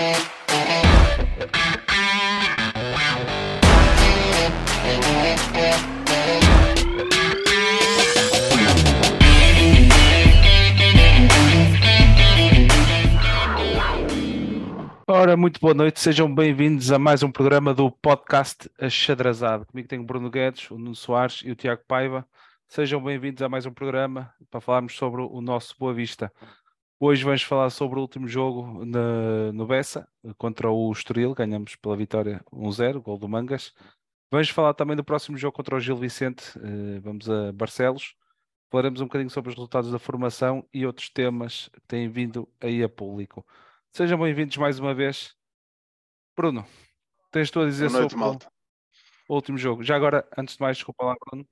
Ora, muito boa noite, sejam bem-vindos a mais um programa do podcast Achadrazado. Comigo tenho o Bruno Guedes, o Nuno Soares e o Tiago Paiva. Sejam bem-vindos a mais um programa para falarmos sobre o nosso Boa Vista. Hoje vamos falar sobre o último jogo no Bessa, contra o Estoril. Ganhamos pela vitória 1-0, gol do Mangas. Vamos falar também do próximo jogo contra o Gil Vicente. Vamos a Barcelos. Falaremos um bocadinho sobre os resultados da formação e outros temas que têm vindo aí a público. Sejam bem-vindos mais uma vez. Bruno, tens tu a dizer Boa noite, sobre o malta. último jogo. Já agora, antes de mais, desculpa lá, Bruno.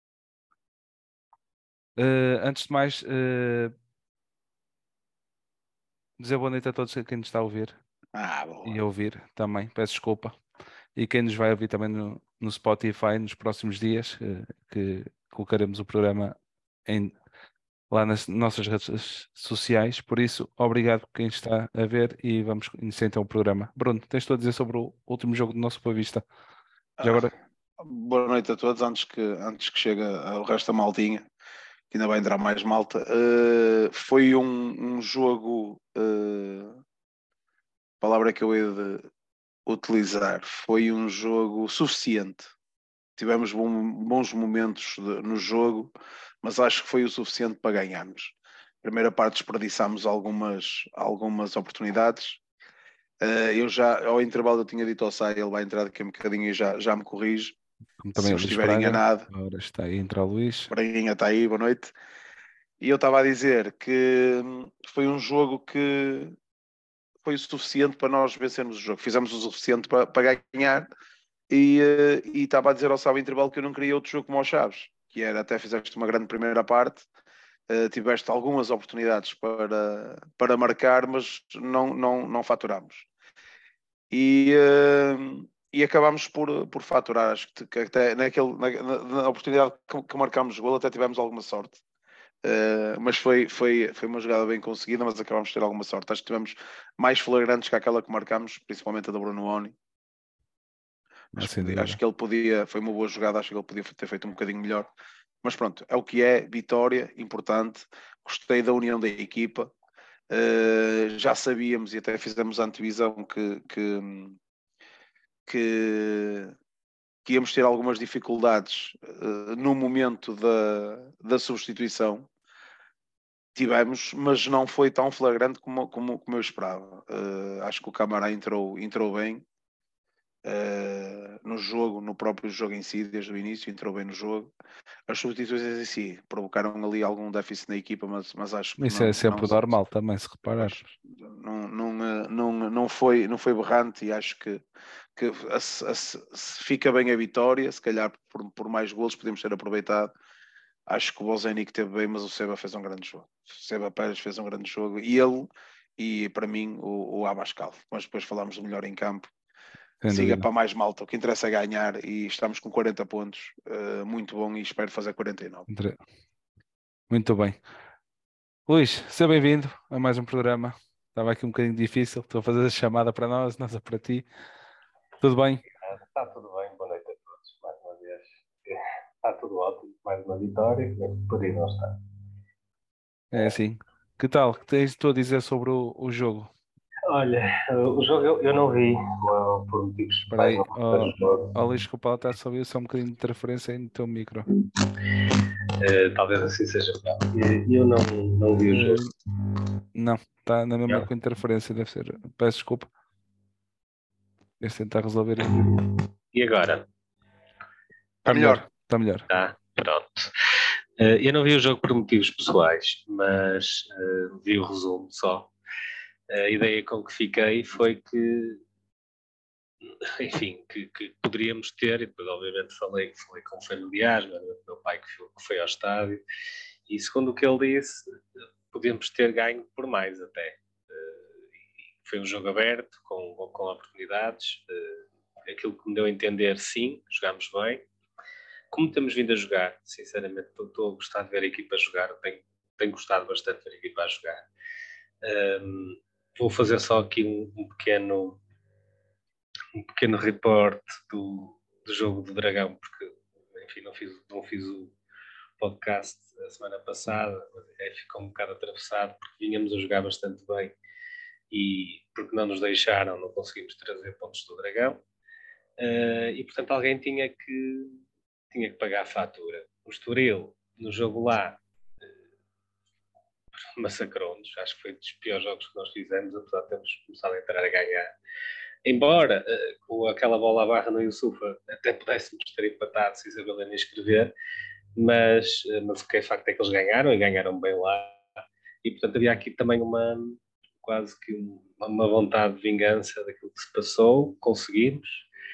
Antes de mais, dizer boa noite a todos quem nos está a ouvir e a Boa. ouvir também. Peço desculpa. E quem nos vai ouvir também no Spotify nos próximos dias, que colocaremos o programa lá nas nossas redes sociais. Por isso, obrigado por quem está a ver e vamos iniciar então o programa. Bruno, tens tu a dizer sobre o último jogo do nosso Boa Vista? Já agora, Boa noite a todos, antes que chegue o resto da maltinha, que ainda vai entrar mais malta. Foi um jogo, palavra que eu hei de utilizar, foi um jogo suficiente. Tivemos bons momentos no jogo, mas acho que foi o suficiente para ganharmos. Primeira parte desperdiçámos algumas oportunidades. Eu já, ao intervalo, eu tinha dito ao Sai, ele vai entrar daqui a um bocadinho e já me corrige, como se também eu o Luís estiver Braga, enganado. agora está aí, entra o Luís. Braguinha está aí, boa noite. E eu estava a dizer que foi um jogo que foi o suficiente para nós vencermos o jogo. Fizemos o suficiente para ganhar e estava a dizer ao sábado intervalo que eu não queria outro jogo como aos Chaves, que era, até fizeste uma grande primeira parte, tiveste algumas oportunidades para marcar, mas não faturámos. E acabámos por faturar. Acho que até na oportunidade que marcámos o gol até tivemos alguma sorte. Mas foi uma jogada bem conseguida, mas acabámos de ter alguma sorte. Acho que tivemos mais flagrantes que aquela que marcámos, principalmente a do Bruno Oni. Sem Acho dúvida. que ele podia, foi uma boa jogada, acho que ele podia ter feito um bocadinho melhor. Mas pronto, é o que é, vitória, importante. Gostei da união da equipa. Já sabíamos e até fizemos a antevisão que íamos ter algumas dificuldades no momento da substituição. Tivemos, mas não foi tão flagrante como eu esperava. Acho que o Camará entrou bem no jogo, no próprio jogo em si, desde o início, entrou bem no jogo. As substituições em si provocaram ali algum déficit na equipa, mas acho que Isso é sempre normal também, se repararmos. não foi berrante e acho que se fica bem a vitória, se calhar por mais golos podemos ter aproveitado. Acho que o Bozenic teve bem, mas o Seba fez um grande jogo. O Seba Pérez fez um grande jogo. E ele, e para mim, o Abascal. Mas depois falamos do melhor em campo. Sem Siga dúvida. para mais malta. O que interessa é ganhar e estamos com 40 pontos. Muito bom e espero fazer 49. Muito bem. Luís, seja bem-vindo a mais um programa. Estava aqui um bocadinho difícil. Estou a fazer a chamada para nós é para ti. Tudo bem? Está tudo bem, boa noite a todos. Mais uma vez, está tudo ótimo. Mais uma vitória, podia não estar. É assim. Que tal? O que tens tu a dizer sobre o jogo? Olha, o jogo eu não vi por motivos Espera aí. jogo. Luís, desculpa, está a só ouvir só um bocadinho de interferência aí no teu micro. Talvez assim seja melhor. Eu não vi o jogo. Não, está na mesma Não. com interferência, deve ser. Peço desculpa. Deixa eu tentar resolver isso. E agora? Está melhor. Está melhor. Tá, pronto. Eu não vi o jogo por motivos pessoais, mas vi o resumo só. A ideia com que fiquei foi que, enfim, que poderíamos ter, e depois obviamente falei com familiares, meu pai que foi ao estádio, e segundo o que ele disse, podíamos ter ganho por mais até. Foi um jogo aberto, com oportunidades, aquilo que me deu a entender, sim, jogámos bem. Como temos vindo a jogar, sinceramente, estou a gostar de ver a equipa jogar, tenho gostado bastante de ver a equipa a jogar. Vou fazer só aqui um pequeno report do jogo do Dragão, porque, enfim, não fiz o podcast a semana passada, mas ficou um bocado atravessado, porque vínhamos a jogar bastante bem e porque não nos deixaram, não conseguimos trazer pontos do Dragão. E, portanto, alguém tinha que pagar a fatura. O Estoril, no jogo lá, massacrou-nos. Acho que foi dos piores jogos que nós fizemos, apesar de termos começado a entrar a ganhar. Embora com aquela bola à barra no Yusufa até pudéssemos ter empatado se Isabela nem escrever, mas o que é facto é que eles ganharam e ganharam bem lá. E portanto havia aqui também quase que uma vontade de vingança daquilo que se passou, conseguimos.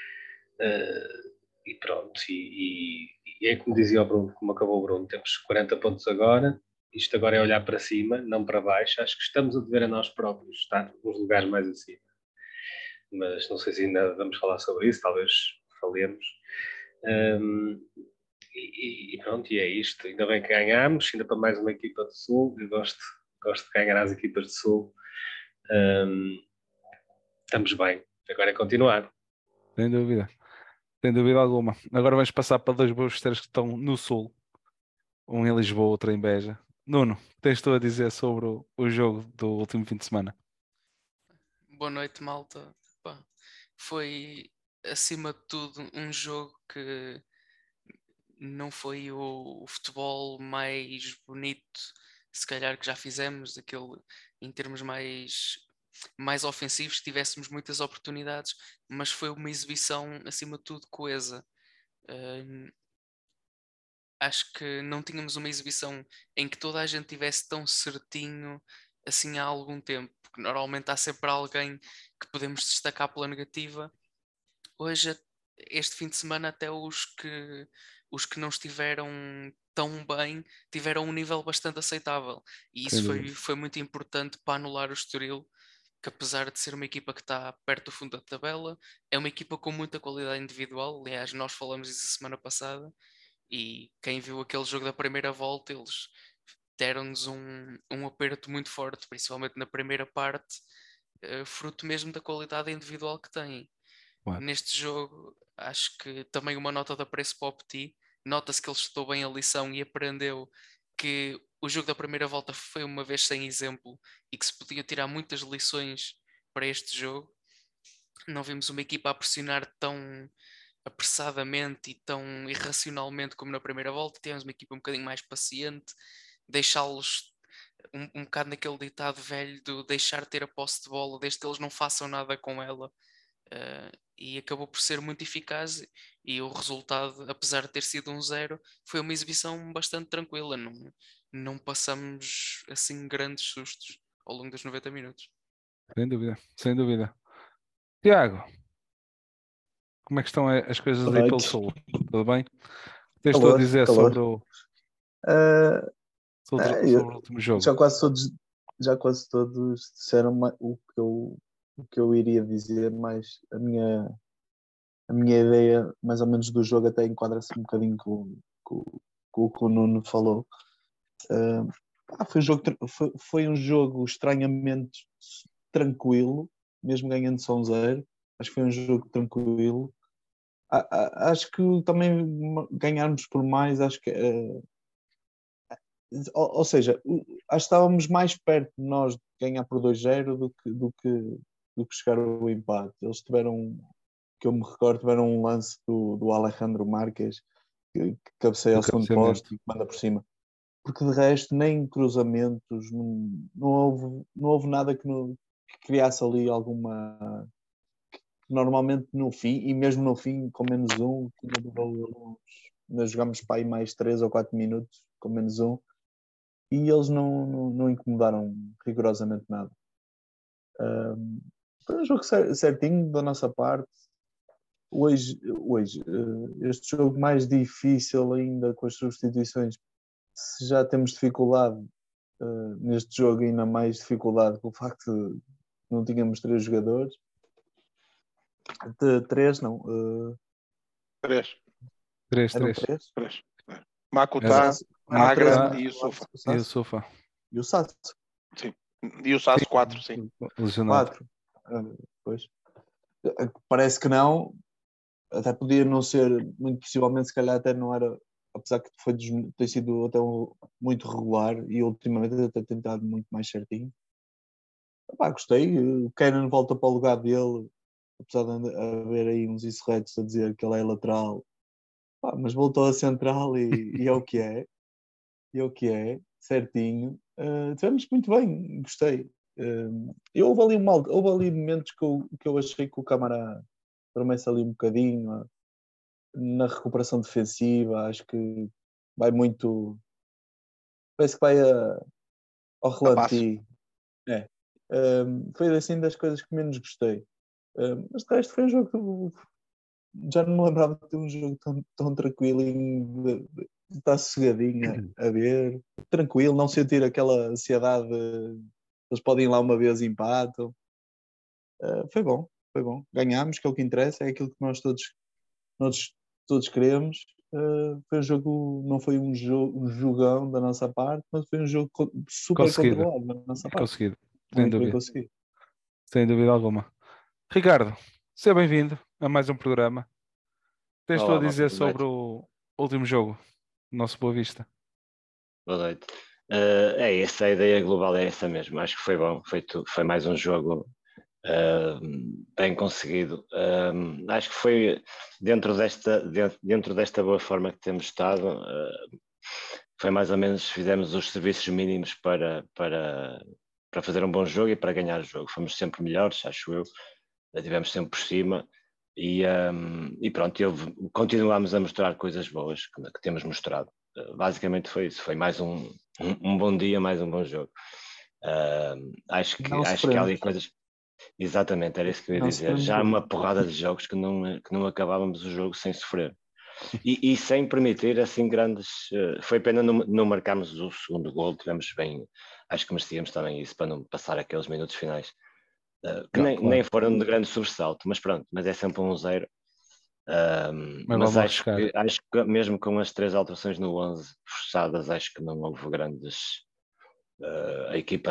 E pronto, e é como dizia o Bruno, como acabou o Bruno, temos 40 pontos agora. Isto agora é olhar para cima, não para baixo. Acho que estamos a dever a nós próprios estar nos lugares mais acima. Mas não sei se ainda vamos falar sobre isso, talvez falemos. E pronto, e é isto. Ainda bem que ganhámos, ainda para mais uma equipa do Sul. Eu gosto de ganhar as equipas do Sul. Estamos bem. Agora é continuar. Sem dúvida. Sem dúvida alguma. Agora vamos passar para dois boosters que estão no Sul. Um em Lisboa, outro em Beja. Nuno, o que tens tu a dizer sobre o jogo do último fim de semana? Boa noite, malta. Pá, foi, acima de tudo, um jogo que não foi o futebol mais bonito, se calhar, que já fizemos, aquele em termos mais ofensivos, tivéssemos muitas oportunidades, mas foi uma exibição, acima de tudo, coesa. Acho que não tínhamos uma exibição em que toda a gente tivesse tão certinho assim há algum tempo, porque normalmente há sempre alguém que podemos destacar pela negativa. Hoje, este fim de semana, até os que não estiveram tão bem tiveram um nível bastante aceitável, e Sem isso dúvida. foi muito importante para anular o Estoril, que apesar de ser uma equipa que está perto do fundo da tabela, é uma equipa com muita qualidade individual. Aliás, nós falamos isso a semana passada, e quem viu aquele jogo da primeira volta, eles deram-nos um aperto muito forte, principalmente na primeira parte, fruto mesmo da qualidade individual que têm. Claro. Neste jogo, acho que também uma nota da preço para o Petit. Nota-se que ele estudou bem a lição e aprendeu que o jogo da primeira volta foi uma vez sem exemplo e que se podia tirar muitas lições para este jogo. Não vimos uma equipa a pressionar tão apressadamente e tão irracionalmente como na primeira volta. Tivemos uma equipa um bocadinho mais paciente, deixá-los um bocado naquele ditado velho do deixar ter a posse de bola desde que eles não façam nada com ela. E acabou por ser muito eficaz, e o resultado, apesar de ter sido 1-0, foi uma exibição bastante tranquila. Não passamos assim grandes sustos ao longo dos 90 minutos. Sem dúvida. Sem dúvida. Tiago, como é que estão as coisas Boa aí pelo noite. Sul? Tudo bem? O que tens tu a Calor, dizer calor. sobre Eu- o último jogo? já quase todos disseram o que eu iria dizer, mas a minha ideia, mais ou menos, do jogo até enquadra-se um bocadinho com o que o Nuno falou. Foi um jogo estranhamente tranquilo, mesmo ganhando só 1-0. Acho que foi um jogo tranquilo. Acho que também ganharmos por mais, acho que ou seja, acho que estávamos mais perto de nós de ganhar por 2-0 do que chegar ao empate. Eles tiveram, que eu me recordo, tiveram um lance do Alejandro Marques que cabeceia ao segundo poste e manda por cima. Porque de resto, nem cruzamentos, não houve nada que criasse ali alguma. Normalmente no fim, e mesmo no fim, com menos um, nós jogámos para aí mais 3 ou 4 minutos com menos um, e eles não incomodaram rigorosamente nada. Foi um jogo certinho da nossa parte. Hoje este jogo mais difícil ainda com as substituições, se já temos dificuldade neste jogo, ainda mais dificuldade com o facto de não tínhamos 3 jogadores. De 3, não. 3. 3. Eram 3? Makuta, Makuta Agra e o Sofa. E o Sofa. E o Sato. Sim. E o Sasso 4, sim. Lesionado. 4. Pois. Parece que não. Até podia não ser, muito possivelmente, se calhar até não era, apesar que ter sido até muito regular e ultimamente até tem estado muito mais certinho. Epá, gostei. O Kenan volta para o lugar dele, apesar de haver aí uns insurretos a dizer que ele é lateral. Epá, mas voltou a central e é o que é. E é o que é, certinho. Tivemos muito bem, gostei. Houve ali momentos que eu achei que o Camara promessa ali um bocadinho na recuperação defensiva. Acho que vai muito. Parece que vai ao relenti. Foi assim das coisas que menos gostei. Mas de resto foi um jogo que já não me lembrava de ter um jogo tão tranquilinho, de estar sossegadinho a ver, tranquilo, não sentir aquela ansiedade. Eles podem ir lá uma vez e empatam. Foi bom, foi bom. Ganhámos, que é o que interessa, é aquilo que nós todos queremos. Foi um jogo, não foi um jogão da nossa parte, mas foi um jogo super Conseguido. controlado da nossa parte. Conseguido. Sem Muito bem dúvida. conseguido. Sem dúvida alguma. Ricardo, seja bem-vindo a mais um programa. Tens tu a Olá, dizer boa sobre noite. o último jogo, do nosso Boa Vista? Boa noite. É essa, a ideia global é essa mesmo. Acho que foi bom, foi mais um jogo bem conseguido. Acho que foi dentro desta boa forma que temos estado. Foi mais ou menos, fizemos os serviços mínimos para fazer um bom jogo e para ganhar o jogo. Fomos sempre melhores, acho eu. Estivemos sempre por cima. E pronto, continuámos a mostrar coisas boas que temos mostrado. Basicamente foi isso, foi mais um bom dia, mais um bom jogo. Acho que há ali coisas. Exatamente, era isso que eu ia dizer. Já há uma porrada de jogos que não acabávamos o jogo sem sofrer. E sem permitir assim grandes. Foi pena não marcarmos o segundo gol, tivemos bem. Acho que merecíamos também isso para não passar aqueles minutos finais. Que nem foram de grande sobressalto, mas pronto, mas é sempre 1-0. Mas acho que mesmo com as 3 alterações no 11 forçadas, acho que não houve grandes. A equipa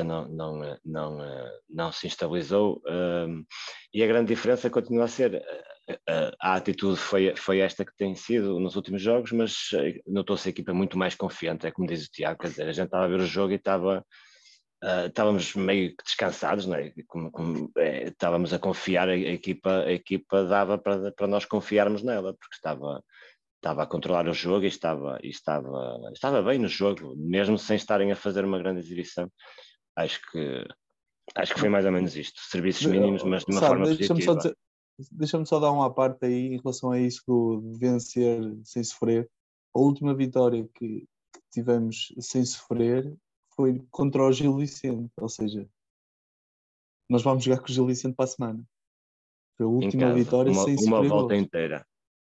não se estabilizou, e a grande diferença continua a ser a atitude foi esta que tem sido nos últimos jogos, mas notou-se a equipa muito mais confiante, é como diz o Tiago, quer dizer, a gente estava a ver o jogo e estávamos meio que descansados, não é? Estávamos a confiar, a equipa dava para nós confiarmos nela, porque estava a controlar o jogo e estava bem no jogo, mesmo sem estarem a fazer uma grande exibição. Acho que foi mais ou menos isto, serviços mínimos, mas de uma forma positiva. Deixa-me só dar uma parte aí em relação a isso de vencer sem sofrer. A última vitória que tivemos sem sofrer foi contra o Gil Vicente, ou seja, nós vamos jogar com o Gil Vicente para a semana. Foi a última vitória sem sofrer uma volta gols. inteira.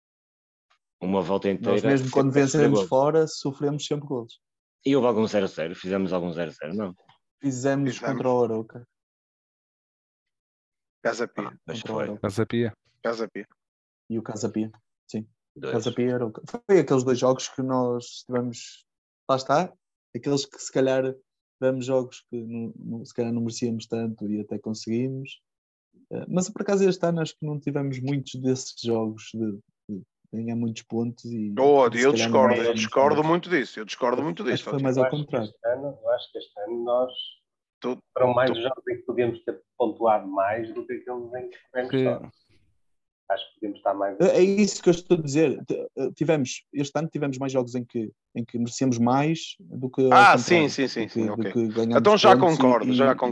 Uma volta inteira. Nós mesmo quando vencemos fora, sofremos sempre gols. E houve algum 0-0? Fizemos algum 0-0, não? Fizemos contra o Arouca. Casa Pia. Casa Pia. E o Casa Pia, sim. Casa Pia era foi aqueles 2 jogos que nós tivemos. Lá está. Aqueles que se calhar tivemos jogos que se calhar não merecíamos tanto e até conseguimos. Mas por acaso este ano acho que não tivemos muitos desses jogos de ganhar muitos pontos. Eu discordo muito disso. Acho que foi mais ao contrário. Eu acho que este ano nós foram mais os jogos em que podíamos ter pontuado mais do que aqueles em que tivemos só. Acho que podemos estar mais. É isso que eu estou a dizer. Este ano tivemos mais jogos em que merecemos mais do que. Sim. Do que então já concordo.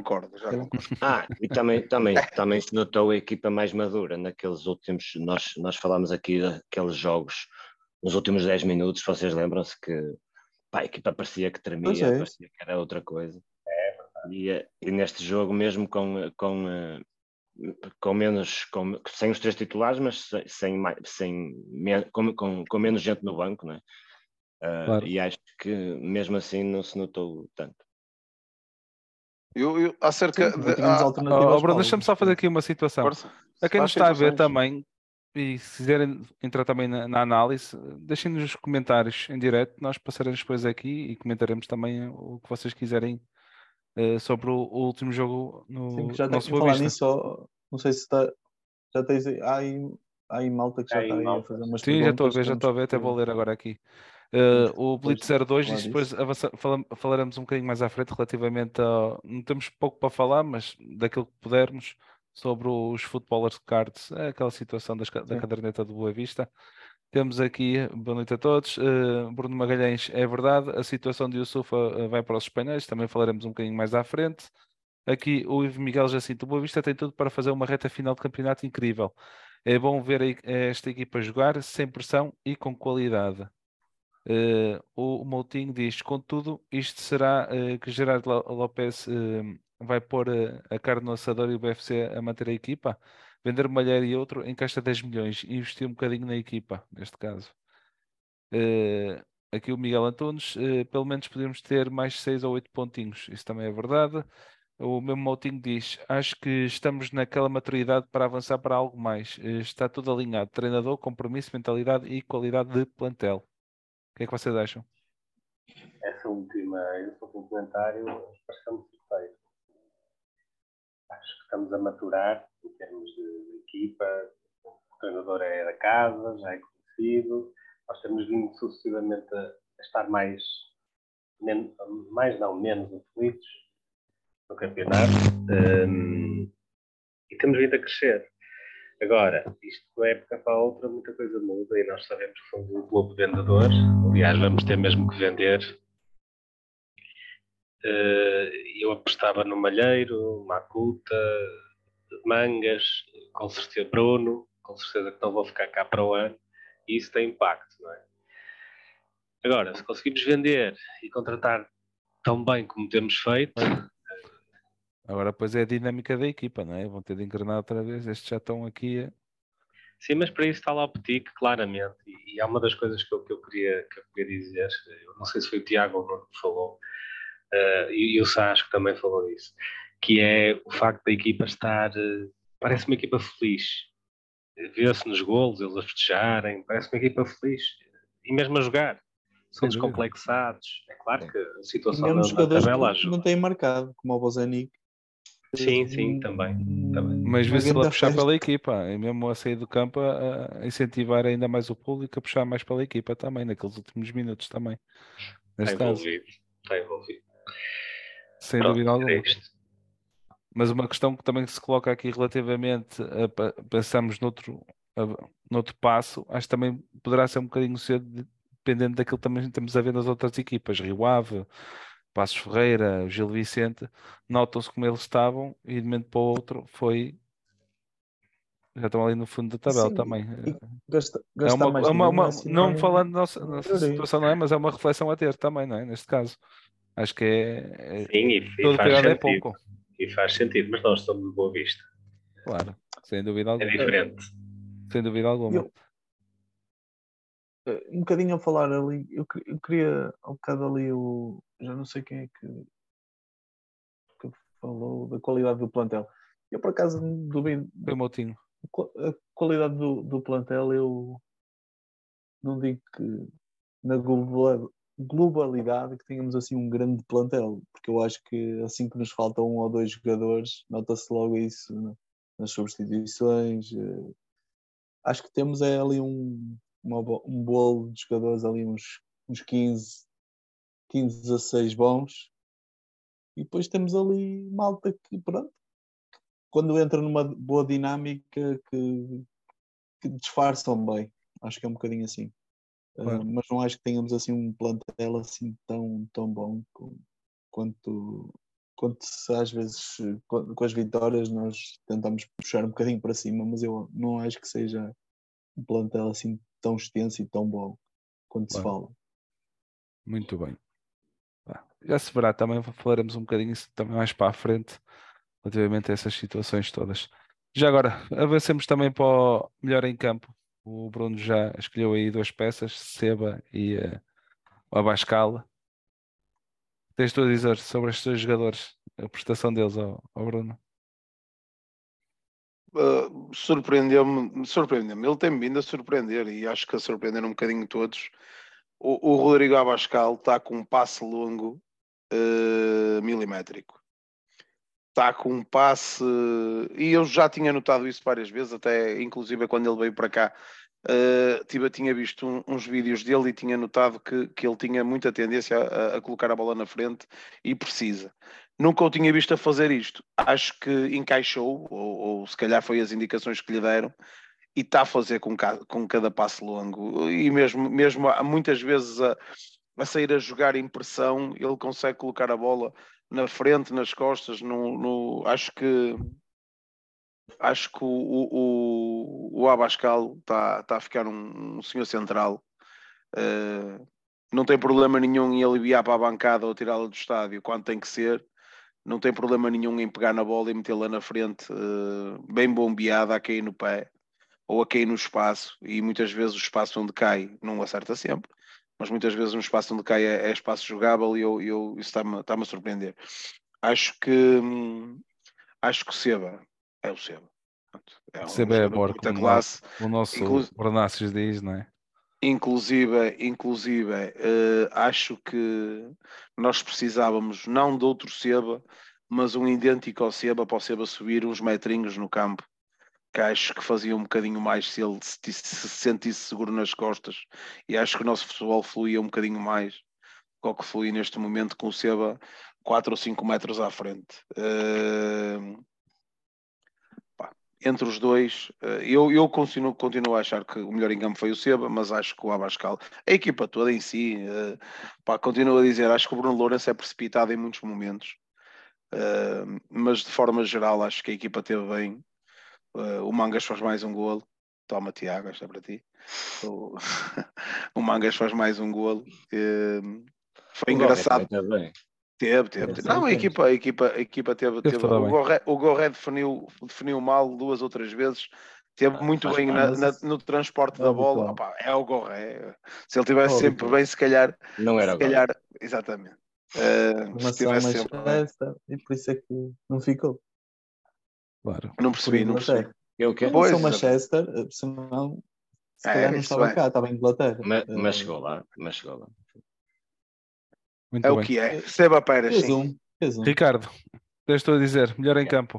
E também se notou a equipa mais madura naqueles últimos. Nós falámos aqui daqueles jogos nos últimos 10 minutos. Vocês lembram-se que a equipa parecia que tremia, parecia que era outra coisa. E neste jogo, mesmo com menos, sem os 3 titulares, mas com menos gente no banco, não é? Claro. E acho que mesmo assim não se notou tanto. Eu acerca de. Bruno, deixa-me só fazer aqui uma situação. A quem nos está a ver também, e se quiserem entrar também na análise, deixem-nos os comentários em direto, nós passaremos depois aqui e comentaremos também o que vocês quiserem sobre o último jogo Sim, no que já nosso tenho Boa falar Vista. nisso, não sei se está, já tens aí, há aí malta que já Há aí está aí a malta. fazer umas Sim, já estou a perguntas, ver, temos até vou que ler agora aqui. temos que O depois Blitz 02, falar isso disso. depois falaremos um bocadinho mais à frente relativamente a. Não temos pouco para falar, mas daquilo que pudermos sobre os footballers cards, é aquela situação da Sim. caderneta do Boa Vista. Temos aqui, boa noite a todos. Bruno Magalhães, é verdade, a situação de Yusufa vai para os espanhóis, também falaremos um bocadinho mais à frente. Aqui o Ivo Miguel Jacinto, o Boa Vista tem tudo para fazer uma reta final de campeonato incrível. É bom ver esta equipa jogar sem pressão e com qualidade. O Moutinho diz, contudo, isto será que Gerardo Lopes vai pôr a carne no assador e o BFC a manter a equipa? Vender o Malheiro e outro encaixa 10 milhões e investir um bocadinho na equipa, neste caso. Aqui o Miguel Antunes, pelo menos podemos ter mais 6 ou 8 pontinhos, isso também é verdade. O mesmo Moutinho diz, acho que estamos naquela maturidade para avançar para algo mais. Está tudo alinhado, treinador, compromisso, mentalidade e qualidade de plantel. O que é que vocês acham? Esse último comentário parece-me perfeito. Acho que estamos a maturar em termos de equipa. O treinador é da casa, já é conhecido. Nós temos vindo sucessivamente a estar menos aflitos no campeonato. E temos vindo a crescer. Agora, isto de uma época para a outra, muita coisa muda e nós sabemos que somos um clube vendedor. Aliás, vamos ter mesmo que vender. Eu apostava no Malheiro, Macuta, Mangas, com certeza Bruno, com certeza que não vou ficar cá para o ano, e isso tem impacto, não é? Agora, se conseguimos vender e contratar tão bem como temos feito. Agora, pois é a dinâmica da equipa, não é? Vão ter de engrenar outra vez. Estes já estão aqui. Sim, mas para isso está lá o Petit, claramente. E há uma das coisas que eu queria dizer. Eu não sei se foi o Tiago ou o Nuno que falou, e o Sá acho que também falou disso, que é o facto da equipa estar. Parece uma equipa feliz. Vê-se nos golos, eles a festejarem, parece uma equipa feliz. E mesmo a jogar. São Sem dúvida. descomplexados. É claro que a E situação mesmo na jogadores tabela que ajuda. não têm marcado, como o Bozanic. Sim, também. Mas Uma vê-se ele a grande puxar festa. pela equipa, e mesmo a sair do campo a incentivar ainda mais o público a puxar mais pela equipa também, naqueles últimos minutos também. Neste caso, Está envolvido. sem Pronto, dúvida é alguma. isto. Mas uma questão que também se coloca aqui relativamente a pensamos noutro passo, acho que também poderá ser um bocadinho cedo, dependendo daquilo que também temos a ver nas outras equipas. Rio Ave, Passos Ferreira, Gil Vicente, notam-se como eles estavam e de um momento para o outro já estão ali no fundo da tabela Sim, também. e gastar mais dinheiro não é Não sinónimo falando de nossa melhoria. situação, não é? Mas é uma reflexão a ter também, não é? Neste caso. Acho que Sim, e todo faz cuidado é sentido. pouco. E faz sentido, mas nós estamos de Boa Vista. Claro, sem dúvida É alguma. diferente. Sem dúvida alguma. Eu, um bocadinho a falar ali, eu queria ao bocado ali já não sei quem é que falou da qualidade do plantel. Eu por acaso duvido Foi o Moutinho. a qualidade do plantel, eu não digo que na globalidade que tenhamos assim um grande plantel, porque eu acho que assim que nos faltam um ou dois jogadores, nota-se logo isso nas substituições. Acho que temos ali um bolo de jogadores ali, uns 15, 16 bons, e depois temos ali malta que, pronto, quando entra numa boa dinâmica que disfarçam bem. Acho que é um bocadinho assim. Claro. Mas não acho que tenhamos assim um plantel assim tão bom quanto às vezes com as vitórias nós tentamos puxar um bocadinho para cima, mas eu não acho que seja um plantel assim tão extenso e tão bom quanto se Claro. fala. Muito bem. Já se verá, também falaremos um bocadinho isso também mais para a frente, relativamente a essas situações todas. Já agora, avancemos também para o melhor em campo. O Bruno já escolheu aí duas peças, Seba e o Abascal. Tens tu a dizer sobre estes dois jogadores, a prestação deles ao Bruno? Surpreendeu-me. Ele tem vindo a surpreender e acho que a surpreender um bocadinho todos. O Rodrigo Abascal está com um passe longo milimétrico. está com um passe, e eu já tinha notado isso várias vezes, até inclusive quando ele veio para cá, tinha visto uns vídeos dele e tinha notado que ele tinha muita tendência a colocar a bola na frente e precisa. Nunca o tinha visto a fazer isto. Acho que encaixou, ou se calhar foi as indicações que lhe deram, e está a fazer com cada passo longo. E mesmo muitas vezes a sair a jogar em pressão, ele consegue colocar a bola na frente, nas costas. Acho que o Abascal está a ficar um senhor central. Não tem problema nenhum em aliviar para a bancada ou tirá-la do estádio quando tem que ser. Não tem problema nenhum em pegar na bola e metê-la na frente, bem bombeada, a cair no pé ou a cair no espaço. E muitas vezes o espaço onde cai não acerta sempre, mas muitas vezes no espaço onde cai é espaço jogável, e isso está-me a surpreender. Acho que o Seba é o Seba. É um Seba é jogador amor, de muita como classe. o nosso Bernácios diz, não é? Inclusive, acho que nós precisávamos não de outro Seba, mas um idêntico ao Seba, para o Seba subir uns metrinhos no campo, que acho que fazia um bocadinho mais se ele se sentisse seguro nas costas, e acho que o nosso futebol fluía um bocadinho mais do que flui neste momento, com o Seba 4 ou 5 metros à frente. Entre os dois, eu continuo a achar que o melhor em campo foi o Seba, mas acho que o Abascal, a equipa toda em si, continuo a dizer, acho que o Bruno Lourenço é precipitado em muitos momentos, mas de forma geral acho que a equipa teve bem. O Mangas faz mais um golo. Toma, Tiago, esta é para ti. O Mangas faz mais um golo. Foi engraçado. Teve. Não, a equipa teve. O Gorré definiu mal 2 ou 3 vezes. Teve muito bem no transporte da bola. Opa, é o Gorré. Se ele tivesse sempre bem, se calhar. Não era se calhar, exatamente. Se tivesse sempre bem. E por isso é que não ficou. Claro. Não percebi. Pois, o Manchester, senão se calhar não estava cá, estava em Inglaterra. Mas chegou lá. Muito é bem. O que é. Seba Pérez, sim. Ricardo, estou a dizer, melhor em campo.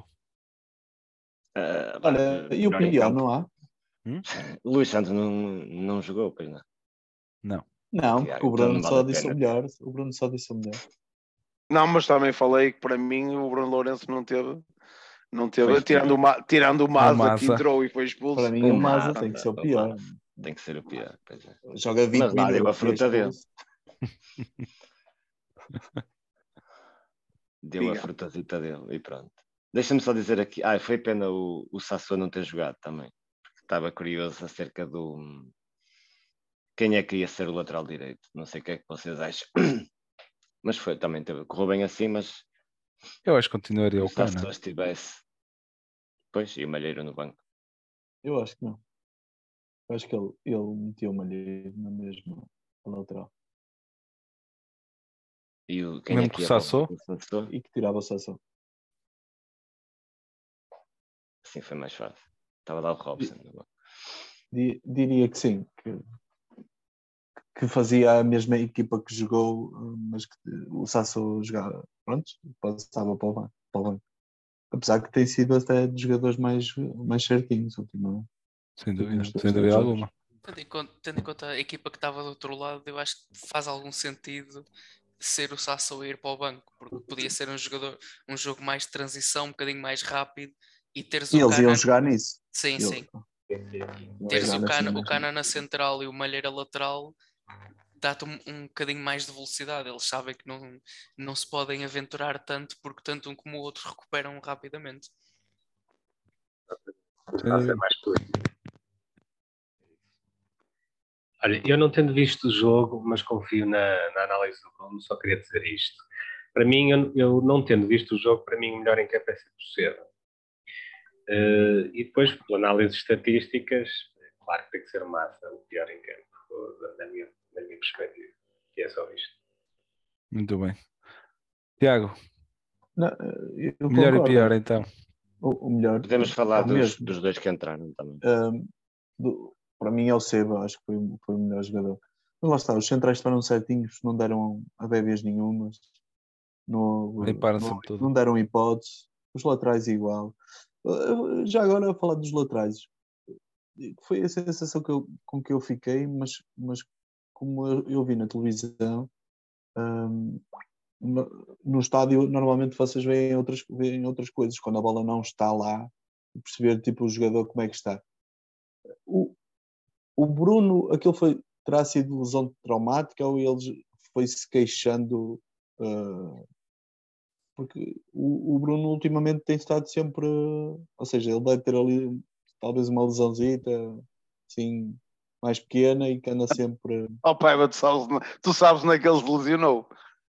Olha, e o pior não há? Luís Santos não jogou, pois não? Não, porque o Bruno só disse o melhor. O Bruno só disse o melhor. Não, mas também falei que para mim o Bruno Lourenço não teve, tirando o Maza que entrou e foi expulso. Para mim o Maza tem que ser o pior. Tem que ser o pior, pois é. Joga 20 minutos. Deu a fruta dele. Deu a frutazita dele e pronto. Deixa-me só dizer aqui, foi pena o Sassou não ter jogado também, porque estava curioso acerca do quem é que ia ser o lateral direito. Não sei o que é que vocês acham, mas também correu bem assim, mas eu acho que continuaria o Cana. Se estivesse, pois, e o Malheiro no banco. Eu acho que não. Eu acho que ele meteu o Malheiro na mesma lateral. E quem mesmo é que ia o Sassou? E que tirava o Sassou. Assim foi mais fácil. Estava lá o Robson. Diria que sim, que fazia a mesma equipa que jogou, mas que o Sassou jogava, pronto, passava para o banco. Apesar que tem sido até de jogadores mais certinhos ultimamente. Sem dúvida alguma. Tendo em conta a equipa que estava do outro lado, eu acho que faz algum sentido ser o Sassou ir para o banco, porque podia ser um jogo mais de transição, um bocadinho mais rápido, e teres o Cana... Eles iam jogar nisso. Sim. Teres o Cana na central e o Malheiro lateral dá-te um bocadinho mais de velocidade. Eles sabem que não se podem aventurar tanto, porque tanto um como o outro recuperam rapidamente. Está a ser mais por isso. Olha, eu não tendo visto o jogo, mas confio na análise do Bruno, só queria dizer isto. Para mim, eu não tendo visto o jogo, para mim o melhor em campo é sempre o Seba. E depois, por análises estatísticas, claro que tem que ser o Massa o pior em campo, na minha perspectiva. E é só isto. Muito bem. Tiago, concordo. melhor e pior então. O melhor. Podemos falar dos dois que entraram também. Para mim é o Seba, acho que foi o melhor jogador. Mas lá está, os centrais estiveram certinhos, não deram a bebês nenhumas, não deram hipótese. Os laterais igual. Já agora a falar dos laterais, foi a sensação com que eu fiquei, mas como eu vi na televisão, no estádio normalmente vocês veem outras coisas, quando a bola não está lá, perceber tipo o jogador como é que está. O Bruno, terá sido lesão traumática ou ele foi-se queixando? Porque o Bruno ultimamente tem estado sempre, ou seja, ele deve ter ali talvez uma lesãozita assim mais pequena e que anda sempre. Paiva, tu sabes naqueles lesionou.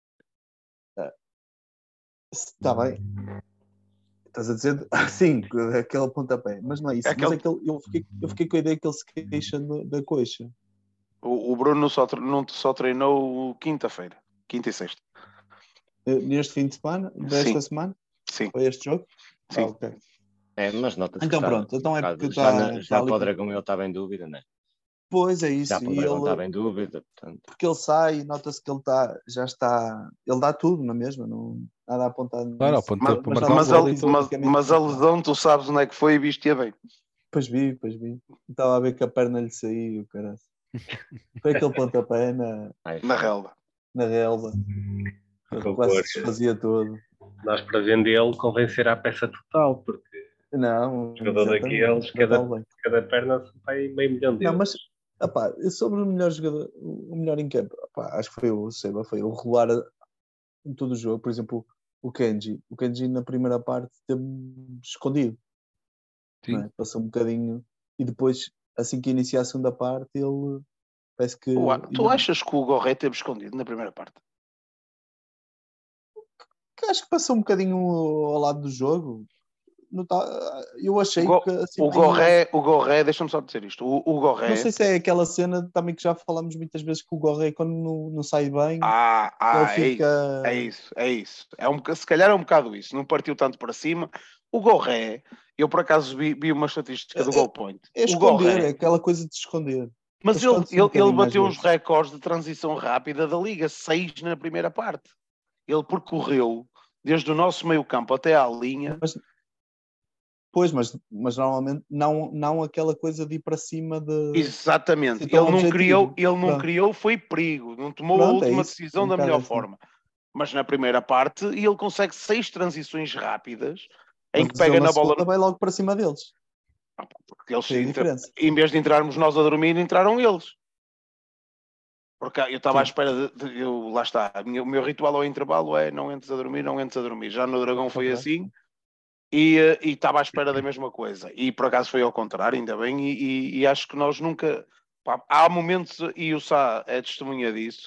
Está bem. Estás a dizer, sim, aquele pontapé, mas não é isso. Mas eu fiquei com a ideia que ele se queixa da coxa. O Bruno só treinou quinta-feira, quinta e sexta. Neste fim de semana, desta semana? Sim. Foi este jogo? Sim. Ok. Mas nota-se então que pronto, então é porque já para o Dragão ele estava em dúvida, não é? Pois é isso. Já para o Dragão estava em dúvida. Portanto... Porque ele sai, nota-se que ele já está. Ele dá tudo na mesma, não nada apontado. Claro, mas a lesão, tu sabes onde é que foi e viste-a bem. Pois vi. Estava a ver que a perna lhe saiu, caralho. Foi aquele pontapé na relva. Na relva. Ele quase se fazia todo. Nós para vendê-lo convencer a peça total, porque não, jogador daqueles, cada perna vai meio milhão de euros. Não, mas sobre o melhor jogador, o melhor em campo, acho que foi o Seba, foi o regular em todo o jogo. Por exemplo, o Kenji na primeira parte esteve escondido. Não é? Passou um bocadinho e depois, assim que inicia a segunda parte, ele parece que. Tu achas que o Gorré esteve escondido na primeira parte? Acho que passou um bocadinho ao lado do jogo. Eu achei que assim, o Gorré, deixa-me só dizer isto. O Gorré. Não sei se é aquela cena também que já falamos muitas vezes, que o Gorré, quando não sai bem, ele fica. É isso. Se calhar é um bocado isso. Não partiu tanto para cima. O Gorré, eu por acaso vi uma estatística do Goal Point. É esconder, é aquela coisa de esconder. Mas ele bateu os recordes de transição rápida da Liga, 6 na primeira parte. Ele percorreu desde o nosso meio campo até à linha. Mas normalmente não aquela coisa de ir para cima de. Exatamente. Ele não criou, foi perigo. Não tomou a última decisão da melhor forma. Mas na primeira parte ele consegue 6 transições rápidas em que pega na bola. Vai logo para cima deles. Porque eles, em vez de entrarmos nós a dormir, entraram eles. Porque eu estava à espera lá está. O meu ritual ao intervalo é não entres a dormir. Já no Dragão foi assim. E estava à espera da mesma coisa. E por acaso foi ao contrário, ainda bem. E acho que nós nunca. Há momentos, e o Sá é testemunha disso,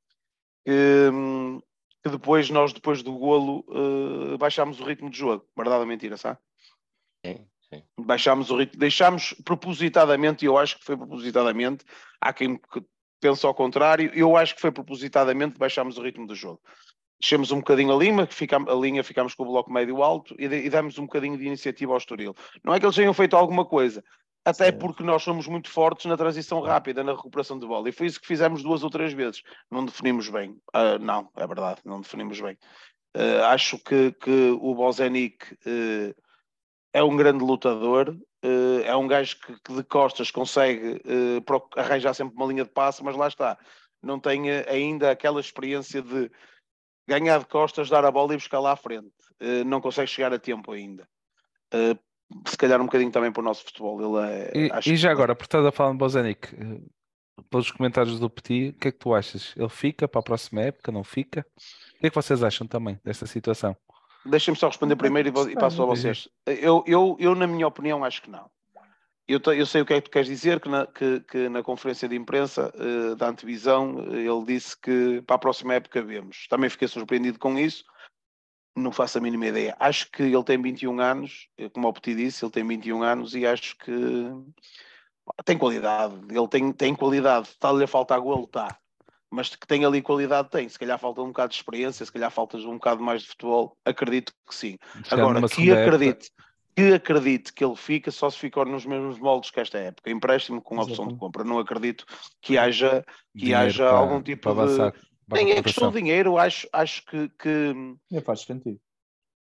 que depois do golo, baixámos o ritmo de jogo. Verdade ou mentira, Sá? Sim. Baixámos o ritmo. Deixámos propositadamente, e eu acho que foi propositadamente. Há quem pensa ao contrário. Eu acho que foi propositadamente, baixámos o ritmo do jogo. Descemos um bocadinho a linha, ficámos com o bloco médio alto e demos um bocadinho de iniciativa ao Estoril. Não é que eles tenham feito alguma coisa, até porque nós somos muito fortes na transição rápida, na recuperação de bola. E foi isso que fizemos 2 ou 3 vezes. Não definimos bem. Não, é verdade, não definimos bem. Acho que o Bozenic é um grande lutador, é um gajo que de costas consegue arranjar sempre uma linha de passe, mas lá está. Não tem ainda aquela experiência de ganhar de costas, dar a bola e buscar lá à frente. Não consegue chegar a tempo ainda. Se calhar um bocadinho também para o nosso futebol. E já agora, por estás a falar de Bozenic, pelos comentários do Petit, o que é que tu achas? Ele fica para a próxima época? Não fica? O que é que vocês acham também desta situação? Deixem-me só responder primeiro e passo a vocês. Eu, na minha opinião, acho que não. Eu sei o que é que tu queres dizer, que na conferência de imprensa da antevisão ele disse que para a próxima época vemos. Também fiquei surpreendido com isso, não faço a mínima ideia. Acho que ele tem 21 anos, como o Petit disse, ele tem 21 anos e acho que tem qualidade. Ele tem qualidade, está-lhe a faltar golo, está. Mas que tem ali qualidade, tem. Se calhar falta um bocado de experiência, se calhar falta um bocado mais de futebol, acredito que sim. Agora, que acredite que ele fica, só se ficou nos mesmos moldes que esta época. Empréstimo com opção de compra. Não acredito que haja algum tipo de... Nem é questão de dinheiro, acho que... Faz sentido.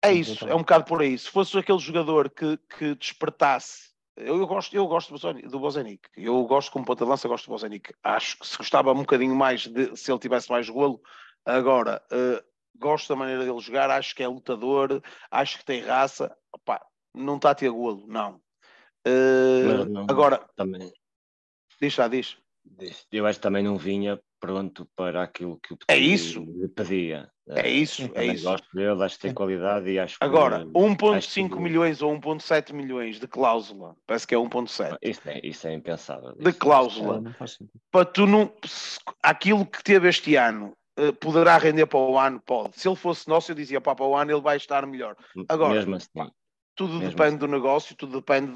É isso, é um bocado por aí. Se fosse aquele jogador que despertasse. Eu gosto do Bozanic. Eu gosto como ponta de lança, gosto do Bozanic. Acho que se gostava um bocadinho mais se ele tivesse mais golo. Agora, gosto da maneira dele jogar, acho que é lutador, acho que tem raça. Opa, não está a ter golo, não. Mas não, agora, também, diz. eu acho que também não vinha pronto para aquilo que o É Petit isso. lhe pedia. É isso, Também gosto dele, acho que tem qualidade e acho Agora, que... 1.5 milhões ou 1.7 milhões de cláusula, parece que é 1.7. Isso é impensável. De cláusula. Não faz sentido. Para tu não... Aquilo que teve este ano, poderá render para o ano? Pode. Se ele fosse nosso, eu dizia para o ano ele vai estar melhor. Agora, mesmo assim, tudo mesmo depende assim. do negócio, tudo depende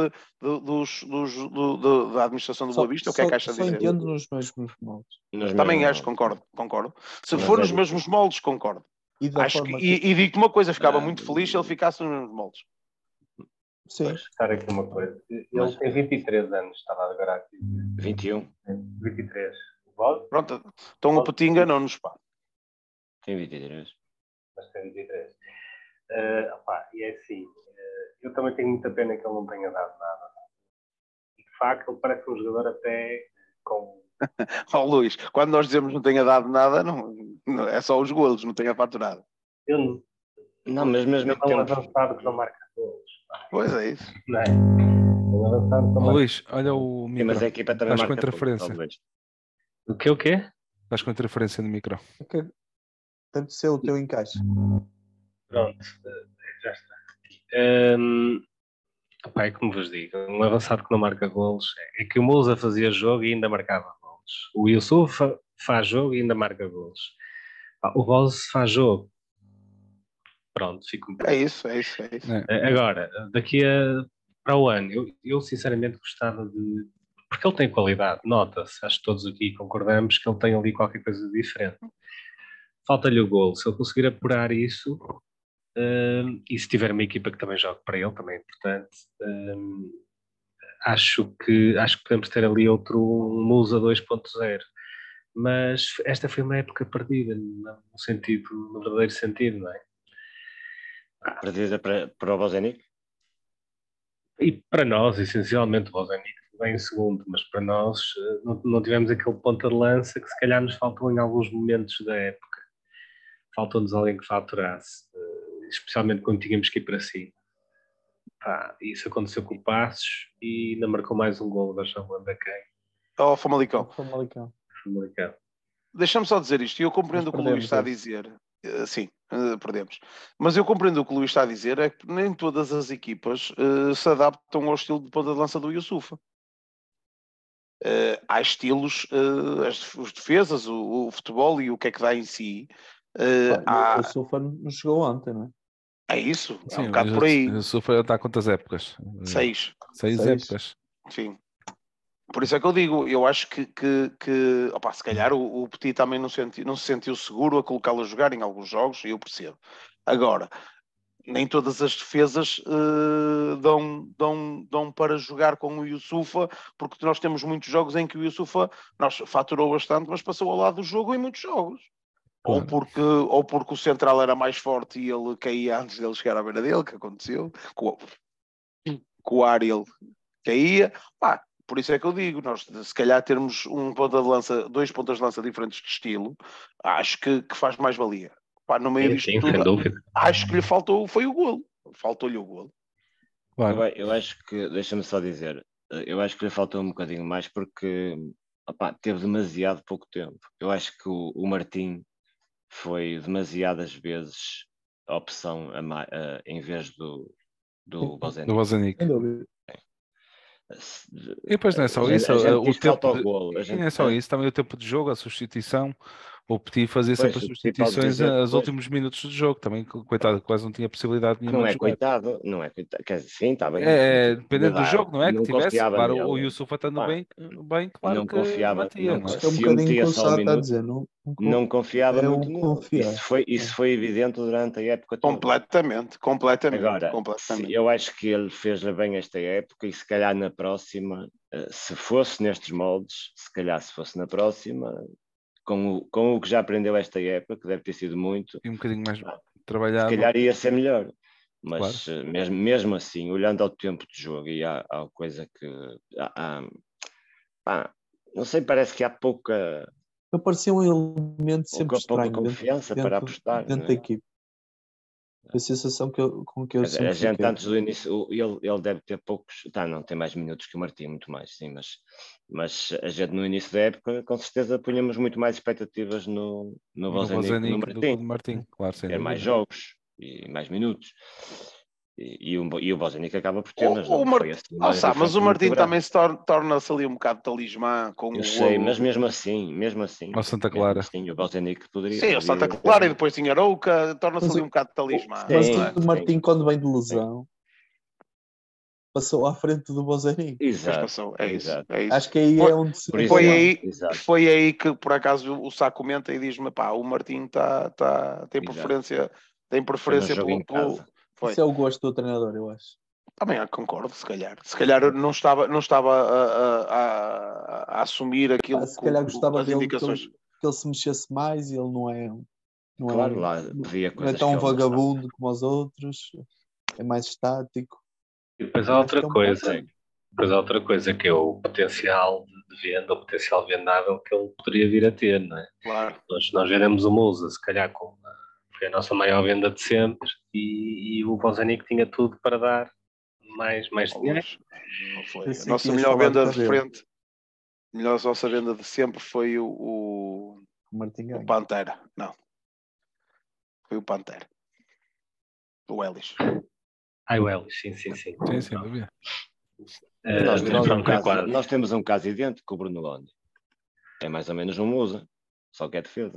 da administração do Boa Vista, o que é que acha Só dizer? entendo nos mesmos moldes. Também acho, concordo. Se Mas for é nos mesmos moldes, concordo. E da Acho forma que, e digo-te uma coisa, ficava muito feliz se ele ficasse nos mesmos moldes. Sim. Vou estar aqui uma coisa. Ele Mas- tem 23 anos, estava agora aqui. 21, 23. O Boz, Pronto, então o Petit enganou-nos, pá. tem 23. mas tem 23. Opá, e é assim, eu também tenho muita pena que ele não tenha dado nada. E de facto, ele parece um jogador até com... Ó Luís, quando nós dizemos não tenha dado nada, não, é só os golos, não tenha faturado. Ele Não, mas mesmo é em um tempos... avançado que não marca golos. Pois é isso. Não é? Um avançado que não Ó, marca. Luís, olha o Sim, micro. mas a equipa também Estás com marca pouco, interferência. talvez. O quê? Estás com interferência no micro. Deve ser o teu encaixe. Pronto, já está. Opá, é como vos digo, um avançado que não marca golos é que o Moussa fazia jogo e ainda marcava golos. O Yusuf faz jogo e ainda marca golos. O Boz faz jogo. Pronto, fico É isso. É. Agora, para o ano, eu sinceramente gostava de. Porque ele tem qualidade, nota-se, acho que todos aqui concordamos que ele tem ali qualquer coisa diferente. Falta-lhe o golo. Se ele conseguir apurar isso, e se tiver uma equipa que também jogue para ele, também é importante, acho que podemos ter ali outro Musa 2.0. Mas esta foi uma época perdida, no verdadeiro sentido, não é? Perdida para o Bozenic? E para nós, essencialmente, o Bozenic vem em segundo, mas para nós não tivemos aquele ponta de lança que se calhar nos faltou em alguns momentos da época. Faltou-nos alguém que faturasse, especialmente quando tínhamos que ir para cima. Isso aconteceu com o Passos e ainda marcou mais um golo da Xamanda quem? Ó, Famalicão. Famalicão. Deixa-me só dizer isto, e eu compreendo o que o Luís está a dizer. Sim, perdemos. Mas eu compreendo o que o Luís está a dizer, é que nem todas as equipas se adaptam ao estilo de ponta de lança do Yusufa. Há estilos, os defesas, o futebol e o que é que dá em si. O Sofa não chegou ontem, não é? É isso, é Sim, um bocado por aí. O Sufa está há quantas épocas? 6. 6 épocas. Sim. Por isso é que eu digo, eu acho que opa, se calhar o Petit também não se sentiu seguro a colocá-lo a jogar em alguns jogos, e eu percebo. Agora, nem todas as defesas dão para jogar com o Yusufa, porque nós temos muitos jogos em que o Yusufa nós faturou bastante, mas passou ao lado do jogo em muitos jogos. Claro. Ou porque o central era mais forte e ele caía antes dele chegar à beira dele, que aconteceu, com o Ariel caía. Por isso é que eu digo, nós se calhar termos dois pontas de lança diferentes de estilo, acho que faz mais valia. No meio disto Sim, tudo, sem dúvida. acho que lhe faltou, foi o golo. Faltou-lhe o golo. Claro. Eu acho que, deixa-me só dizer, eu acho que lhe faltou um bocadinho mais porque teve demasiado pouco tempo. Eu acho que o Martim foi demasiadas vezes a opção em vez do Bozenic. Do Bozenic. Sem dúvida. E depois não é só isso, A gente o diz que tempo falta o golo. e não é só isso, também o tempo de jogo, a substituição. O Petit fazia Pois, sempre as o Petit pode substituições dizer aos depois. últimos minutos do jogo. Também, coitado, quase não tinha possibilidade nenhuma Não é de jogar. coitado, não é coitado. Quer dizer, sim, está bem. Dependendo do jogo, não é? Que Não tivesse, confiava claro, nele. o Yusufa estando bem, claro Não que confiava, mantia, não é? Isto é um se bocadinho metia o só um Sá está a minuto, dizer. não confiava é muito um nele. confiar. Isso foi evidente durante a época toda. Completamente. Agora, eu acho que ele fez bem esta época e se calhar na próxima, se fosse nestes moldes, se calhar se fosse na próxima, com o que já aprendeu esta época, que deve ter sido muito, E um bocadinho mais trabalhado. Se calhar ia ser melhor. Mas mesmo assim, olhando ao tempo de jogo e à coisa que... não sei, parece que há pouca... Parecia um elemento sempre pouca estranho confiança para apostar. dentro não da é? equipe. A sensação com que eu Quer dizer, a sempre gente fiquei. antes do início, ele deve ter poucos, não, tem mais minutos que o Martim, muito mais, sim, mas a gente no início da época, com certeza, punhamos muito mais expectativas no Bozanic que no Bozanic do que no Martim. Martim, claro, sem Ter mais dúvida. jogos e mais minutos. E o Bozanic acaba por ter, mas O não foi assim uma mas o diferença muito Martim grande. também torna-se ali um bocado talismã com Eu o sei, golo. mas mesmo assim, Ao Santa mesmo Clara. assim, o Bozanic poderia... Sim, o Santa Clara e depois tinha Arouca, torna-se Mas ali um bocado de talismã. Mas Sim, o Martim, quando vem de lesão, passou à frente do Bozanic. Depois Exato, passou, é isso. exato. É isso. Acho que aí é onde se Por isso exato. Foi aí que por acaso o Sá comenta e diz-me: pá, o Martim tem Exato. preferência Foi no jogo em casa. Foi. Isso é o gosto do treinador, eu acho. Também concordo, se calhar. Se calhar não estava a assumir aquilo Se calhar gostava as dele indicações. que ele se mexesse mais e ele Claro, lá havia não é coisas tão que ele não vagabundo como os outros, é mais estático. E depois Eu há acho outra que é um coisa. Depois há outra coisa que é o potencial de venda, o potencial vendável que ele poderia vir a ter, não é? Claro. Nós veremos o Musa, se calhar, foi a nossa maior venda de sempre e o Bozanic tinha tudo para dar mais dinheiro. Não foi. A Pensei que nossa ias melhor falar venda do de Tadeu. frente, a nossa venda de sempre foi o Martim ganha. Pantera. Não. Foi o Pantera. O Ellis. O Ellis, sim. Sim, sem dúvida. Nós temos um caso idêntico com o Bruno Loni. É mais ou menos um Musa, só que é defesa.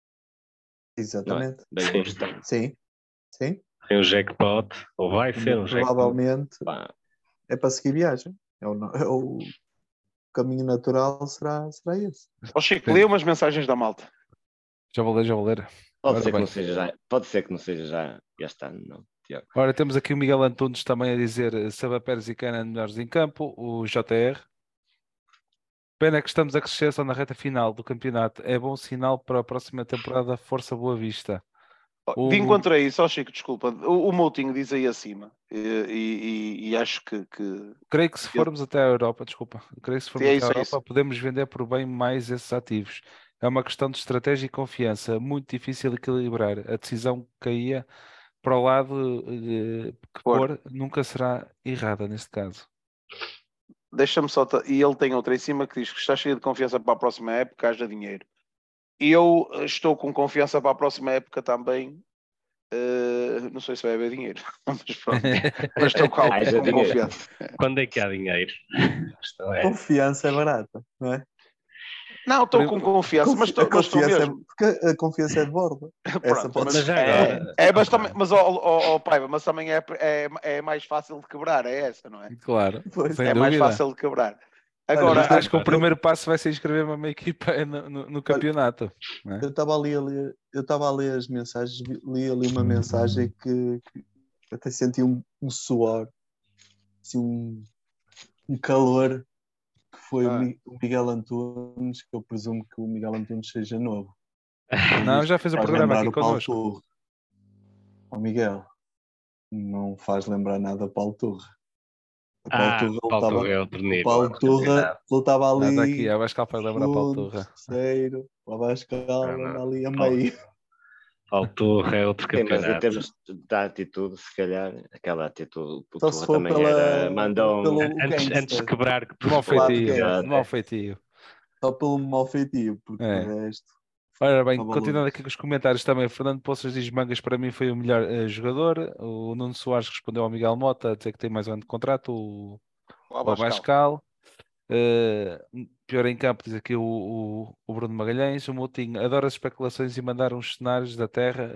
Exatamente. Bem gostado. Sim. Tem o jackpot, ou vai ser um jackpot. Provavelmente é para seguir viagem. O caminho natural será esse. Ó Chico, lê umas mensagens da malta. Já vou ler. Pode ser que não seja já este ano, não, Tiago. Ora, temos aqui o Miguel Antunes também a dizer Saba Pérez e Cana melhores em campo, o JR. Pena que estamos a crescer só na reta final do campeonato. É bom sinal para a próxima temporada, Força Boa Vista. De encontro a isso, Chico, desculpa, o Moutinho diz aí acima e acho que... Creio que se formos até a Europa, podemos vender por bem mais esses ativos. É uma questão de estratégia e confiança, muito difícil equilibrar. A decisão que caía para o lado que for nunca será errada neste caso. Deixa-me só... E ele tem outra em cima que diz que está cheio de confiança para a próxima época, haja dinheiro. E eu estou com confiança para a próxima época também. Não sei se vai haver dinheiro, mas pronto. Mas estou com confiança. Quando é que há dinheiro? Confiança é barata, não é? Não, estou com confiança, mas estou mesmo. Porque a confiança é de borda. Pronto, pode mas ser. Mas também, Paiva, mas também é mais fácil de quebrar, é essa, não é? Claro, é mais fácil de quebrar. Agora, acho que o primeiro passo vai ser inscrever-me uma equipa no campeonato. Não é? Eu estava a ler as mensagens, li ali uma mensagem que até senti um suor, assim, um calor, que foi o Miguel Antunes, que eu presumo que o Miguel Antunes seja novo. Não, já fez o programa aqui connosco. O Miguel, não faz lembrar nada o Paulo Turra. Paulo Turra é outro nível. Paulo Turra estava ali. Está aqui, a Abascal para lembrar Paulo Turra. Terceiro, o Abascal anda ali a meio. Paulo Turra é outro campeonato. Mas em termos de atitude, se calhar, aquela atitude, o Turra também mandou antes de quebrar. Mal feitio. Só pelo mal feitio, porque o resto... Ora bem, continuando aqui com os comentários também, Fernando Poças diz Mangas para mim foi o melhor jogador. O Nuno Soares respondeu ao Miguel Mota a dizer que tem mais um ano de contrato. O Abascal. Pior em campo, diz aqui o Bruno Magalhães. O Moutinho adora as especulações e mandar uns cenários da Terra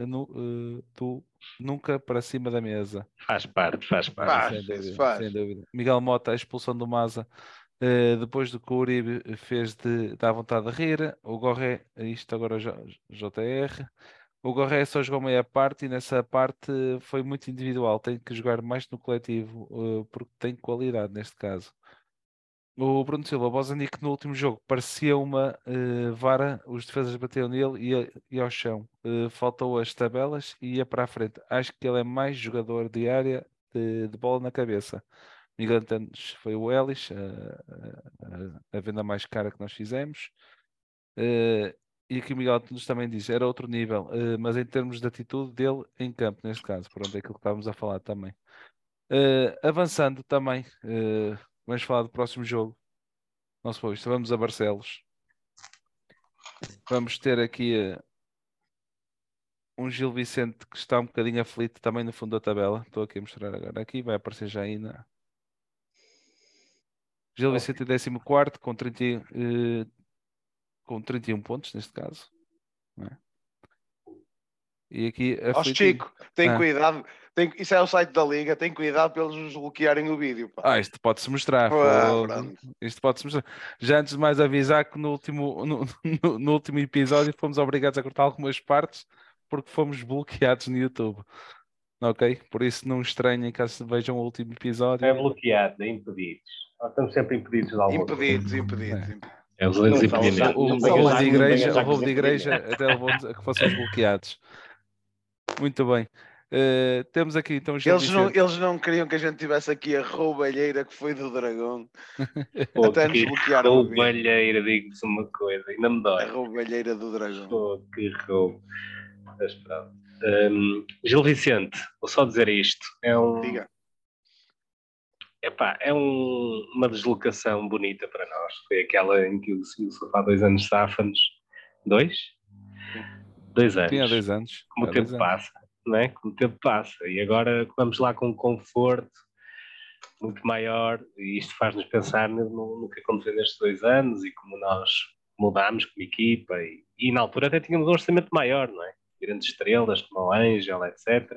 nunca para cima da mesa. Faz parte. Sem dúvida. Miguel Mota, a expulsão do Maza. Depois do que o Uribe fez dá vontade de rir. O Gorré, isto agora JR. O Gorré só jogou meia parte e nessa parte foi muito individual. Tem que jogar mais no coletivo porque tem qualidade neste caso. O Bruno Silva, o Bozanic no último jogo parecia uma vara, os defesas bateram nele e ao chão. Faltou as tabelas e ia para a frente. Acho que ele é mais jogador de área de bola na cabeça. Miguel Antunes foi o Ellis, a venda mais cara que nós fizemos. E aqui o Miguel Antunes também diz, era outro nível, mas em termos de atitude dele em campo, neste caso, pronto, é aquilo que estávamos a falar também. Avançando também, vamos falar do próximo jogo. Nosso posto, vamos a Barcelos. Vamos ter aqui um Gil Vicente que está um bocadinho aflito também no fundo da tabela. Estou aqui a mostrar agora. Aqui vai aparecer já aí na. Gil Vicente em 14º com 31 pontos neste caso. Não é? E aqui Chico, tem cuidado. Isso é o site da Liga, tem cuidado para eles nos bloquearem o vídeo. Pá. Isto pode-se mostrar. Isto pode-se mostrar. Já antes de mais avisar que no último episódio fomos obrigados a cortar algumas partes porque fomos bloqueados no YouTube. Ok? Por isso não estranhem caso vejam o último episódio. É bloqueado, é impedidos. Nós estamos sempre impedidos de alguma coisa. Impedidos. É os lentes impedimentos. O roubo de igreja até levou a que fossemos bloqueados. Muito bem. Temos aqui então eles não queriam que a gente tivesse aqui a roubalheira que foi do Dragão. Até nos bloquearam. Roubalheira, digo-vos uma coisa, ainda me dói. A roubalheira do Dragão. Que roubo. Mas pronto. Gil Vicente, vou só dizer isto. Diga. Uma deslocação bonita para nós. Foi aquela em que o Sofá há 2 anos safa-nos. 2? 2 anos. Tinha 2 anos. Como o tempo passa. Não é? Como o tempo passa, e agora vamos lá com um conforto muito maior, e isto faz-nos pensar no que aconteceu nestes 2 anos e como nós mudámos como equipa, e na altura até tínhamos um orçamento maior, não é? Grandes estrelas como o Ângel, etc.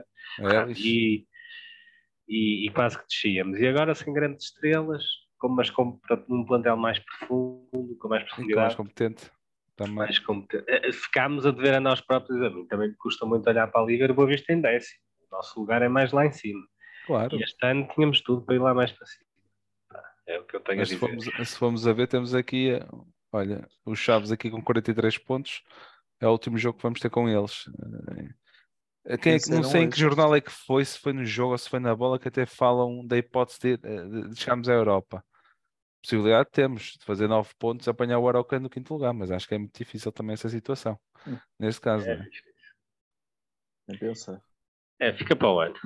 E quase que descíamos, e agora sem grandes estrelas, mas com um plantel mais profundo, com mais profundidade, mais competente. Também. Mais competente. Ficámos a dever a nós próprios. A mim também me custa muito olhar para a Liga e o Boa Vista em 10º. O nosso lugar é mais lá em cima. Claro. E este ano tínhamos tudo para ir lá mais para cima. É o que eu tenho a dizer. Se formos a ver, temos aqui, olha, os Chaves aqui com 43 pontos. É o último jogo que vamos ter com eles. Não sei em que jornal é que foi, se foi no jogo ou se foi na bola, que até falam da hipótese de chegarmos à Europa. Possibilidade temos de fazer 9 pontos, apanhar o Araucano no 5º lugar, mas acho que é muito difícil também essa situação. Neste caso, não é? É pensar. Fica para o ano.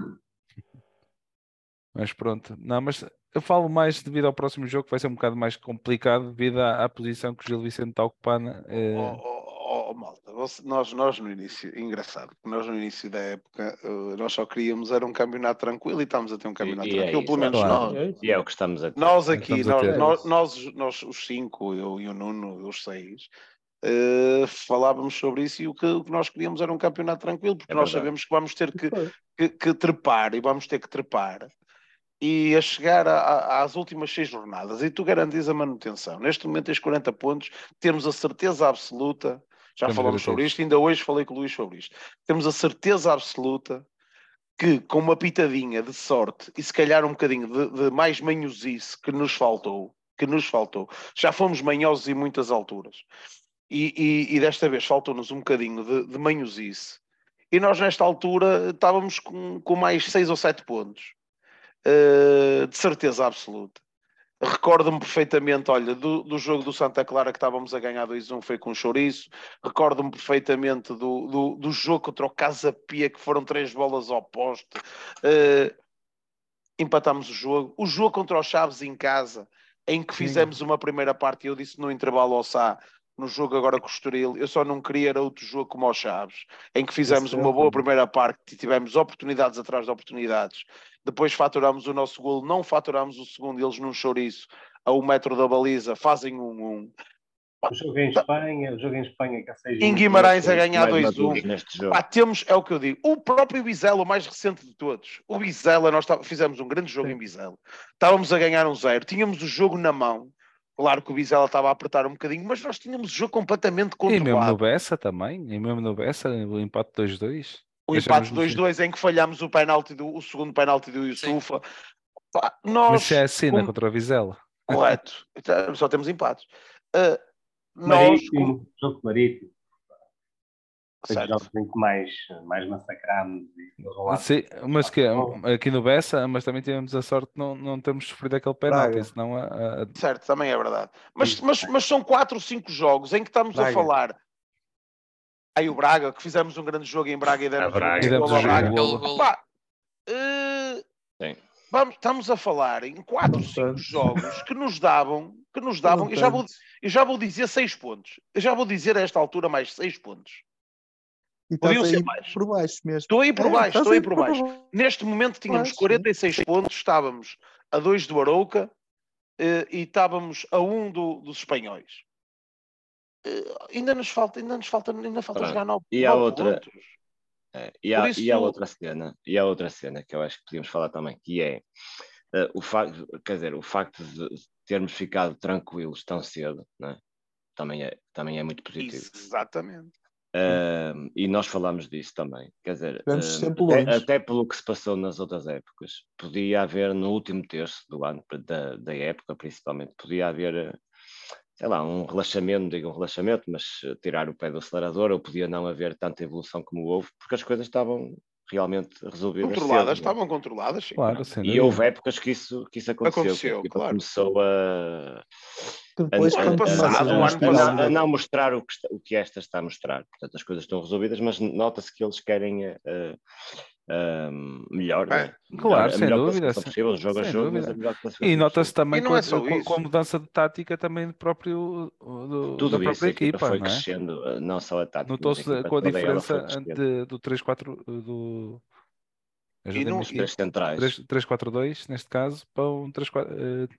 Mas pronto, não, mas eu falo mais devido ao próximo jogo, que vai ser um bocado mais complicado devido à posição que o Gil Vicente está a ocupar. Malta, nós no início, engraçado, porque nós no início da época, nós só queríamos era um campeonato tranquilo e estamos a ter um campeonato tranquilo, pelo menos nós. E é o que estamos a ter. Nós aqui, nós os 5, eu e o Nuno, os 6, falávamos sobre isso, e o que nós queríamos era um campeonato tranquilo, porque nós sabemos que vamos ter que trepar, e vamos ter que trepar, e a chegar às últimas 6 jornadas, e tu garantes a manutenção. Neste momento tens 40 pontos, temos a certeza absoluta, já falamos sobre isto, ainda hoje falei com o Luís sobre isto, temos a certeza absoluta que com uma pitadinha de sorte e se calhar um bocadinho de mais manhosice que nos faltou, já fomos manhosos em muitas alturas, e desta vez faltou-nos um bocadinho de manhosice, e nós nesta altura estávamos com mais 6 ou 7 pontos. De certeza absoluta. Recordo-me perfeitamente, olha, do jogo do Santa Clara que estávamos a ganhar 2-1, foi com o chouriço. Recordo-me perfeitamente do jogo contra o Casa Pia, que foram 3 bolas ao poste. Empatámos o jogo contra os Chaves em casa, em que fizemos uma primeira parte, e eu disse no intervalo ao Sá, no jogo agora com o Estoril, eu só não queria era outro jogo como aos Chaves, em que fizemos uma boa primeira parte e tivemos oportunidades atrás de oportunidades. Depois faturámos o nosso golo, não faturámos o segundo, eles num chouriço a 1 metro da baliza fazem 1-1. O jogo em Espanha que há 6 em Guimarães a ganhar 2-1. Temos, é o que eu digo, o próprio Vizela, o mais recente de todos. O Vizela, nós fizemos um grande jogo em Vizela. Estávamos a ganhar 1-0, tínhamos o jogo na mão. Claro que o Vizela estava a apertar um bocadinho, mas nós tínhamos o jogo completamente controlado. E mesmo no Bessa também, o empate 2-2. O empate 2-2 em que falhámos o segundo penalti do Yusufa. Mas isso é a cena contra o Vizela. Correto. Então, só temos empates. Nós, Marítimo, jogo marítimo. Os certo. jogos em que mais massacramos e eles vão lá. Sim, mas que aqui no Bessa, mas também tivemos a sorte de não termos sofrido aquele penalti, Braga. senão Certo, também é verdade. Mas são 4 ou 5 jogos em que estamos a Braga. falar. Aí o Braga, que fizemos um grande jogo em Braga e demos Braga. E demos gol ao o Braga. golo. Aquele golo. Pá, Sim. estamos a falar em 4 ou 5 tanto. jogos que nos davam, Foram eu já vou dizer 6 pontos. Eu já vou dizer a esta altura mais 6 pontos. E Podiam estás ser aí mais. por baixo mesmo. Estou aí por baixo, estás estou aí por baixo. Neste momento tínhamos baixo, 46 pontos, estávamos a 2 do Arouca e estávamos a 1 dos espanhóis. Ainda falta jogar 9 E há outra, pontos. e há outra cena que eu acho que podíamos falar também, que é o facto de termos ficado tranquilos tão cedo, não é? Também é muito positivo. Exatamente. E nós falamos disso também, quer dizer, Estivemos sempre longe. até pelo que se passou nas outras épocas, podia haver no último terço do ano, da época principalmente, podia haver, sei lá, um relaxamento, mas tirar o pé do acelerador, ou podia não haver tanta evolução como houve, porque as coisas estavam realmente resolvidas Controladas, cedo, não é? estavam controladas, sim. Claro, sem E dúvida. houve épocas que isso aconteceu, que a equipa claro. começou Que depois, O ano quando passado, começamos a não mostrar o que esta está a mostrar. Portanto, as coisas estão resolvidas, mas nota-se que eles querem melhor, não é? Claro, A sem melhor dúvida. classificação possível, jogo a Sem jogo, mas dúvida. a melhor E classificação nota-se possível. também E não é só isso. com a mudança de tática também do próprio, da Tudo isso, própria a equipa equipa, foi não é? crescendo, não só a tática, mas a Notou-se equipa com a toda ela diferença foi crescendo. do 3-4 do. E não- Os três centrais. 3-4-2, neste caso, para um 3-4.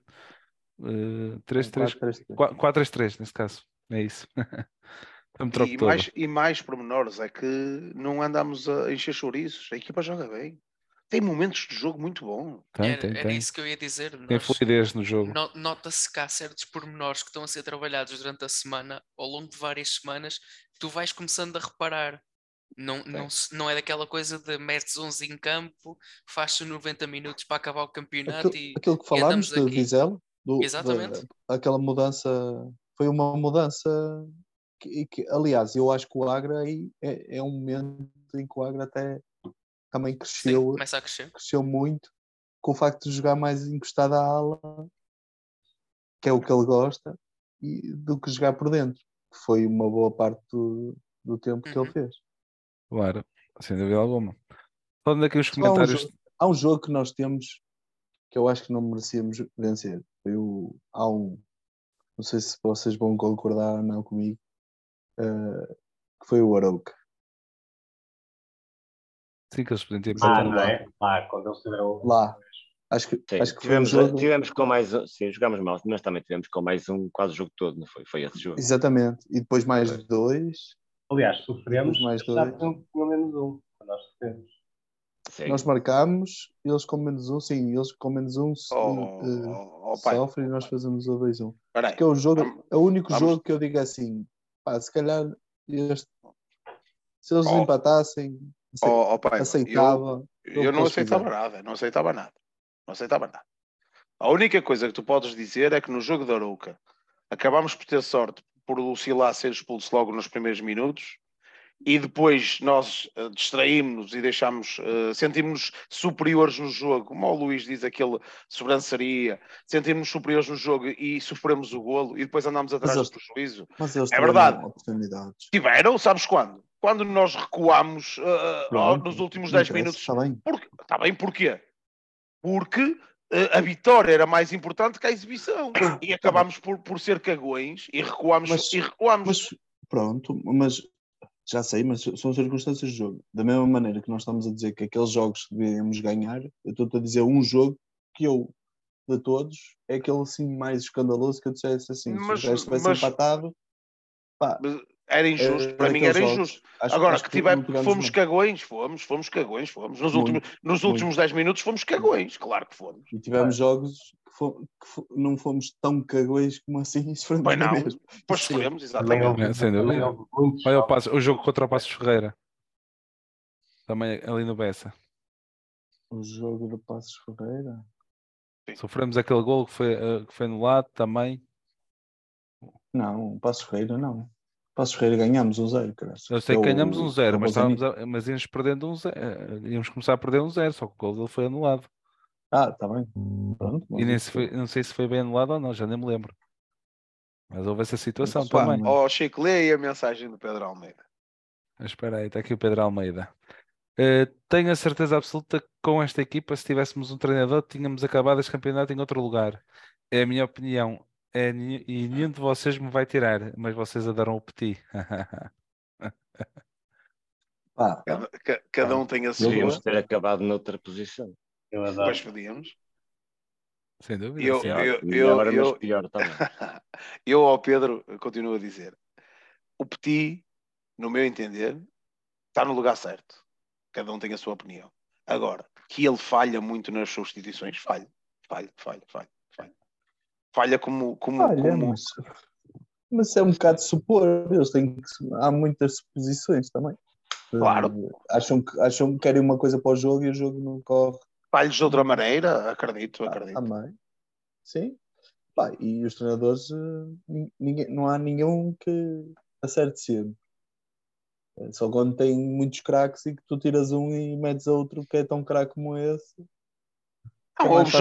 3-3. 4-3-3. 4-3-3, neste caso. É isso. Estamos troco todo. E mais pormenores é que não andamos a encher chouriços. A equipa joga bem. Tem momentos de jogo muito bons. Era isso que eu ia dizer. Tem fluidez no jogo. Nota-se que há certos pormenores que estão a ser trabalhados durante a semana, ao longo de várias semanas, que tu vais começando a reparar. Não é daquela coisa de metes 11 em campo, faz 90 minutos para acabar o campeonato Aquilo que e falámos andamos de aqui. Vizela, Exatamente. aquela mudança, foi uma mudança que, aliás, eu acho que o Agra aí é um momento em que o Agra até também Sim, cresceu, começa a crescer. cresceu muito com o facto de jogar mais encostado à ala, que é o que ele gosta, do que jogar por dentro, que foi uma boa parte do tempo que ele fez. Claro, sem dúvida alguma. Falando aqui os Só comentários. há um jogo que nós temos que eu acho que não merecíamos vencer. Não sei se vocês vão concordar ou não comigo, que foi o Arouca. Sim, que eles podiam ter Ah, empatado. Não é? Lá, quando eles tiveram. Lá. Acho que foi um Tivemos, jogo... tivemos com mais um, sim, jogámos mal, mas também tivemos com mais um quase o jogo todo, não foi? Foi esse jogo. Exatamente. E depois mais dois. Aliás, sofremos, Mais já dois. tinham pelo menos um. Nós sofremos. Sim. Nós marcámos, eles com menos um, sim, eles com menos um pai. sofrem e nós fazemos o 2-1. Peraí. Que é o único vamos- jogo que eu digo assim, pá, se calhar se eles empatassem, pai, aceitava. eu não aceitava nada, não aceitava nada. A única coisa que tu podes dizer é que no jogo da Arouca acabámos por ter sorte por o Silá ser expulso logo nos primeiros minutos e depois nós distraímos-nos e sentimos-nos superiores no jogo, como o Luís diz, aquele sobranceria, sentimos-nos superiores no jogo e sofremos o golo e depois andámos atrás do prejuízo. Mas eles É verdade. Oportunidades. Tiveram, sabes quando? Quando nós recuámos nos últimos 10 minutos. Está bem. Está bem, porquê? Porque a vitória era mais importante que a exibição. E acabámos por ser cagões e recuámos. Mas pronto, mas já sei, mas são circunstâncias de jogo. Da mesma maneira que nós estamos a dizer que aqueles jogos que devíamos ganhar, eu estou a dizer um jogo que eu, de todos, é aquele assim mais escandaloso que eu dissesse assim, se o resto estivesse empatado, pá, era injusto, para mim era injusto. Agora, fomos cagões, fomos cagões. Nos últimos 10 minutos fomos cagões, claro que fomos. E tivemos jogos que não fomos tão cagões como assim, pois não, mesmo. Pois sofremos, exatamente. Sem dúvida. Olha o jogo contra o Passos Ferreira. Também ali no Bessa. O jogo do Passos Ferreira? Sofremos aquele gol que foi anulado também. Não, Passos Ferreira não. Passos Ferreira ganhamos 1-0, cara. Eu sei que ganhamos 1-0, mas íamos perdendo 1-0. Íamos começar a perder 1-0, só que o gol dele foi anulado. Está bem. Pronto, E nem não sei se foi bem anulado ou não, já nem me lembro. Mas houve essa situação Pá, também. Chico, lê aí a mensagem do Pedro Almeida. Espera aí, está aqui o Pedro Almeida. Tenho a certeza absoluta que com esta equipa, se tivéssemos um treinador, tínhamos acabado este campeonato em outro lugar. É a minha opinião. E nenhum de vocês me vai tirar, mas vocês adoram o Petit. Pá, Cada um tem a sua. Podíamos ter acabado noutra posição. Eu adoro. Pois podíamos. Sem dúvida. Eu, sim. Melhor, mas pior também. Eu ao Pedro continuo a dizer: o Petit, no meu entender, está no lugar certo. Cada um tem a sua opinião. Agora, que ele falha muito nas substituições, falha. Falha como... Mas é um bocado de supor. Há muitas suposições também. Claro. Acham que querem uma coisa para o jogo e o jogo não corre. Falhos de outra maneira, acredito. Também. Sim. Pá, e os treinadores, não há nenhum que acerte sempre. Só quando tem muitos craques e que tu tiras um e metes outro que é tão craque como esse. Houve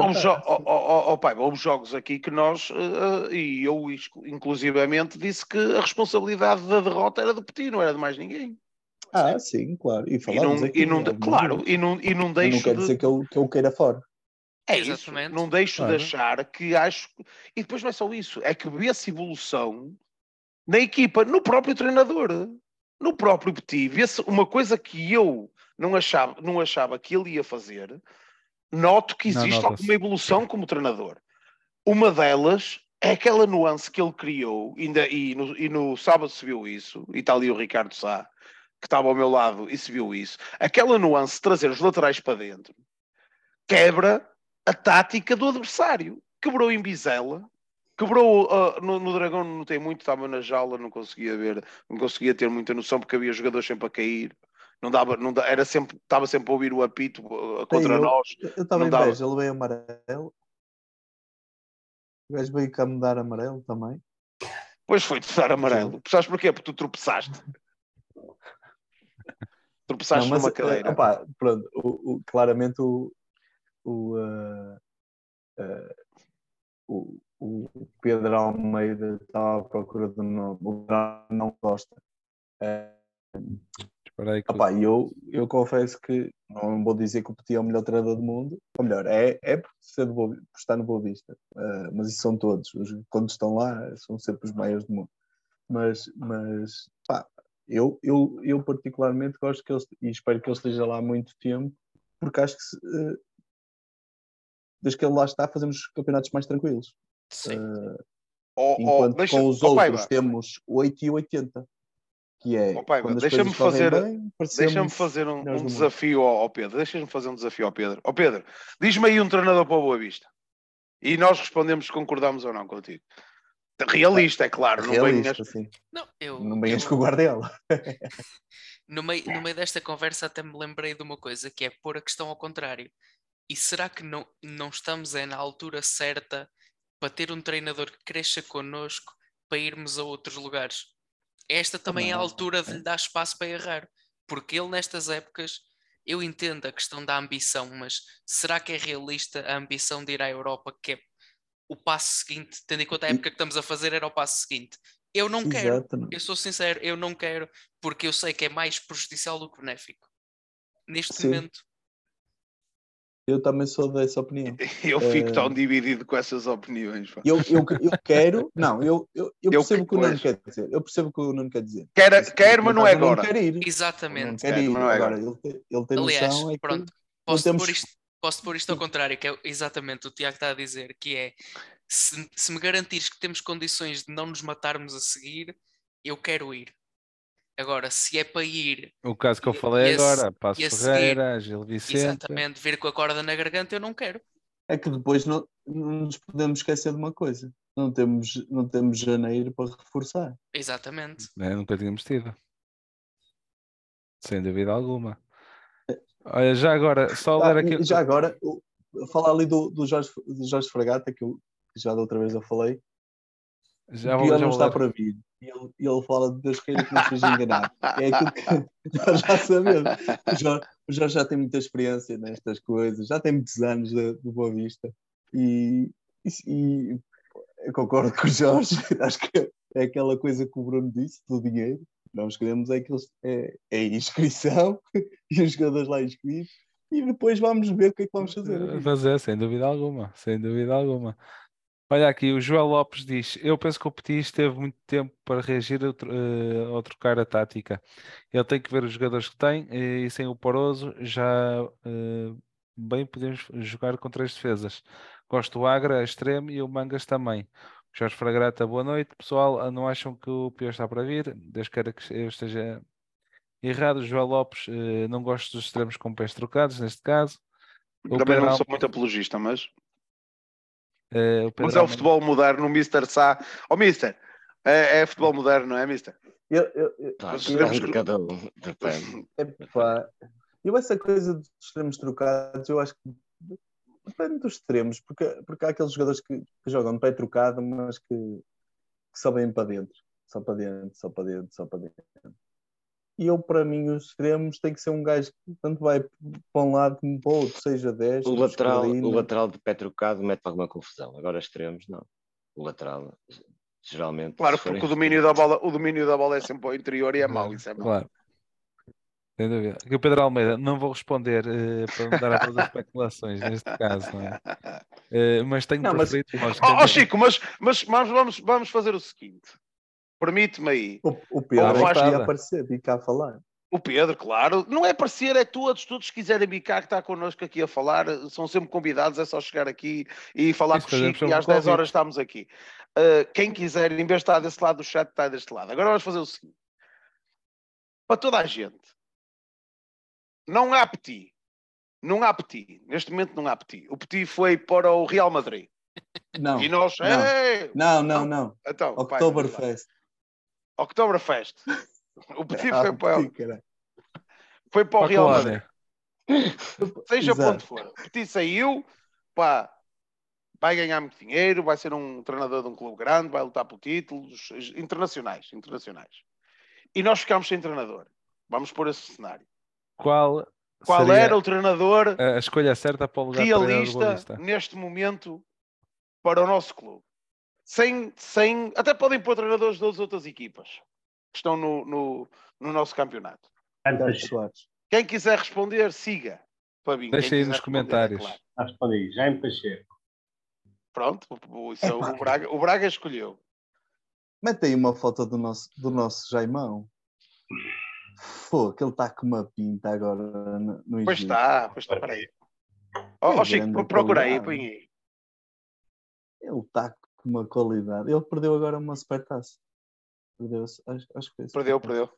jogos aqui que nós, e eu inclusivamente, disse que a responsabilidade da derrota era do Petit, não era de mais ninguém. Sim, claro. E falamos aqui. Claro, e não deixo. Não quer dizer que eu queira fora. É isso. Não deixo de achar que acho. E depois não é só isso, é que vê-se evolução na equipa, no próprio treinador, no próprio Petit. Vê-se uma coisa que eu não achava que ele ia fazer. Noto que existe alguma evolução como treinador. Uma delas é aquela nuance que ele criou, e no sábado se viu isso, e está ali o Ricardo Sá, que estava ao meu lado e se viu isso. Aquela nuance de trazer os laterais para dentro quebra a tática do adversário. Quebrou em Bizela, quebrou no Dragão, não tem muito, estava na jaula, não conseguia ter muita noção porque havia jogadores sempre a cair. Não dava, estava sempre a ouvir o apito contra nós. Eu estava em Beja, ele veio amarelo. O gajo veio cá me dar amarelo também. Pois foi-te dar amarelo. Sabes porquê? Porque tu tropeçaste. Tropeçaste numa cadeira. Pronto, claramente o Pedro Almeida estava à procura de nome. O não gosta. Eu confesso que não vou dizer que o Petit é o melhor treinador do mundo, ou melhor, é por estar no Boa Vista, mas isso são todos, quando estão lá são sempre os maiores do mundo, mas eu particularmente gosto que ele, e espero que ele esteja lá há muito tempo, porque acho que desde que ele lá está fazemos campeonatos mais tranquilos. Enquanto com os outros temos 8 e 80. Que é, deixa-me fazer um desafio ao Pedro. Deixa-me fazer um desafio ao Pedro. Ó Pedro, diz-me aí um treinador para o Boa Vista. E nós respondemos se concordamos ou não contigo. Realista, é claro. Realista, sim. Não venhas com o Guardiola. No meio desta conversa até me lembrei de uma coisa, que é pôr a questão ao contrário. E será que não estamos na altura certa para ter um treinador que cresça connosco para irmos a outros lugares? Esta também é a altura de lhe dar espaço para errar, porque ele nestas épocas, eu entendo a questão da ambição, mas será que é realista a ambição de ir à Europa, que é o passo seguinte, tendo em conta a época que estamos a fazer, era o passo seguinte? Eu não quero, eu sou sincero, eu não quero, porque eu sei que é mais prejudicial do que benéfico. Neste momento. Eu também sou dessa opinião. Eu fico tão dividido com essas opiniões. Eu quero... Não, eu percebo o que o Nuno quer dizer. Eu percebo o que o Nuno quer dizer. Quer, mas não é agora. Quer ir. Exatamente. Quer ir. Agora, ele tem Aliás, noção... pronto, posso pôr isto ao contrário, que é exatamente o Tiago está a dizer, que é, se me garantires que temos condições de não nos matarmos a seguir, eu quero ir. Agora, se é para ir... O caso que eu falei agora, Passos Ferreira, Gil Vicente... Exatamente, vir com a corda na garganta, eu não quero. É que depois não nos podemos esquecer de uma coisa. Não temos janeiro para reforçar. Exatamente. Nunca tínhamos tido. Sem dúvida alguma. Olha, já agora, só ler aqui... Já agora, falar ali do Jorge Fragata, que já da outra vez eu falei. Já O vou, pior já não vou está ler. para vir. Ele fala de Deus queira que não seja enganado. É aquilo que nós já sabemos. O Jorge já tem muita experiência nestas coisas, já tem muitos anos do Boa Vista. E eu concordo com o Jorge. Acho que é aquela coisa que o Bruno disse, do dinheiro. Nós queremos é a inscrição e os jogadores lá inscritos. E depois vamos ver o que é que vamos fazer. Mas é, sem dúvida alguma, sem dúvida alguma. Olha aqui, o Joel Lopes diz: Eu penso que o Petit esteve muito tempo para reagir ao trocar a tática. Ele tem que ver os jogadores que tem e sem o Poroso já bem podemos jogar com 3 defesas. Gosto do Agra, a extremo, e o Mangas também. Jorge Fragrata, boa noite, pessoal. Não acham que o pior está para vir? Deus queira que eu esteja errado. Joel Lopes, não gosto dos extremos com pés trocados, neste caso. O Também Pedro não sou muito apologista, mas o Pedro é o futebol moderno, o Mister Sá. Ó, Mister, é futebol moderno, não é, Mister? Depende de cada um. Depende. Eu essa coisa dos extremos trocados, eu acho que depende dos extremos, porque há aqueles jogadores que jogam de pé trocado, mas que só vêm para dentro. Só para dentro, só para dentro, só para dentro. E para mim, os extremos tem que ser um gajo que tanto vai para um lado como para o outro, seja 10, O lateral de pé trocado mete alguma confusão. Agora extremos, não. O lateral, geralmente... Claro, porque o domínio da bola é sempre ao interior e é mau, isso é mau. Claro. Sem dúvida. Aqui o Pedro Almeida, não vou responder para não dar a todas as especulações neste caso, não é? Mas tenho preferido. Chico, mas vamos fazer o seguinte. Permite-me aí. O Pedro vai aparecer, vir cá a falar. O Pedro, claro. Não é aparecer, é todos que quiserem bicar, que está connosco aqui a falar, são sempre convidados, é só chegar aqui e falar com o Chico e às 10 horas estamos aqui. Quem quiser, em vez de estar desse lado do chat, está deste lado. Agora vamos fazer o seguinte. Para toda a gente. Não há Petit. Não há Petit. Neste momento não há Petit. O Petit foi para o Real Madrid. Não. E nós... Não. Então, Oktoberfest. Oktoberfest. O Petit foi para o Real Madrid. Seja para onde for. O Petit saiu, pá, vai ganhar muito dinheiro, vai ser um treinador de um clube grande, vai lutar por títulos internacionais. E nós ficámos sem treinador. Vamos pôr esse cenário. Qual era o treinador a escolha certa para o lugar realista neste momento para o nosso clube? Até podem pôr treinadores das outras equipas que estão no nosso campeonato. Quem quiser responder, siga. Deixa aí nos comentários. Claro. Respondi, Jaime Pacheco. Pronto, o Braga escolheu. Mete aí uma foto do nosso Jaimão. Que ele está com uma pinta agora no Egito. Pois está, peraí. Chico, procura aí, põe aí. Ele está com uma qualidade. Ele perdeu agora uma supertaça. Perdeu-se, acho que foi isso. Perdeu.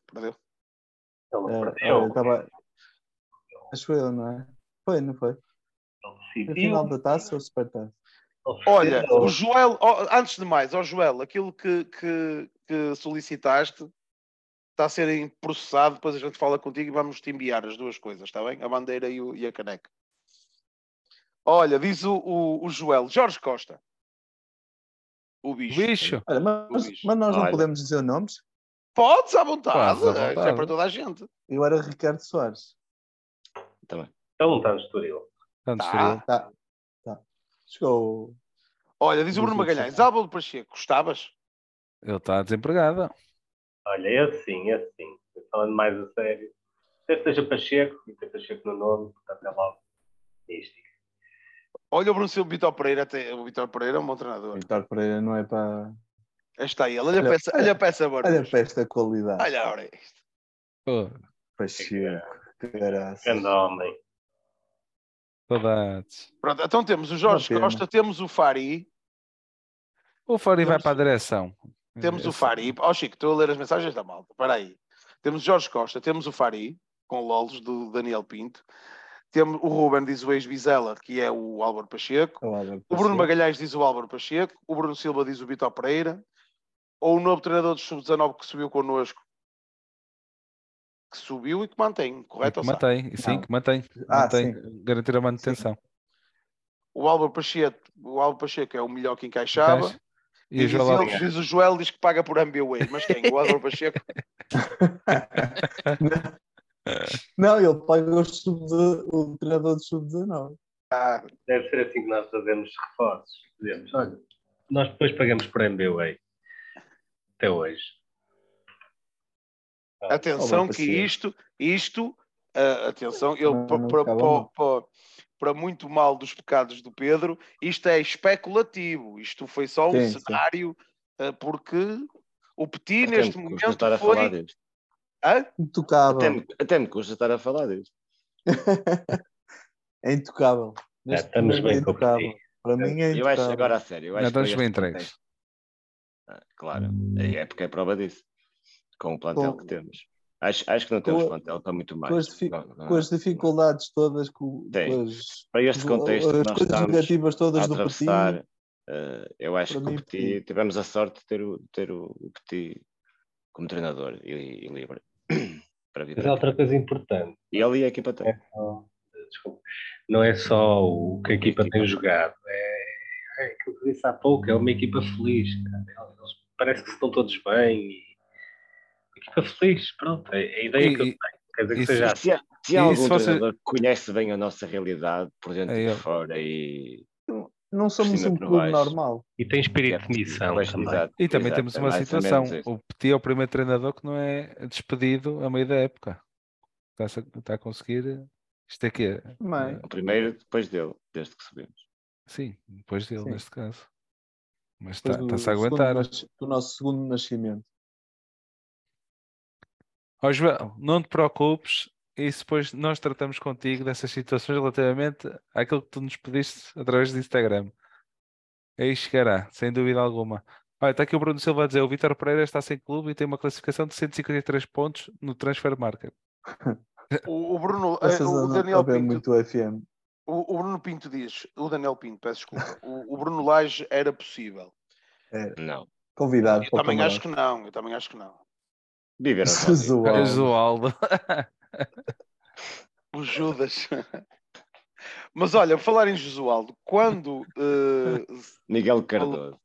Ele perdeu. Acho que foi ele, não é? Foi, não foi? No final da taça ou supertaça? Olha, o Joel, antes de mais, Joel, aquilo que solicitaste está a ser processado, depois a gente fala contigo e vamos te enviar as duas coisas, está bem? A bandeira e a caneca. Olha, diz o Joel, Jorge Costa. O bicho. Olha, mas nós não podemos dizer nomes? Podes, à vontade. É para toda a gente. Eu era Ricardo Soares. Também. Ele não está no Estoril. Tá. Chegou. Olha, diz o Bruno Magalhães, Álvaro Pacheco, gostavas? Ele está desempregado. Olha, esse sim. Falando mais a sério. Se esteja Pacheco, e tem Pacheco no nome, portanto é logo mística. Olha o Bruno Silva, Vitor Pereira. O Vitor Pereira é um bom treinador. Vitor Pereira não é para... Está ele. Olha a peça agora. Olha para esta qualidade. Olha isto. Pacheco. Caraca. Grande homem. Saudades. Pronto, então temos o Jorge Costa, temos o Fari. O Fari vai para a direção. Temos o Fari. Chico, estou a ler as mensagens da malta. Espera aí. Temos o Jorge Costa, temos o Fari, com lolos do Daniel Pinto. Temos o Ruben, diz o ex-Vizela, que é o Álvaro Pacheco. O Bruno Magalhães diz o Álvaro Pacheco. O Bruno Silva diz o Vitor Pereira. Ou o novo treinador do Sub-19 que subiu connosco. Que subiu e que mantém, correto? Que mantém. Garantir a manutenção. o Álvaro Pacheco é o melhor que encaixava. E o Joel Lopes. Diz o Joel diz que paga por MBWay. Mas quem? O Álvaro Pacheco? Não, ele paga o treinador de sub-19. Deve ser assim que nós fazemos reforços. Dizemos, olha, nós depois pagamos por MBWay. Até hoje. Atenção que isto, atenção, para muito mal dos pecados do Pedro, isto é especulativo. Isto foi só um cenário, porque o Petit neste momento foi... Intocável. Até me custa estar a falar disto. É intocável. Estamos bem com o Petit. Para mim é intocável. Eu acho, agora a sério, eu acho Estamos que bem entregues. Claro, é porque é prova disso. Com o plantel que temos. Acho que não temos plantel para muito mais. Com as dificuldades todas, para este contexto que as nós coisas negativas todas do Petit, eu acho que o Petit, tivemos a sorte de ter o Petit como treinador e livre. Para Mas é outra coisa importante. E ali a equipa tem. Não é só o que a equipa tem jogado. É aquilo que eu disse há pouco, é uma equipa feliz. Eles parece que estão todos bem. Equipa feliz, pronto. É a ideia que eu tenho. Quer dizer que seja assim. Se há algum treinador que conhece bem a nossa realidade, por dentro e por fora, e não somos um clube normal. E tem espírito de missão também. Exato, e também temos uma situação. O Petit é o primeiro treinador que não é despedido a meio da época. Está a conseguir. Isto aqui é o primeiro depois dele, desde que subimos. Sim, depois dele, neste caso. Mas está-se a aguentar. O nosso segundo nascimento. Ó João, não te preocupes. Isso depois nós tratamos contigo dessas situações relativamente àquilo que tu nos pediste através do Instagram. Aí chegará, sem dúvida alguma. Olha, está aqui o Bruno Silva a dizer: o Vítor Pereira está sem clube e tem uma classificação de 153 pontos no Transfer Market. O Bruno, o Daniel Pinto, muito FM. O Bruno Pinto diz, o Daniel Pinto, peço desculpa, o Bruno Lage era possível. Não. Convidado. Eu também acho que não. Viveram Jesualdo. O Judas. Mas olha, falar em Jesualdo, quando Miguel Cardoso.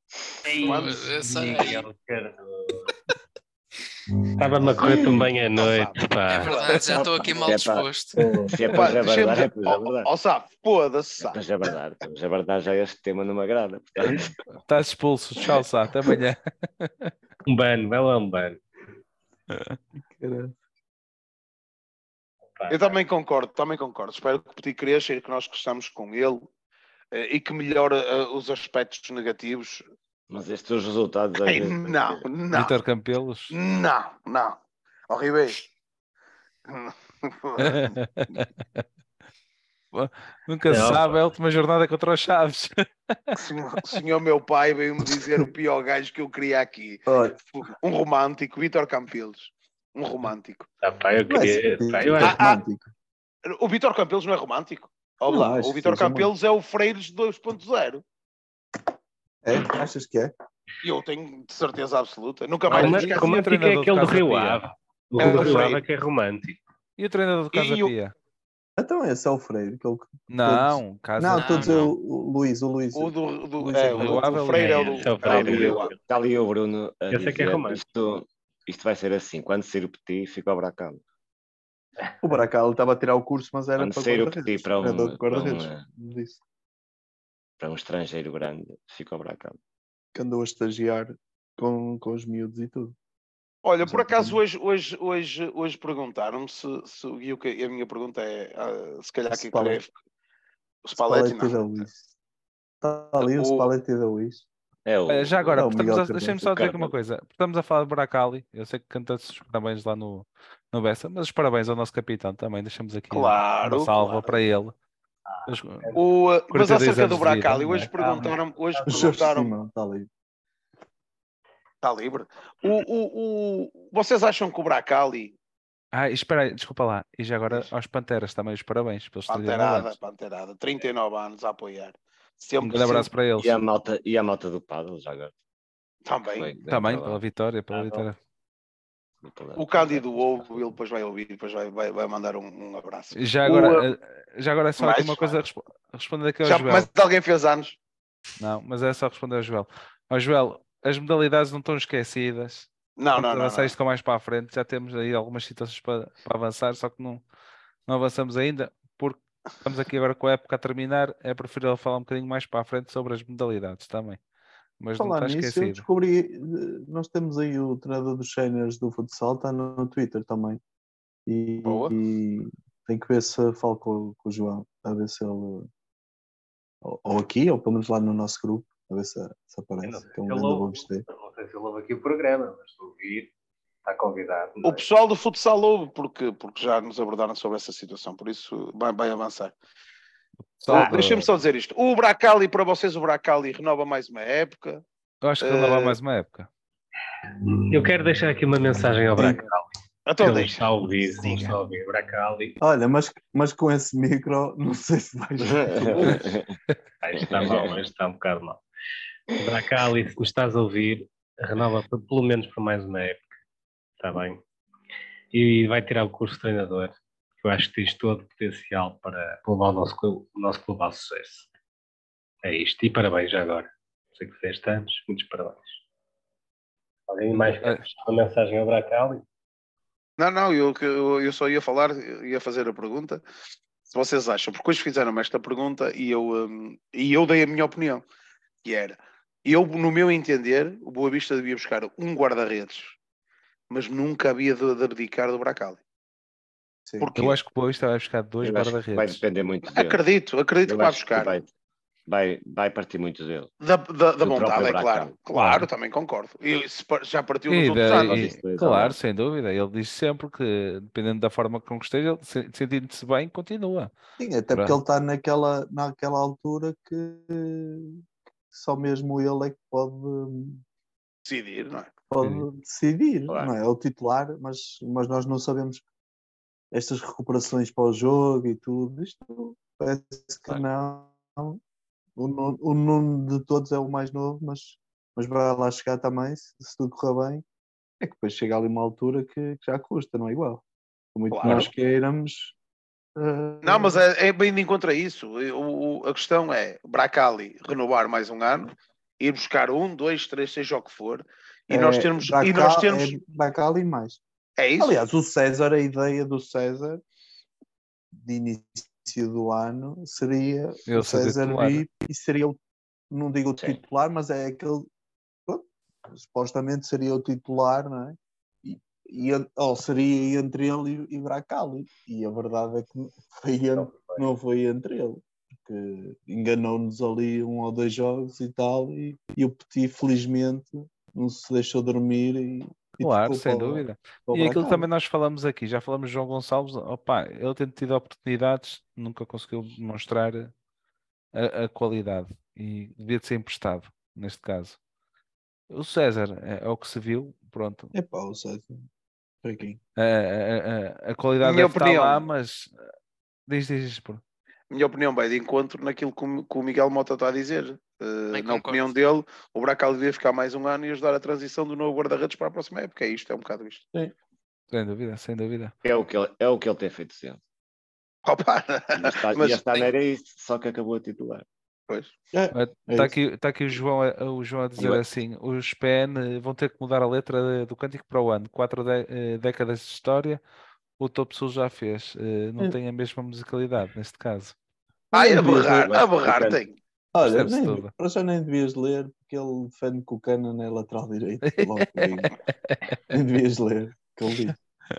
Miguel Cardoso. Estava-me a correr também à noite, pá. É verdade, já estou aqui mal disposto. Se é para jabardar, é para jabardar. Ó, sabe, foda-se. É para jabardar já este tema não me agrada. Estás expulso, tchau, Sá, até amanhã. Um bano, vai lá um bano. Eu também concordo. Espero que o Petit cresça e que nós cresçamos com ele e que melhore os aspectos negativos. Mas estes resultados... Não. Vítor Campelos? Não. Horríveis. Nunca se sabe, é a última jornada contra os Chaves. Senhor meu pai veio-me dizer o pior gajo que eu queria aqui. Um romântico, Vítor Campelos. Um romântico. Eu queria... eu acho romântico. O Vítor Campelos não é romântico? O Vítor Campelos é o Freires 2.0. É? Achas que é? Eu tenho de certeza absoluta. Nunca mais esqueci. Romântico é aquele do Rio Ave. O do Rio Ave é que é romântico. E o treinador do Casa Pia? Então esse é o Freire. Não, Casa Não, estou a dizer o Luís. O Freire é o do Freire. Está ali o Bruno a dizer, que é romântico. Isto vai ser assim. Quando sair o Petit, fica o Bracalo. O Bracalo estava a tirar o curso, mas era quando para sair o Petit para um estrangeiro grande, fica o Bracalo. Que andou a estagiar com os miúdos e tudo. Olha, por acaso hoje perguntaram-me e a minha pergunta é se calhar que o Spalletti não. Está ali o Spalletti da Luís. Já agora, deixem-me só dizer uma coisa. Estamos a falar de Bracali. Eu sei que canta-se os parabéns lá no Bessa, mas os parabéns ao nosso capitão também. Deixamos aqui uma salva para ele. Mas acerca do Bracali, hoje perguntaram. Está livre. Vocês acham que o Bracali... espera aí, desculpa lá. E já agora aos Panteras também os parabéns. Pelos Panterada. 39 anos a apoiar. Um grande abraço para eles. E a malta do Paddle, já agora. Também, pela vitória. O Cândido ouve, ele depois vai ouvir, depois vai mandar um abraço. Já agora é só aqui uma coisa responder aqui ao Joel. Mas alguém fez anos? Não, mas é só responder ao Joel. Ao Joel, as modalidades não estão esquecidas. Não. Avançar isto com mais para a frente. Já temos aí algumas situações para avançar, só que não avançamos ainda, porque estamos aqui agora com a época a terminar. É preferível falar um bocadinho mais para a frente sobre as modalidades também. Mas Falar não está nisso, eu esquecido. descobri, nós temos aí o treinador dos Shiners do futsal, está no Twitter também. E tem que ver se falo com o João, a ver se ele, ou aqui, ou pelo menos lá no nosso grupo, a ver se aparece. Que é um grande bom gostei. Não sei se ele ouve aqui o programa, mas estou a ouvir, está convidado. O pessoal do futsal ouve, porque já nos abordaram sobre essa situação, por isso vai avançar. Deixa-me só dizer isto. O Bracali, para vocês, o Bracali renova mais uma época. Eu acho que renova mais uma época. Eu quero deixar aqui uma mensagem ao Bracali. Então Ele deixa. está a ouvir, Bracali. Olha, mas com esse micro, não sei se vais. Está mal, está um bocado mal. Bracali, se me estás a ouvir, renova pelo menos por mais uma época. Está bem? E vai tirar o curso de treinador. Eu acho que tens todo o potencial para levar o nosso clube ao sucesso. É isto. E parabéns já agora. Sei que fizeste anos. Muitos parabéns. Alguém mais quer deixar uma mensagem ao Bracali? Não, eu só ia fazer a pergunta. Se vocês acham, porque hoje fizeram-me esta pergunta e eu dei a minha opinião, que era, no meu entender, o Boa Vista devia buscar um guarda-redes, mas nunca havia de abdicar do Bracali. Eu acho que o Boa Vista vai buscar 2 guarda-redes. Vai depender muito dele. Acredito que vai buscar. Vai partir muito dele. Da vontade, é claro. Claro, também concordo. Já partiu nos outros anos. Claro, sem dúvida. Ele diz sempre que, dependendo da forma que esteja, ele sentindo-se bem, continua. Sim, até porque ele está naquela altura que só mesmo ele é que pode decidir, não é? Pode decidir, claro. Não é? É o titular, mas nós não sabemos estas recuperações para o jogo e tudo. Isto parece que não. O Nuno de todos é o mais novo, mas vai lá chegar também, se tudo correr bem. É que depois chega ali uma altura que já custa, não é igual. Muito que nós queiramos. Não, mas é bem de encontro a isso. A questão é Bracali renovar mais um ano, ir buscar 1, 2, 3, seja o que for, e nós termos. Bracali mais. É isso? Aliás, o César, a ideia do César de início do ano seria o César VIP e seria não digo o titular, mas é aquele supostamente seria o titular, não é? Ou seria entre ele e Bracali, e a verdade é que não foi entre ele, porque enganou-nos ali 1 ou 2 jogos e tal, e o Petit felizmente não se deixou dormir e claro, sem dúvida. E aquilo também nós falamos aqui, já falamos de João Gonçalves, ele tem tido oportunidades, nunca conseguiu demonstrar a qualidade e devia de ser emprestado, neste caso. O César é o que se viu, pronto. O César. A qualidade deve estar lá, mas diz por. Minha opinião vai de encontro naquilo que o Miguel Mota está a dizer. Na opinião dele, o Bracali devia ficar mais um ano e ajudar a transição do novo guarda-redes para a próxima época. É um bocado isto. Sim. Sem dúvida. É o que ele tem feito sempre. Opa! E este ano era isso, só que acabou a titular. Pois. Está aqui o João a dizer assim: os PN vão ter que mudar a letra do cântico para o ano. 4 décadas de história, o Topo Sul já fez. Não tem a mesma musicalidade neste caso. A berrar tem. Olha, para já nem devias ler, porque ele defende que o Cannon é lateral direito. Nem devias ler, que ele diz.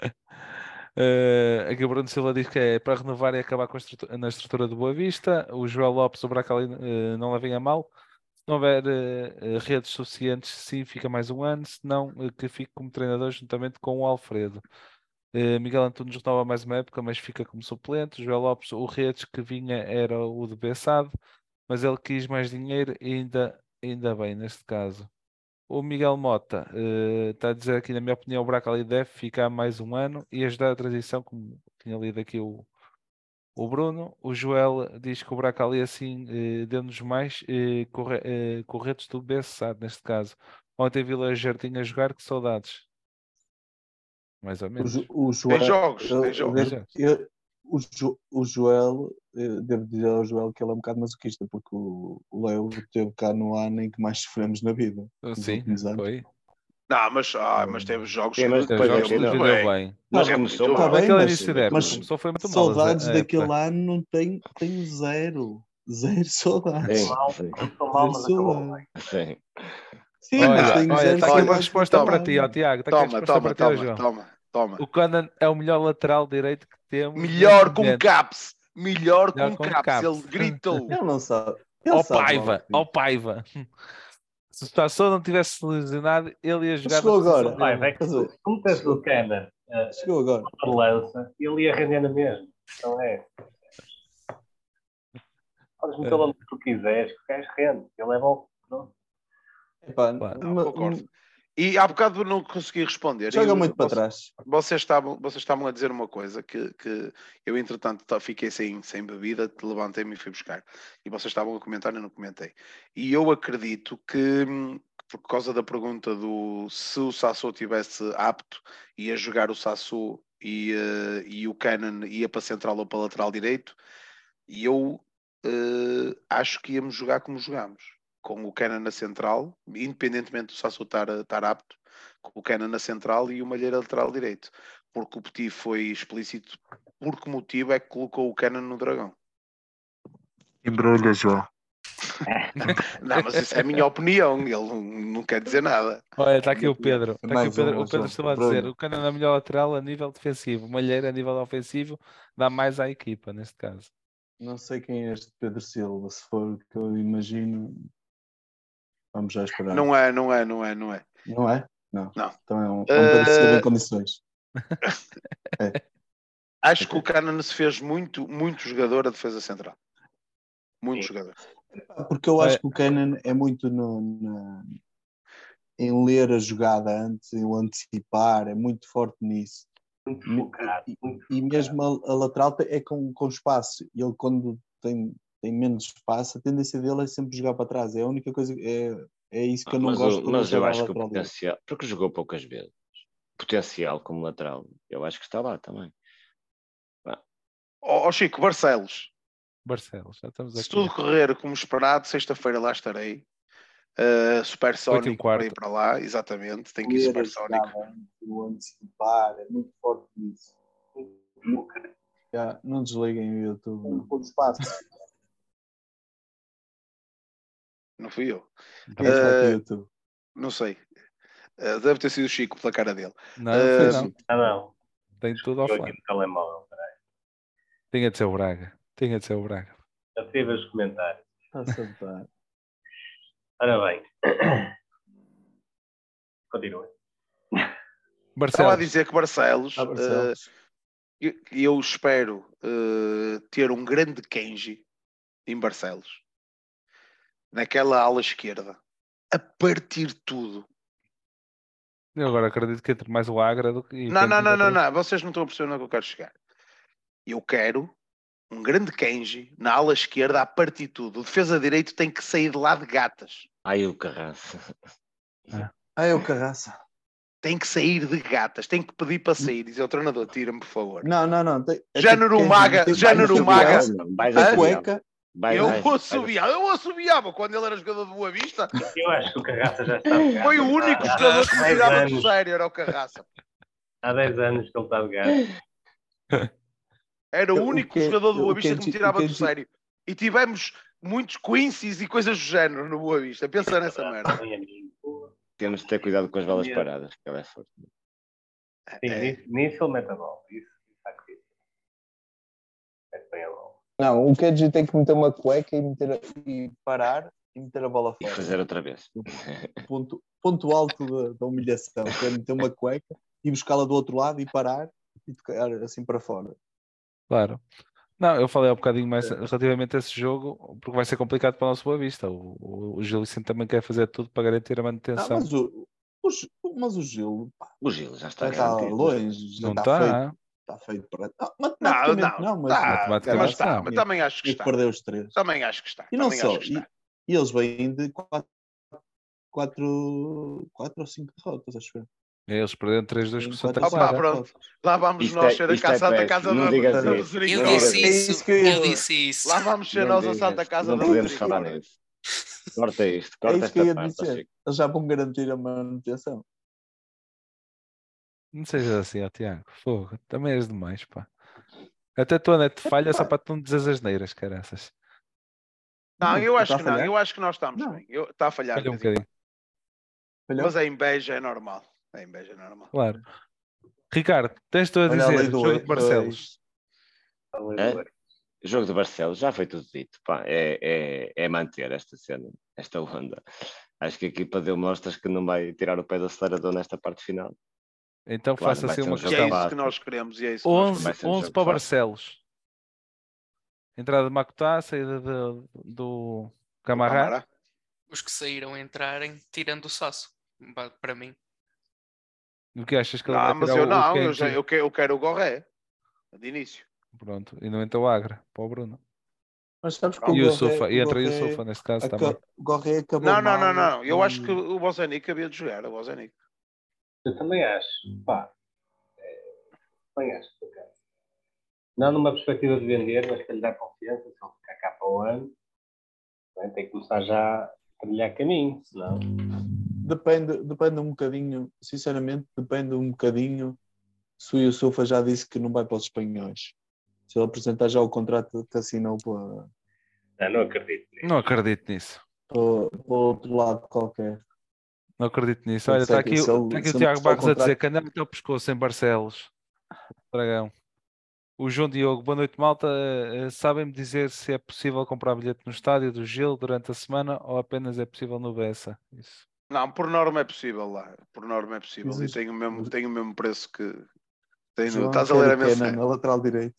Aqui o Bruno Silva diz que é para renovar e acabar na estrutura do Boa Vista. O Joel Lopes, o Bracali não levem a mal. Se não houver redes suficientes, sim, fica mais um ano. Se não, que fique como treinador juntamente com o Alfredo. Miguel Antunes renova mais uma época, mas fica como suplente. Joel Lopes, o Redes que vinha era o de Bessado, mas ele quis mais dinheiro e ainda bem neste caso. O Miguel Mota está a dizer aqui, na minha opinião, o Bracali deve ficar mais um ano e ajudar a transição, como tinha lido aqui o Bruno. O Joel diz que o Bracali assim deu-nos mais corretos do Bessado, neste caso. Ontem vi o Jardim a jogar, que saudades. mais ou menos. O Tem Joel, jogos, tem jogos. o Joel, devo dizer ao Joel que ele é um bocado masoquista, porque o Leo teve cá no ano em que mais sofremos na vida. Nos Sim, últimos anos. foi. Não, mas teve jogos Sim, mas que depois Jogos defendeu que afinal- muito defendeu bem. bem. Mas Tá começou muito Tá mal. bem, Naquele mas- início da época, mas começou foi muito mal. Saudades a daquele época. ano tenho zero. Zero saudades. Sim, Mal, sim, começou mal, mas acabou bem. sim. Sim, mas Olha, tenho zero está aqui uma saudades resposta daquele para ti, ó, ano. Tiago. Está aqui a resposta para ti, ó, João. Toma. O Conan é o melhor lateral direito que temos. Melhor neste com momento. caps. Melhor Melhor com com caps. caps. Ele gritou. Ele não sabe. Ele Ó sabe Paiva, mal, ó Paiva. Se o Tassou não tivesse lesionado, ele ia jogar na chegou posição agora. Vai, dele. é que se tu metes o Cannon Chegou agora. de lança, ele ia render na mesma. Então podes meter onde tu quiseres, que o gajo rende. Ele é bom. Pronto. Epá, Claro. Não, concordo. E há bocado não consegui responder. joga E muito para trás. Vocês estavam a dizer uma coisa que eu, entretanto, fiquei sem bebida, te levantei-me e fui buscar. E vocês estavam a comentar e eu não comentei. E eu acredito que, por causa da pergunta do se o Sassou tivesse apto, ia jogar o Sassou e o Cannon ia para central ou para lateral direito, e eu acho que íamos jogar como jogámos. Com o Cannon na central, independentemente do Sassou estar apto, com o Cannon na central e o Malheiro lateral direito. Porque o Petit foi explícito por que motivo é que colocou o Cannon no Dragão. Embrulha, João. Não, mas isso é a minha opinião, ele não quer dizer nada. Olha, está aqui o Pedro. Está aqui o Mais Pedro. um, O Pedro João. estava a dizer: o Conan é o melhor lateral a nível defensivo. O Malheiro a nível ofensivo dá mais à equipa, neste caso. Não sei quem é este Pedro Silva. Se for o que eu imagino, vamos já esperar. Não é. Não é? Não. Não. Então é um Pedro Silva em condições. Acho que o Cannon se fez muito jogador a defesa central. Muito Sim. jogador. Porque eu acho que o Cannon é muito em ler a jogada antes, em o antecipar, é muito forte nisso. Muito focado. E mesmo a lateral é com espaço. E ele, quando tem menos espaço, a tendência dele é sempre jogar para trás. É a única coisa. É isso que eu não gosto quando Mas eu joga acho que o lateral. potencial, porque jogou poucas vezes, potencial como lateral, eu acho que está lá também. Ó Chico, Barcelos. Barcelos, já estamos Se aqui. tudo correr como esperado, sexta-feira lá estarei. Supersónico para ir para lá, exatamente. Tem que ir Ler a supersónico. jogada antes, o antecipar, é muito forte nisso. Já, não desliguem o YouTube. Com espaço. Não fui eu. Quem está aqui no YouTube? Não sei. Deve ter sido o Chico pela cara dele. Não, foi não. Não. Tem tudo ao Eu fora. aqui no telemóvel. Tinha de ser o Braga. Já tive os comentários. Está a saltar. Ora bem. Continua. Estava a Barcelos. dizer que Barcelos, Barcelos. eu espero ter um grande Kenji em Barcelos. Naquela ala esquerda. A partir tudo. Eu agora acredito que entre mais o Agra do que. Não. Vocês não estão a perceber onde é que eu quero chegar. Eu quero um grande Kenji na ala esquerda a partir tudo. O defesa direito tem que sair de lá de gatas. Ai, o Carraça. É o Carraça. Tem que sair de gatas. Tem que pedir para sair. Dizer ao treinador, tira-me, por favor. Não. Género maga. Vais A a cueca. Eu vou assobiava quando ele era jogador de Boa Vista. Eu acho que o Carraça já está de gato. Foi o único jogador que me tirava do sério, era o Carraça. Há 10 anos que ele está de gato. Era o único jogador do Boa Vista que me tirava do sério. E tivemos muitos Quincy's e coisas do género no Boa Vista. Pensa nessa merda. Temos de ter cuidado com as balas paradas, que ela é forte. Sim, nisso ele mete a bola. Isso está acredito. Mete bem a bola. Não, o Kenji tem que meter uma cueca e parar e meter a bola E fora. fazer outra vez. Ponto alto da humilhação, que é meter uma cueca e buscá-la do outro lado e parar e tocar assim para fora. Claro. Não, eu falei há um bocadinho mais relativamente a esse jogo, porque vai ser complicado para o nosso Boa Vista. O Gil Vicente também quer fazer tudo para garantir a manutenção. Mas o Gil O Gil já está já está garantido. longe, já Não está feito. está. Está feito para. Matematicamente não, mas matematicamente está. não. Mas também acho que tinha está. que perder os 3. Também acho que está. E não Também só, acho que está. e eles vêm de 4 ou 5 derrotas, acho que. Eles perderam 3-2 com o Santa Enquanto Clara. Opa, pronto. Lá vamos Isto nós é- ser a isto é Santa péssimo. Casa Não da digas da isso. Eu Não Misericórdia. digas disse isso. isso. que eu ia Eu dizer. disse isso. Lá vamos ser Não nós a digas, Santa Casa não da podemos falar Misericórdia. nisso. Corta isto, É corta isso que eu esta ia parte, ó dizer. Chico. Eles já vão garantir a manutenção. Não sejas assim, ó, Tiago. Fogo, também és demais, pá. Até a tua net falha só para tu não dizer as neiras, caraças. Não, eu acho Está a que não. falhar? Eu acho que nós estamos Não. bem. Está a falhar. Falha um de vez em bocadinho, quando. Falhou? Mas a inveja é normal. A inveja é normal. claro. Ricardo, tens tu a Olha a lei dizer do jogo de Barcelos. É? O jogo de Barcelos já foi tudo dito. Pá, é manter esta cena, esta onda. Acho que a equipa deu mostras que não vai tirar o pé do acelerador nesta parte final. Então Claro, faça vai assim ser um uma jogo E é questão. isso que nós queremos. E é isso que nós 11, vai ser um 11 jogo para fácil. Barcelos. Entrada de Macutá, saída do O Camará. Camará. Os que saíram entrarem, tirando o Sasso. Para mim. O que achas que ele Não, vai mas tirar eu o não. Kenji? Eu quero o Gorré. De início. Pronto, e não entra o Agra para o Bruno. Mas sabes que E E o Sofa, e entra aí o Sofa neste caso também. o Gorré acabou Não. mal. Eu acho que o Bozanic havia de jogar. O Bozanic. Eu também acho. Pá, também acho, por acaso. Não numa perspectiva de vender, mas para lhe dar confiança, se ele ficar cá para o ano, né, tem que começar já a trilhar caminho, senão. Depende um bocadinho, sinceramente, depende um bocadinho se o Yusufa já disse que não vai para os espanhóis. Se ele apresentar já o contrato que assinou Não acredito nisso. Não acredito nisso. para outro lado qualquer. Não acredito nisso. Ele Olha, está disse aqui, que se ele- está aqui o se Tiago mostrar o Barros a dizer contrato- que anda até o pescoço em Barcelos. Dragão. O João Diogo, boa noite, malta. Sabem-me dizer se é possível comprar bilhete no estádio do Gil durante a semana ou apenas é possível no Bessa? Isso. Não, por norma é possível lá. Por norma é possível. E Existe. tem o mesmo preço que tem no. João Estás a ler a Kerry Cannon, mensagem? na lateral direito.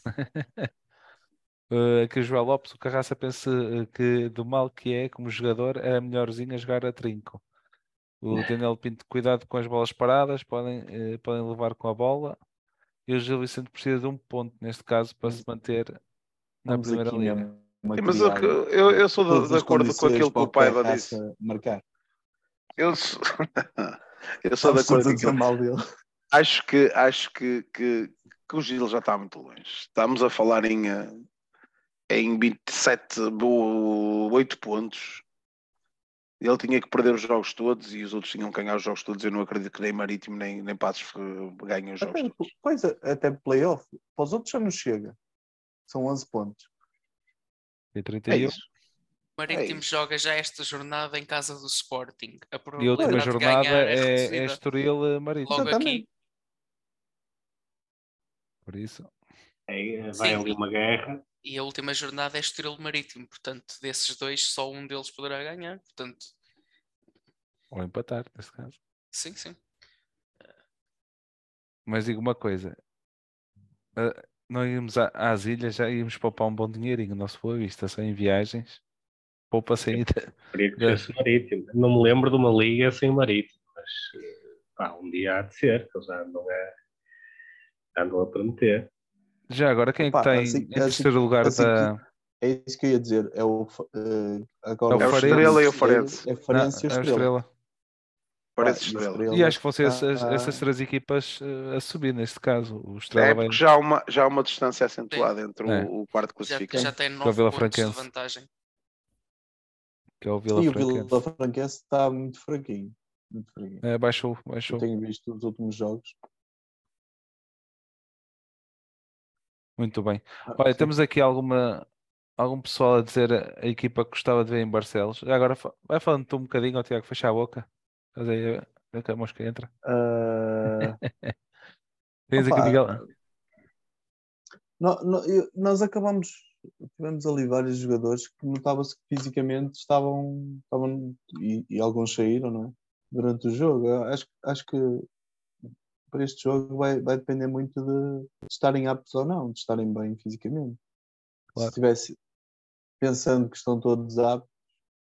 Aqui o João Lopes, o Carraça pensa que do mal que é como jogador é melhorzinho a jogar a trinco. O Daniel Pinto, cuidado com as bolas paradas, podem levar com a bola. E o Gil Vicente precisa de um ponto, neste caso, para se manter na Estamos Primeira aqui Liga. mesmo a Sim, mas criar eu sou todas de as acordo com condições aquilo que para o Paiva Carraça disse. marcar. Eu sou, eu sou de Estamos todos acordo a com dizer aquilo. mal dele. Acho que o Gil já está muito longe. Estamos a falar em 27, 8 pontos. Ele tinha que perder os jogos todos e os outros tinham que ganhar os jogos todos. Eu não acredito que nem Marítimo nem Passos ganhem os jogos todos. Pois, até playoff. Para os outros já não chega. São 11 pontos. Tem É 31. isso. O Marítimo isso. joga já esta jornada em casa do Sporting. A E a última probabilidade de jornada ganhar é é reduzida. Estoril Marítimo. Logo Exatamente. aqui. Por isso. Vai Sim. ali uma guerra. E a última jornada é Estoril Marítimo. Portanto, desses dois, só um deles poderá ganhar. Portanto, Ou empatar, neste caso. sim, sim. Mas digo uma coisa. Nós íamos às ilhas, já íamos poupar um bom dinheirinho. O nosso Boa Vista, sem viagens. Poupa sem ida. Teria que ser Marítimo. Não me lembro de uma liga sem Marítimo, mas pá, um dia há de ser, que eles já andam a prometer. Já agora, quem é que Epá, tem assim- em terceiro assim- lugar assim da. É isso que eu ia dizer. Agora É o Estrela e o Farense. É Farense e o Não, é o Estrela. Parece Pá, e o Estrela. E acho que vão ser está- essas três equipas a subir neste caso. O É Estrela vai. porque já há uma distância acentuada entre É. o quarto Já classificado. tem Que é o 9 Vila pontos de Franquense. vantagem. Que é o Vila E o Franquense. Vila Franquense está muito fraquinho. Muito fraquinho. Baixou. Eu tenho visto os últimos jogos. Muito bem. Olha, Sim. temos aqui algum pessoal a dizer a equipa que gostava de ver em Barcelos. Já agora vai falando tu um bocadinho, ó, Tiago, fecha a boca. Estás aí a ver que a mosca entra. Tens aqui o Opa, Miguel. Nós tivemos ali vários jogadores que notava-se que fisicamente estavam e alguns saíram, não é? Durante o jogo. Eu acho que para este jogo vai depender muito de estarem aptos ou não, de estarem bem fisicamente. Claro. Se estivesse pensando que estão todos aptos,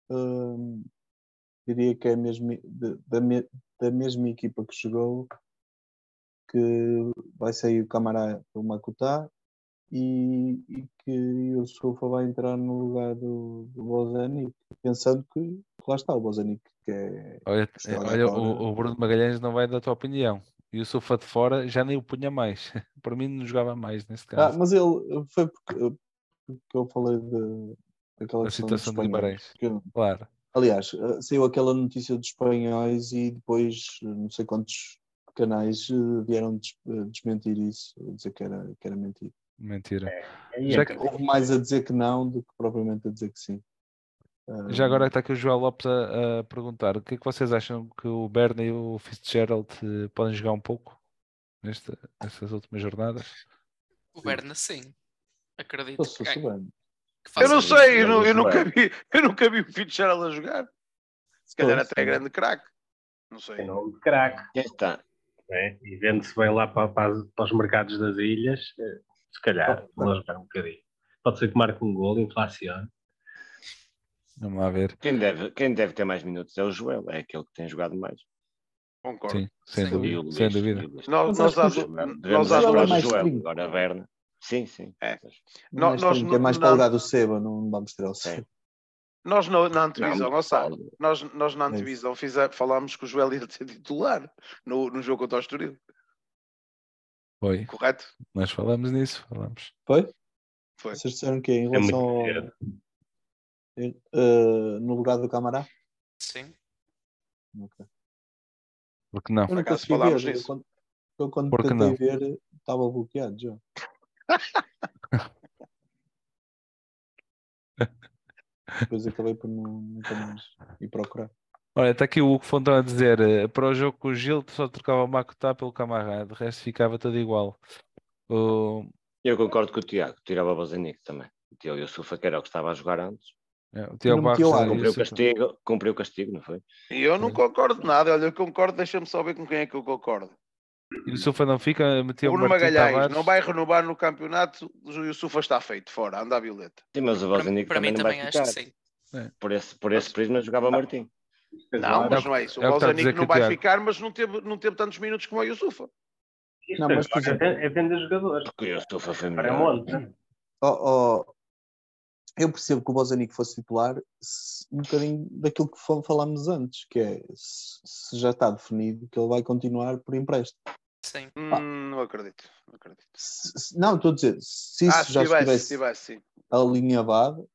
diria que é mesmo da mesma equipa que jogou, que vai sair o Camará do Macutá e que o Sofa vai entrar no lugar do Bozanic, pensando que lá está o Bozanic, que é. Olha, Está olha agora. o Bruno Magalhães não vai da tua opinião. E o Sufa de fora já nem o punha mais. Para mim não jogava mais nesse caso. Mas ele foi porque eu falei daquela A questão dos situação de espanhóis. Guimarães. Claro. Aliás, saiu aquela notícia dos espanhóis e depois não sei quantos canais vieram desmentir isso, dizer que era mentira. Mentira. Já Houve mais a dizer que não do que propriamente a dizer que sim. Já agora está aqui o João Lopes a perguntar: o que é que vocês acham que o Berna e o Fitzgerald podem jogar um pouco nestas últimas jornadas? O Berna, sim. Acredito Eu sou que soberano. Eu não faça sei, isso. eu nunca vi o Fitzgerald a jogar. Se calhar até é grande craque. Não sei. Tem nome de craque. está. Né? E vende-se bem lá para os mercados das ilhas. Se calhar, vou lá jogar um bocadinho. Pode ser que marque um gol, inflacione. Vamos lá ver. Quem deve ter mais minutos é o Joel, é aquele que tem jogado mais. Concordo. Sim, sem Sim. dúvida. E o Luís, Sem dúvida. e o Luís. Nós Mas acho que Devemos nós adorar o mais Joel, trinco. agora a Berna. Sim. É. Mais Nós trinco, é mais para o lugar do Seba, não vamos tirar o Seba. Nós na antevisão, Não, nós na antevisão falámos que o Joel ia ser titular no jogo contra o Estoril. Foi. Correto? Nós falamos nisso. Falamos. Foi? Foi. Vocês disseram que em É muito relação cedo. no lugar do Camará? Sim. Ok. Porque não? Eu não acaso consegui falámos ver. nisso. Eu quando Por que tentei não? ver, estava bloqueado já. Depois acabei por nunca mais ir procurar. Olha, está aqui o Hugo Fontão a dizer: para o jogo com o Gil só trocava o Makutá pelo Camará, de resto ficava tudo igual. Eu concordo com o Tiago, tirava o Bozanic também. O Tiago e o Sufa, que era o que estava a jogar antes. O Tiago não metia Barros o Águia. Cumpriu o castigo, não foi? E eu não concordo de nada. Olha, eu concordo, deixa-me só ver com quem é que eu concordo. E o Sufa não fica, metia O o Bruno Martim Magalhães Tavares. não vai renovar no campeonato e o Sufa está feito, fora, anda a violeta. Sim, mas o Bozanic Para mim também não vai também acho ficar. que sim. Por esse prisma jogava Martim. Não, mas não é isso. O é o que está a dizer Bozanic que não o vai Tiago. ficar, mas não teve tantos minutos como o Yusufa. Não, mas, por exemplo, É vender jogadores. Porque o Sufa foi Para melhor. monte. eu percebo que o Bozanic fosse titular um bocadinho daquilo que falámos antes, que é se já está definido que ele vai continuar por empréstimo. Sim. Não acredito. Não, estou a dizer, se isso já estivesse sim. alinhavado,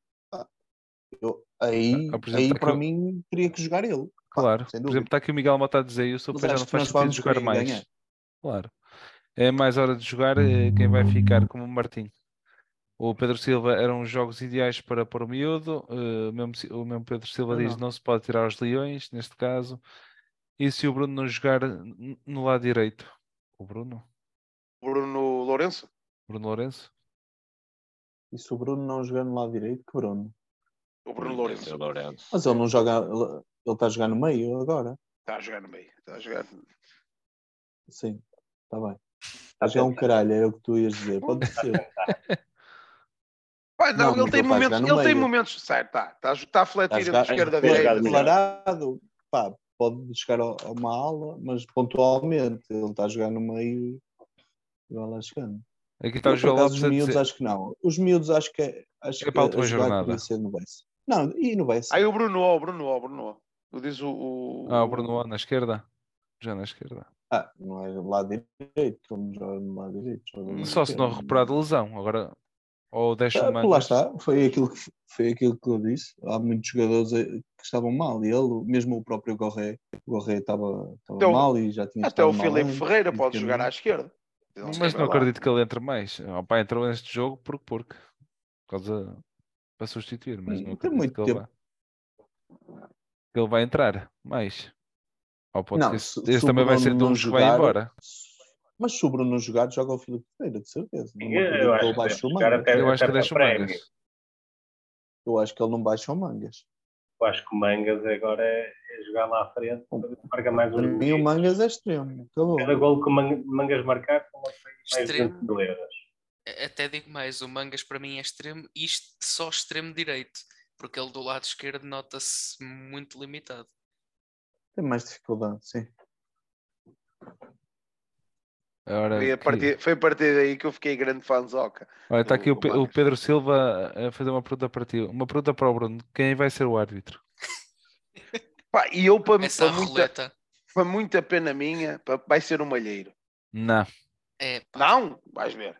aí por exemplo, para mim teria que jogar ele. Claro. Sem Por dúvida. exemplo, está aqui o Miguel Mota a dizer: e o Sufa Mas já não acho que faz nós sentido vamos jogar querer mais. ganhar. Claro. É mais hora de jogar quem vai ficar como o Martim. O Pedro Silva eram os jogos ideais para pôr o miúdo. O mesmo Pedro Silva diz: não se pode tirar os leões, neste caso. E se o Bruno não jogar no lado direito? O Bruno? Bruno Lourenço? Bruno Lourenço? E se o Bruno não jogar no lado direito, que Bruno? O Bruno Lourenço. Mas ele não joga, ele está a jogar no meio agora. Está a jogar no meio. Está a jogar. Sim, está bem. Está a jogar um caralho, é o que tu ias dizer. Pode ser. Pai, não, Não, ele tem mas ele está a momentos. jogar no Ele tem meio. momentos. Certo, está a fletir Está a entre esquerda e tem direita. jogado melhor. declarado, pá, pode chegar a uma ala, mas pontualmente ele está a jogar no meio e vai lá chegando. Aqui está o Por João acaso, Lopes os a miúdos dizer. acho que não. Os miúdos acho que É para a última a jogar jornada. podia ser no Bessa. Não, e no Bessa. Aí o Bruno. Diz o Bruno na esquerda. Já na esquerda. Não é do lado direito, como joga no lado direito. Joga no lado Só se não esquerdo. recuperar de lesão. Agora, ou deixa o Lá Mangas. está, foi aquilo que eu disse. Há muitos jogadores que estavam mal, e ele, mesmo o próprio Gorré, estava mal e já tinha Até o estado mal Filipe antes, Ferreira pode fisicamente. jogar à esquerda. Mas não acredito que ele entre mais. O pai entrou neste jogo porque. Para substituir, mas não Tem acredito muito que ele tempo. vá. Que ele vai entrar mais. Ou pode Não, ser, se esse o também vai Bruno ser de não uns que vai jogar, embora. mas se o Bruno não jogar, joga o Filipe Ferreira, de certeza. Não Eu acredito que acho ele que baixe deve o jogar Mangas. Eu acho que até deixa o para prémio. Mangas. Eu acho que ele não baixa o Mangas. Eu acho que o Mangas agora é jogar lá à frente, marca mais Para um mim, o Mangas é extremo. Acabou. Cada gol que o Mangas marcar, são mais de Extremo. 200 mil euros. Até digo mais, o Mangas para mim é extremo, isto só extremo direito, porque ele do lado esquerdo nota-se muito limitado. Tem mais dificuldade, sim. Ora, Foi a partir daí que eu fiquei grande fãzoca. olha, está aqui o Mangas. Pedro Silva a fazer uma pergunta para ti. Uma pergunta para o Bruno. Quem vai ser o árbitro? Pá, e eu, Essa roleta. para muita pena minha, vai ser um Malheiro. Não. É, pá. Não? Vais ver.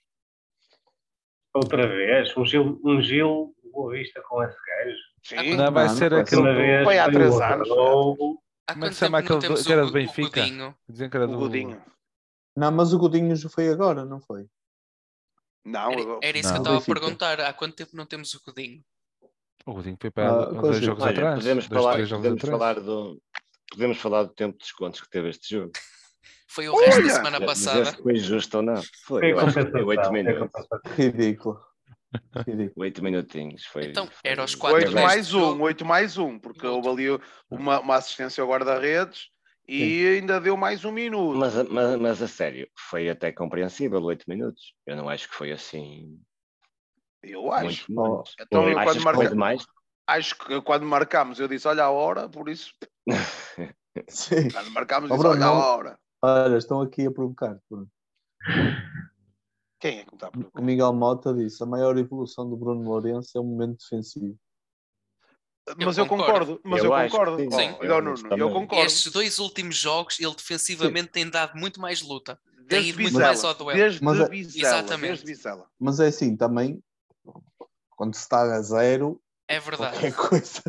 Outra vez, um Gil Boa Vista com esse gajo. Sim. Não, vai Não, ser não vai aquele Uma do... vez Foi há foi 3 o anos. Ronaldo. Há Como é que quanto se chama tempo não aquele temos que era do o Benfica? Godinho? Dizem que era O do... Godinho. Não, mas o Godinho já foi agora, não foi? Não, Era isso que Não. eu estava a Benfica. perguntar. Há quanto tempo não temos o Godinho? O Godinho foi para há com 2 a jogos Olha, atrás. podemos 2, falar, 3 jogos podemos atrás. podemos falar do tempo de descontos que teve este jogo. Foi o resto da Olha! semana Ver passada. se foi justo ou não. Foi, Foi eu acho que foi 8 compensação. minutos. Ridículo. Ridículo. 8 minutinhos. Foi, Então, foi- era os foi 4 8 bem. deste mais jogo. 8 mais 1, porque houve ali uma assistência ao guarda-redes e ainda deu mais um minuto. Mas a sério, foi até compreensível 8 minutos. Eu não acho que foi assim Eu acho. muito. Então, Foi. quando Achas que foi demais? acho que quando marcámos, eu disse: olha a hora, por isso. Sim. Quando marcámos, Oh, disse: Bruno, olha a não- hora. Olha, estão aqui a provocar. Bruno. Quem é que me está a O provocar? Miguel Mota disse: a maior evolução do Bruno Lourenço é o momento defensivo. Mas eu concordo. Mas Eu eu acho concordo. que sim. Sim. Eu Nuno, acho eu também. concordo. Estes 2 últimos jogos, ele defensivamente tem dado muito mais luta. Tem Desde ido muito mais Vizela. ao duelo. Desde Mas é- Vizela. Exatamente. Desde Vizela. Mas é assim, também, quando se está a 0, É verdade. qualquer coisa.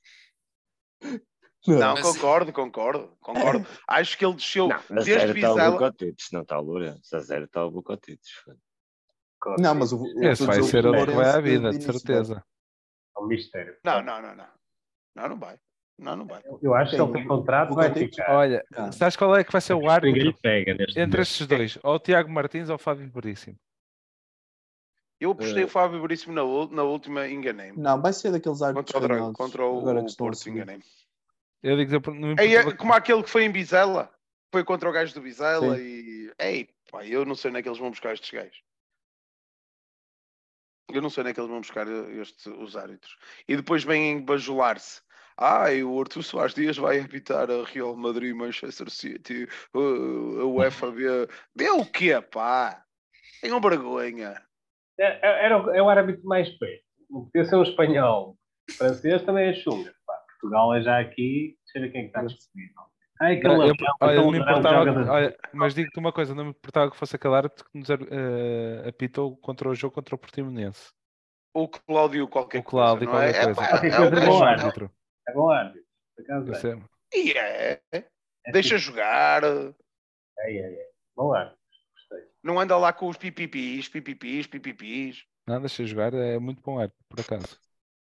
Não, Mas- concordo. Acho que ele desceu Não, a desde zero está o Vizela. Bucotites, não está o Lourenço. A zero está o Bucotites. Não, mas Esse vai ser o que vai à vida, de início certeza. É um mistério. Não. Não vai. Não vai. Eu acho que ele tem contrato, vai Bucotites? ficar. Olha, Ah. sabes qual é que vai ser o Ninguém árbitro? lhe pega neste Entre momento. estes dois, ou o Tiago Martins ou o Fábio Veríssimo. Eu apostei o Fábio Veríssimo na última, enganei-me. Não, vai ser daqueles árbitros canhosos. Contra agora que o estão a Porto, subir. enganei-me. Eu digo, não me Ei, importava... como aquele que foi em Vizela. Foi contra o gajo do Vizela Sim. e... Ei, pá, eu não sei onde é que eles vão buscar estes gajos. Eu não sei onde é que eles vão buscar os árbitros. E depois vêm bajular-se. O Artur Soares Dias vai apitar a Real Madrid, Manchester City, a UEFA vê o quê, pá? Tenham vergonha. É o árbitro mais perto. Podia ser um espanhol. O francês também é chunga. Pá, Portugal é já aqui. Deixa eu ver quem é que está disponível. Aquele Não, ladrão, não me importava, joga de- olha, mas digo-te uma coisa, não me importava que fosse aquele árbitro que nos apitou contra o jogo contra o Portimonense. O Cláudio qualquer O Cláudio, coisa, não é? qualquer coisa. Qualquer É coisa o é gajo. bom árbitro. É bom árbitro. Por acaso Eu é. sei. E é. É Deixa tipo- jogar. É. Bom árbitro. Gostei. Não anda lá com os pipipis. Não, deixa jogar, é muito bom árbitro, por acaso.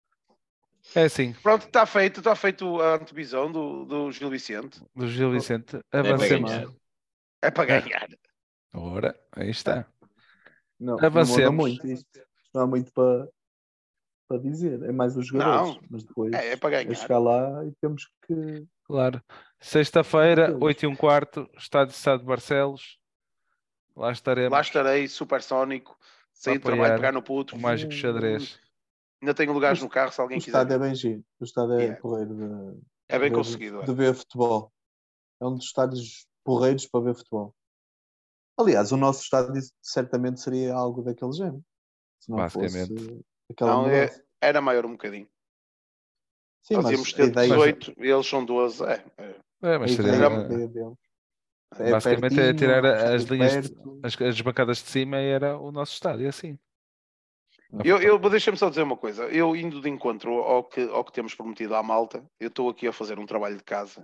É assim, Pronto, está feito a antevisão do Gil Vicente. do Gil Vicente, É para avancemos. ganhar. É para ganhar. Ora, aí está. Não Avancemos. muda muito isto. Não há muito para dizer. É mais os jogadores. Não. Mas depois É para ganhar. chegar lá e temos que. Claro. Sexta-feira, Aqueles. 8h15, Estádio de Barcelos. Lá estaremos. Lá estarei, supersónico. Sair de trabalho, apoiar pegar no puto. o mágico xadrez. Ainda tenho lugares no carro se O alguém quiser. estádio é bem giro. O estádio é Yeah. porreiro É bem de- conseguido. de ver futebol. É um dos estádios porreiros para ver futebol. Aliás, o nosso estádio certamente seria algo daquele género. Se não Basicamente. fosse aquela Não, mudança. era maior um bocadinho. Sim, Nós mas íamos a ter ideia, 18 e eles são 12. É, mas a seria, ideia dele. É basicamente é pertinho, tirar as estádio linhas, perto. as bancadas de cima e era o nosso estádio, assim. Deixa-me só dizer uma coisa. Eu indo de encontro ao que temos prometido à malta, eu estou aqui a fazer um trabalho de casa.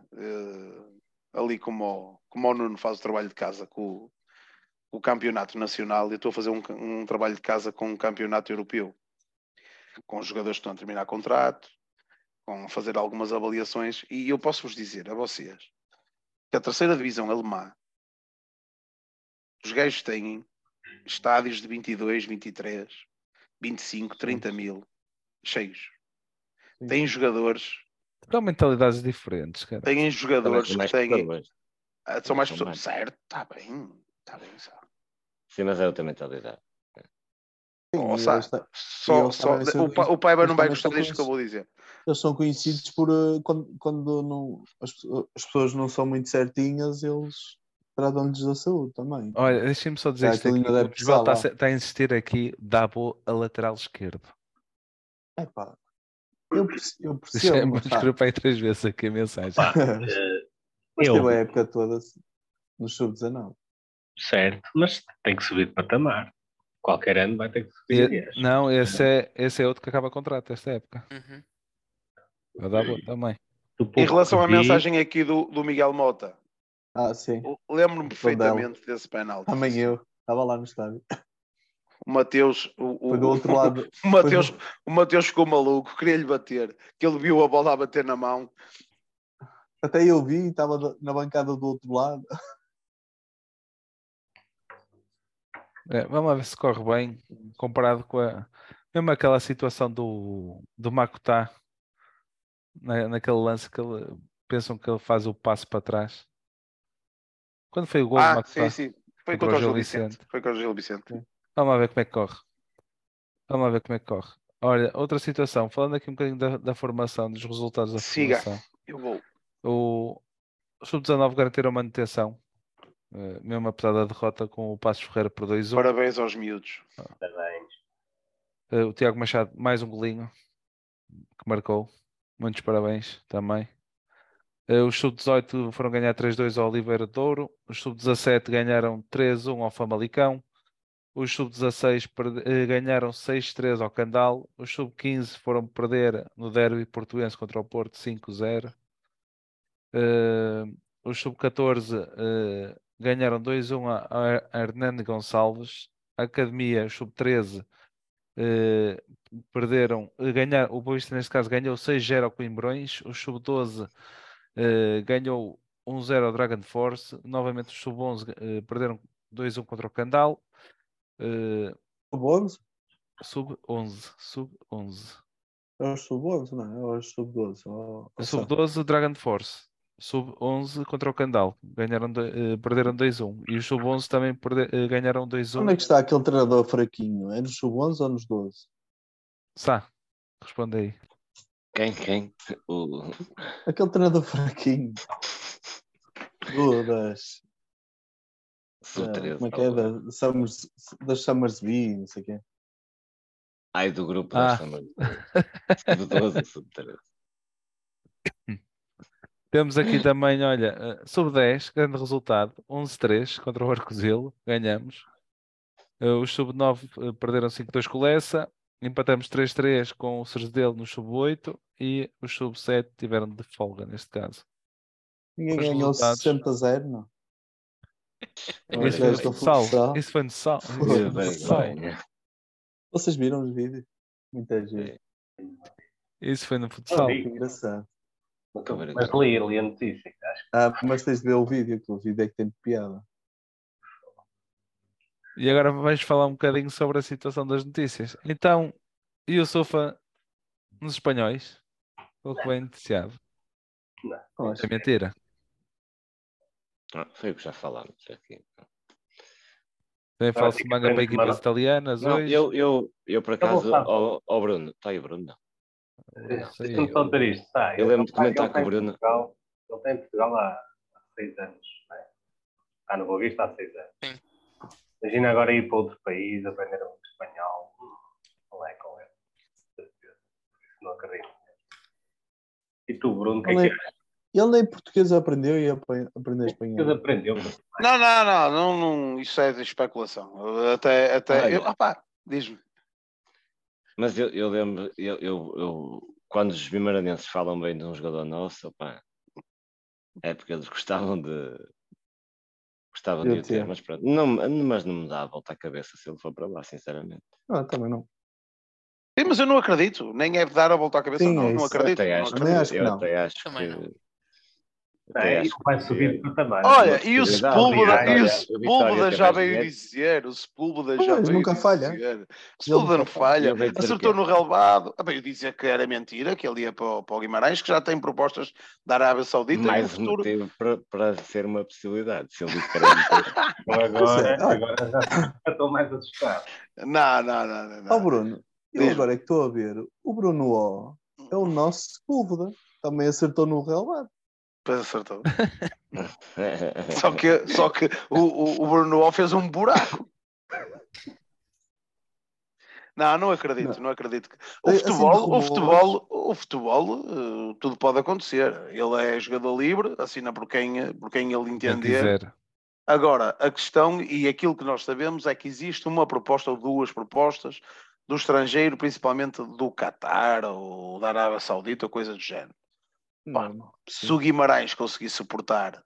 Ali como o Nuno faz o trabalho de casa com o campeonato nacional, eu estou a fazer um trabalho de casa com um campeonato europeu. Com os jogadores que estão a terminar contrato, com fazer algumas avaliações. E eu posso-vos dizer a vocês que a terceira divisão alemã, os gajos têm estádios de 22, 23, 25, 30 mil cheios. Sim. Têm jogadores, São mentalidades diferentes, cara. têm jogadores Também que são mais têm. pessoas. São mais São pessoas. mais. Certo, está bem. Sabe. Sim, mas é outra mentalidade. Sim, e Ouça, eles o Paiva eles não vai também gostar são disto que eu vou dizer. Eles são conhecidos por quando não, as pessoas não são muito certinhas, eles tratam-lhes da saúde também. Olha, deixem-me só dizer Já isto aquilo aqui. ainda O deve Joel pesar lá. está a insistir aqui, Dabo a lateral esquerdo. Epá, Eu Já percebo, me escrevei 3 vezes aqui a mensagem. Pá, mas eu, teve a época toda no sub-19. certo, mas tem que subir de patamar. Qualquer ano vai ter que subir, aliás. Não, esse é outro que acaba contrato esta época. Uhum. Vai dar boa também. Do Em pouco relação que à vi, mensagem aqui do Miguel Mota, Sim. lembro-me Tondela. perfeitamente desse penalti. Também eu. Estava lá no estádio. O Mateus, Foi do outro lado. o Mateus ficou maluco, queria-lhe bater, que ele viu a bola a bater na mão. Até eu vi, estava na bancada do outro lado. Vamos lá ver se corre bem comparado com mesmo aquela situação do Makutá naquele lance que pensam que ele faz o passo para trás. Quando foi o gol do Makutá sim. Foi contra contra o o Gil Gil Vicente. Foi contra o Gil Vicente. Vamos lá ver como é que corre. Vamos lá ver como é que corre. Olha, outra situação, falando aqui um bocadinho da formação, dos resultados da Siga, formação. eu vou. O Sub-19 garantiram a manutenção, mesmo apesar da derrota com o Passos Ferreira por 2-1. Parabéns aos miúdos. O Tiago Machado, mais um golinho que marcou. Muitos parabéns também. Os Sub-18 foram ganhar 3-2 ao Oliveira de Douro. Os Sub-17 ganharam 3-1 ao Famalicão. Os Sub-16 ganharam 6-3 ao Candal. Os Sub-15 foram perder no derby portuense contra o Porto 5-0. Os Sub-14 ganharam 2-1 a Hernando Gonçalves. A Academia, os Sub-13 o Boa Vista neste caso ganhou 6-0 ao Coimbrões. O Sub-12 ganhou 1-0 ao Dragon Force. Novamente os Sub-11 perderam 2-1 contra o Candal. Sub-11? Sub-11 É o sub-11, não é? Ou é o sub-12? Sub-12 Dragon Force. Sub-11 contra o Candal. Perderam 2-1. E os Sub-11 também ganharam 2-1. Onde é que está aquele treinador fraquinho? É nos sub-11 ou nos 12? Sá, responde aí. Quem? Aquele treinador fraquinho. Das... Sub-13. Como é que é? Das Summersby, não sei o quê. Ai, do grupo das Summersby. Sub-12 ou Sub-13. Temos aqui também, olha, Sub-10, grande resultado. 11-3 contra o Arcozelo. Ganhamos. Os Sub-9 perderam 5-2 com o Lessa. Empatamos 3-3 com o Sergedelo no Sub-8 e os Sub-7 tiveram de folga neste caso. Ninguém Os ganhou resultados. 60-0, não? Isso foi no futsal. Isso foi no futsal. Vocês viram os vídeos? Muita gente. Isso foi no futsal. Que engraçado. Mas li a notícia. Acho. Mas tens de ver o vídeo, que o vídeo é que tem piada. E agora vais falar um bocadinho sobre a situação das notícias. Então, e o Sofa nos espanhóis? O que vem noticiado? Não. É mentira. Foi o que já falámos aqui. Tem falso manga para equipas italianas hoje. Eu por acaso, ao Bruno. Está aí o Bruno? Deixa-me só dizer isto. Eu lembro de comentar com o Bruno. Ele está em Portugal há 6 anos. Não é? Está no Boa Vista há 6 anos. Sim. Imagina agora ir para outro país, aprender muito espanhol. Não é com ele. Isso não acredito. E tu, Bruno, o que é que é? Ele nem português aprendeu e aprendeu espanhol. Ele aprendeu. Não, isso é de especulação. Até diz-me. Mas eu lembro, eu quando os bimaranenses falam bem de um jogador nosso, opa, é porque eles gostavam de o ter, mas pronto, mas não me dá a volta à cabeça se ele for para lá, sinceramente. Também não. Sim, mas eu não acredito, nem é de dar a volta à cabeça, Sim, não acredito. Eu até acho que Isso vai subir de patamar. Olha, e o Sepúlveda já veio dizer, o Sepúlveda já veio nunca falha. dizer. O Sepúlveda não falha, acertou no relevado. Eu dizia que era mentira, que ele ia para o Guimarães, que já tem propostas da Arábia Saudita. Mais um motivo para ser uma possibilidade. Se ele disse que era mentira. Agora já estou mais assustado. Não. Bruno, eu agora é que estou a ver, o Bruno O é o nosso Sepúlveda. Também acertou no relevado. Acertou. só que o Bruno fez um buraco. Não acredito, não acredito. O Assim de futebol, rumores. tudo pode acontecer. Ele é jogador livre, assina por quem ele Quem entender. quiser. Agora, a questão e aquilo que nós sabemos é que existe uma proposta ou duas propostas do estrangeiro, principalmente do Qatar ou da Arábia Saudita ou coisa do género. Pá, Não, se o Guimarães conseguir suportar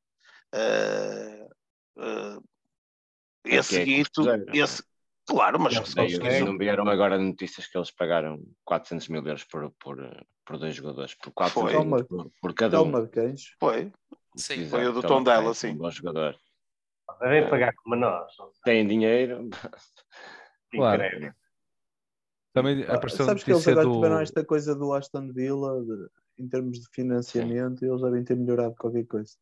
esse que é guito, custo. claro, mas Não se sei, conseguir Não vieram agora notícias que eles pagaram 400 mil euros por 2 jogadores, por 400 Foi. mil por cada um. Telma Cães. foi Sim. Foi o do Então, Tondela, é sim. um bom jogador. devem pagar como nós. Tem dinheiro. Claro. Incrível. Também apareceu a Sabes que eles notícia agora tiveram do... esta coisa do Aston Villa em termos de financiamento e eles devem ter melhorado qualquer coisa.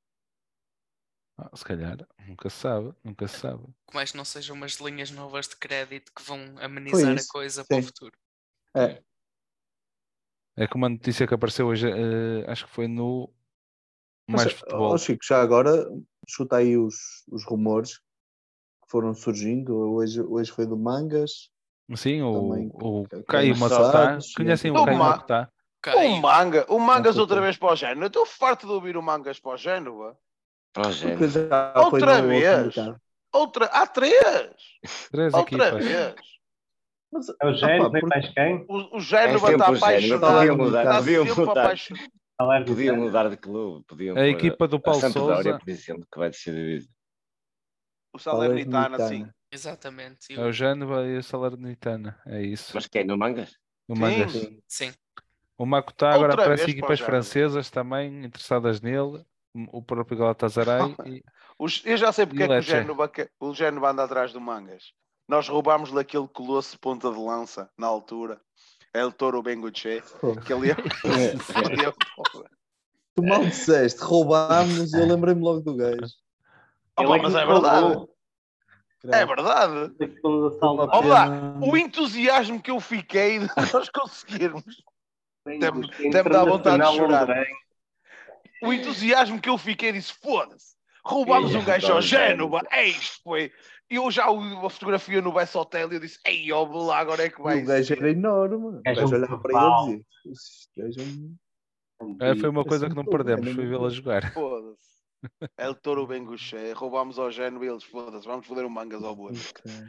Se calhar, nunca se sabe, nunca se sabe. Que mais não sejam umas linhas novas de crédito que vão Foi amenizar a isso, coisa sim. para o futuro. É, É como a notícia que apareceu hoje, acho que foi no mas, Mais Futebol. Chico, já agora chuta aí os rumores que foram surgindo. Hoje foi do Mangas, Sim, também o que Caio é Macotá. passados, Conhecem o Do Caio Ma- Macotá? Caio, O Mangas Não, outra foi. vez para o Génova. Eu estou farto de ouvir o Mangas para o Génova. Para o Porque género. já foi Outra no outro vez. mercado. Há três. Três Outra equipas. vez. Mas, É o Gênio, opá, vem porque mais quem? O Génova É está sempre o género. Podiam apaixonado. mudar, Está podiam sempre mudar. apaixonado. Podiam mudar de clube. Podiam A pôr equipa do a Paulo Sampdoria, Sousa por exemplo, que vai descer divisão. O Salernitana, sim. Salernitana. exatamente. é o Génova e o Salernitana. É isso. Mas quem? No Mangas? O Sim. Mangas. Sim. Sim. O Macotá agora Outra aparece vez para o equipas Génova. francesas também interessadas nele. O próprio Galatasaray e Eu já sei E porque o é que Lecce? o Génova anda atrás do Mangas. Nós roubámos-lhe aquele colosso ponta de lança na altura. El Toro Bengoche. Que ele fodeu. Tu mal disseste, roubámos e eu lembrei-me logo do gajo. Opa, Ele mas que é nos verdade. roubou. É verdade. Ele que nos Foi uma assaltou. Olha lá, pena. o entusiasmo que eu fiquei de nós conseguirmos. Até-me dá Internacional vontade de chorar. André. O entusiasmo que eu fiquei disse: foda-se, roubámos um gajo ao Génova. Isto foi. Eu já a fotografia no Best Hotel e eu disse: ei, ó, lá, agora é que E vai o gajo ser. era enorme. O Gajo gajo um olhava para ele e pau. dizia: este gajo é um. Foi uma coisa Parece-me que não tudo, perdemos, ainda foi não vê-la vi. jogar. Foda-se. El Toro Bengoche. Roubámos ao Génova e eles, foda-se, vamos foder o Mangas ao Boa.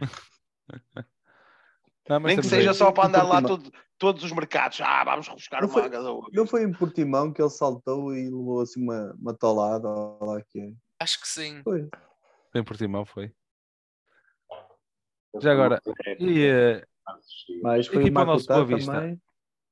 Não, mas Nem que temos seja aí. só para andar lá Portimão. todos os mercados. Vamos buscar Não o foi- Mangas ao Boa. Não foi em Portimão que ele saltou e levou assim uma tolada? Ou lá que é. Acho que sim. Foi. Bem Portimão foi. Já agora, e Mas foi o equipa ao nosso Macutá Boa Vista? também.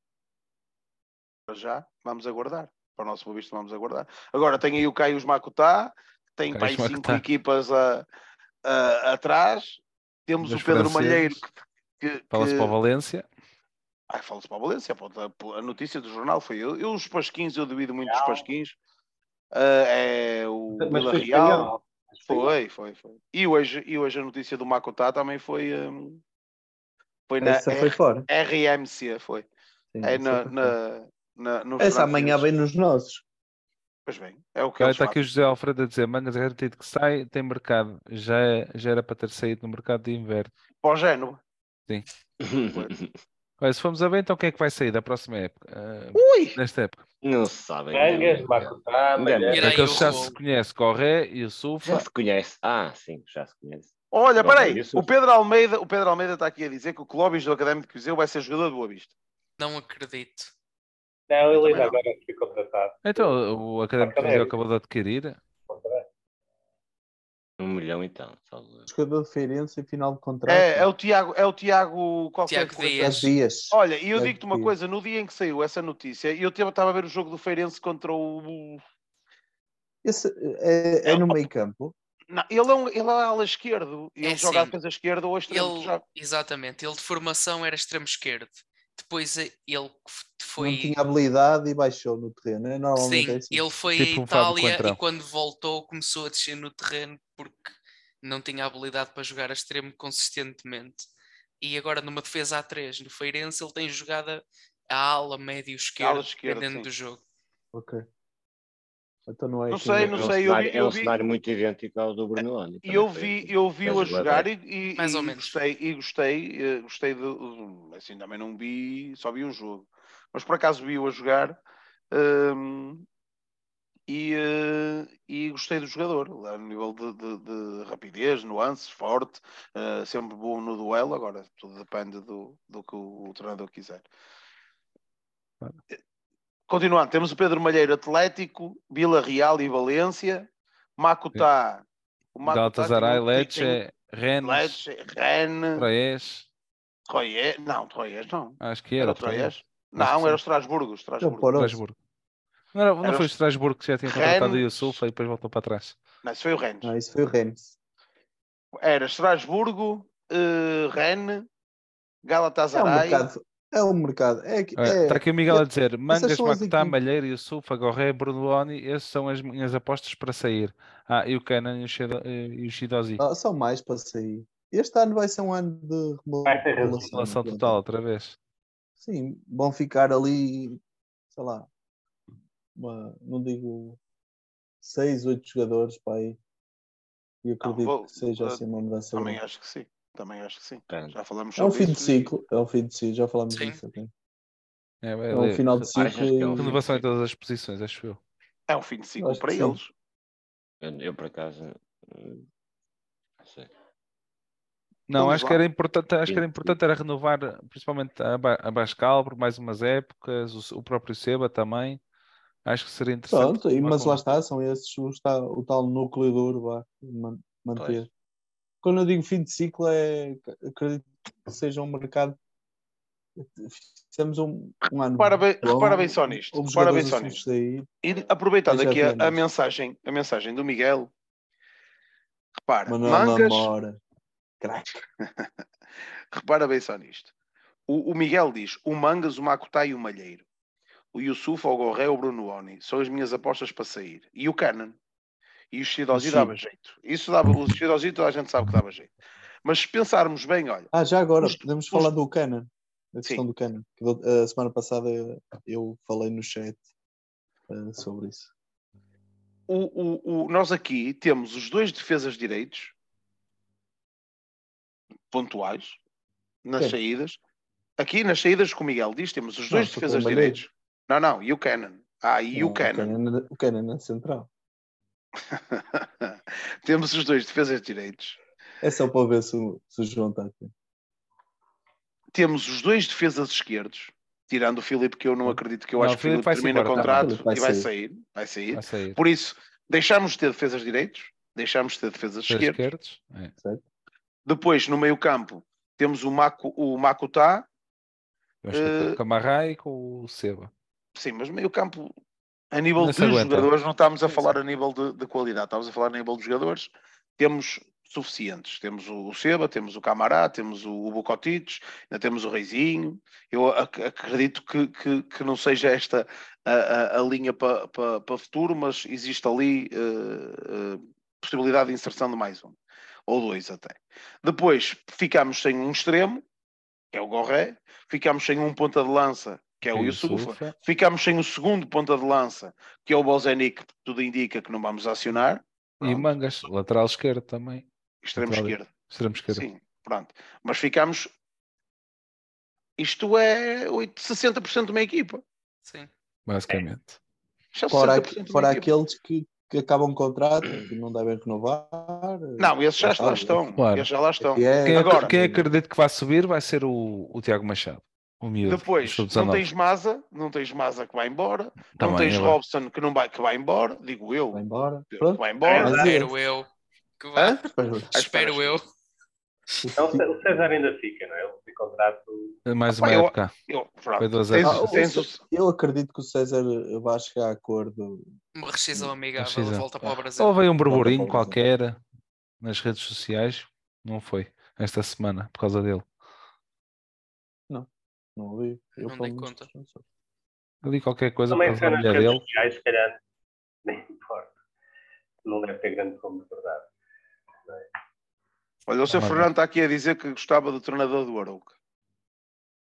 Já, vamos aguardar. Para o nosso Boa Vista, vamos aguardar. Agora tem aí o Caio Macutá, tem Caio para aí 5 Macutá. equipas atrás. Temos Dos o Pedro franceses. Malheiro que Fala-se para o Valência. fala-se para o Valência. A notícia do jornal foi eu os Pasquins, eu devido muito dos Pasquins. É o Mas Vila foi Real. espanhol. Foi. E hoje a notícia do Macutá também foi na Essa foi fora. RMC, foi. Sim, É essa foi fora. nos Essa amanhã franceses. vem nos nossos. Pois bem, é o que Olha, eles está aqui o fazem. José Alfredo a dizer: Mangas é garantido que sai, tem mercado. Já era para ter saído no mercado de inverno. Para o Génova. Olha, se formos a ver, então quem é que vai sair da próxima época? Ui! Nesta época. Não se sabem. Mangas, Macutá, Ainda é Malheiro. Tira aí Aqueles o que já se rolo. conhece, Corré e o Já Sufa. se conhece. Sim, já se conhece. Olha, Agora, peraí, isso- o Pedro Almeida está aqui a dizer que o Clóvis do Académico de Viseu vai ser jogador do Boa Vista. Não acredito. Não, ele Também ainda não. agora foi contratado. Então, o Académico de Viseu Académico. acabou de adquirir. 1 milhão então. Jogador de Feirense em final de contrato. É o Tiago qualquer Tiago coisa. Dias. Dias. Olha, e eu Tiago digo-te uma Dias. coisa, no dia em que saiu essa notícia, eu estava a ver o jogo do Feirense contra o... Esse é no meio campo. Não, ele é ala esquerdo. E É ele joga a sim. defesa esquerda ou a extremo. Tu já... Exatamente, ele de formação era extremo esquerdo. Depois ele foi. Não tinha habilidade e baixou no terreno. Normalmente Sim, é assim. ele foi Tipo à um Fábio Itália Coentrão. e quando voltou começou a descer no terreno porque não tinha habilidade para jogar a extremo consistentemente. E agora numa defesa A3 no Feirense ele tem jogada a ala médio esquerdo, esquerda, dependendo sim. do jogo. Ok. Então não é Não quem sei, é. não É um sei. cenário, Eu é um vi, cenário muito idêntico ao do Brunelloni. e eu vi-o a jogar e Mais ou menos. gostei assim, também não vi, só vi o jogo. Mas por acaso vi-o a jogar e gostei do jogador, lá no nível de rapidez, nuances, forte, sempre bom no duelo. Agora tudo depende do que o treinador quiser. Continuando, temos o Pedro Malheiro, Atlético, Vila Real e Valência, Macutá. O Macutá Galatasaray, tem Lecce, Rennes, Lecce, Rennes, Troyes. Troyes. Não, Troyes não. Acho que Era era o Troyes? Acho Não, que era o sim. Estrasburgo. Estrasburgo. Não Era foi o o Estrasburgo que já tinha contratado o Rennes. Yusufa e depois voltou para trás. Não, isso foi o Rennes. Não, isso foi o Rennes. Era Estrasburgo, Rennes, É um Galatasaray. mercado. É um mercado. Está aqui o Miguel a dizer: essas Mangas, são as Macutá, equipes. Malheiro, Yusufa, Gorré, Brunelloni. Essas são as minhas apostas para sair. E o Kenan e o Shidozi. São mais para sair. Este ano vai ser um ano de Vai ter remodelação. Relação total, outra vez. Sim, vão ficar ali, sei lá, não digo 6, 8 jogadores para aí. E acredito que seja assim uma mudança Também grande. acho que sim. Também acho que sim. Pronto. Já falamos É um sobre fim de isso. ciclo. É um fim de ciclo. Já falamos Sim. disso aqui. É um final de Achas ciclo. que é um fim de renovação em ciclo? todas as posições, acho eu. É um fim de ciclo Acho que para sim. eles. Eu por acaso não sei. Não, Vamos acho lá. que era importante, Sim. era renovar principalmente a Bascal por mais umas épocas, o próprio Seba também. Acho que seria interessante. Pronto, mas lá está, são esses o tal núcleo duro, vá, manter. Pois. Quando eu digo fim de ciclo, acredito que seja um mercado. Fizemos um ano Repara bem só nisto. Houve Repara bem jogadores só a nisto. sobressair. E aproveitando E já aqui a temos mensagem do Miguel, repara, Manuel Mangas, Namora, craque. repara bem só nisto. O Miguel diz: o Mangas, o Macutá e o Malheiro. O Yusuf, o Gorré, o Brunelloni são as minhas apostas para sair. E o Cannon. E o Shidozi dava jeito. Isso dava, o Shidozi toda a gente sabe que dava jeito. Mas se pensarmos bem, olha. Já agora, podemos falar do Cannon. A questão Sim. do Cannon. A semana passada eu falei no chat sobre isso. Nós aqui temos os dois defesas direitos pontuais nas saídas. Aqui nas saídas, como o Miguel diz, temos os dois defesas direitos. Não, e o Cannon. O Cannon. O Cannon é central. Temos os dois defesas direitos. É só para ver se o João está aqui. Temos os dois defesas esquerdos, tirando o Filipe, que eu não acredito, que eu acho que o Filipe termina o embora, contrato vai e vai sair. Vai sair. Por isso, deixamos de ter defesas direitos, deixamos de ter defesas esquerdos. É. Depois, no meio campo, temos o Macutá. Vamos com o Camará e com o Seba. Sim, mas meio campo, a nível Não de se aguenta. jogadores, não estamos a falar a nível de qualidade, estamos a falar a nível de jogadores. Temos suficientes. Temos o Seba, temos o Camará, temos o Bucotich, ainda temos o Reizinho. Eu acredito que não seja esta a linha para futuro, mas existe ali possibilidade de inserção de mais um, ou dois até. Depois ficamos sem um extremo, que é o Gorré, ficamos sem um ponta de lança, que é o Yusufa, ficamos sem o segundo ponta de lança, que é o Bozenic, que tudo indica que não vamos acionar. Pronto. E Mangas, lateral esquerdo também. Extremo esquerdo. Esquerdo. Sim, pronto. Mas ficamos. Isto é 60% de uma equipa. Sim. Basicamente. Fora aqueles que acabam o contrato, que não devem renovar. Não, esses já lá estão. Claro. Esses já lá estão. Agora, quem acredita que vai subir vai ser o Tiago Machado. O miúdo, depois, não tens Maza que vai embora. Também, não tens Robson que vai embora, digo eu. Vai embora. Vai embora. Espero eu. Que vai. Espero eu. Então o César ainda fica, não é? Ele tem contrato. Mais uma época. Eu acredito que o César vai chegar a acordo. Uma rescisão amigável, volta para o Brasil. Ou veio um burburinho qualquer nas redes sociais. Não foi esta semana por causa dele. Não ouvi. Eu não dei conta. Ali qualquer coisa também por causa da mulher dele. Sociais, se calhar, nem importa. Não deve ter grande como de verdade. Olha, o Sr. Fernando está aqui a dizer que gostava do treinador do Arouca.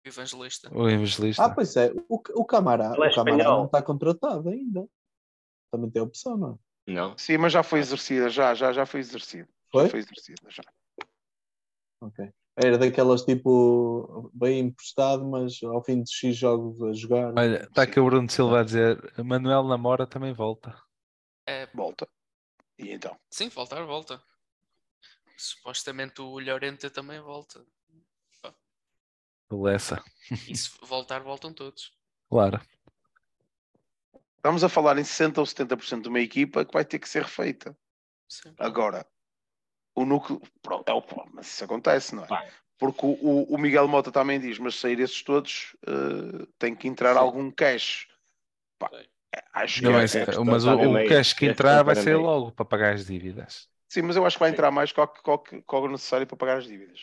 Evangelista. O Evangelista. Pois é. O Camará não está contratado ainda. também tem opção, não é? Não? Sim, mas já foi exercida, já foi exercido. Foi? Já foi exercida, já. Ok. Era daquelas tipo bem emprestado, mas ao fim de X jogos a jogar. Olha, está aqui o Bruno Silva a dizer: Manuel Namora também volta. Volta. E então? Sim, volta. Supostamente o Llorente também volta. Beleza. E se voltam todos. Claro. Estamos a falar em 60% ou 70% de uma equipa que vai ter que ser refeita. Sim. Agora, o núcleo, pronto, mas isso acontece, não é? Vai. Porque o Miguel Mota também diz, mas sair esses todos tem que entrar Sim. algum cash. Pá, Sim. acho que Não é, é, mas o cash que entrar vai ser logo para pagar as dívidas. sim, mas eu acho que vai Sim. entrar mais que o necessário para pagar as dívidas.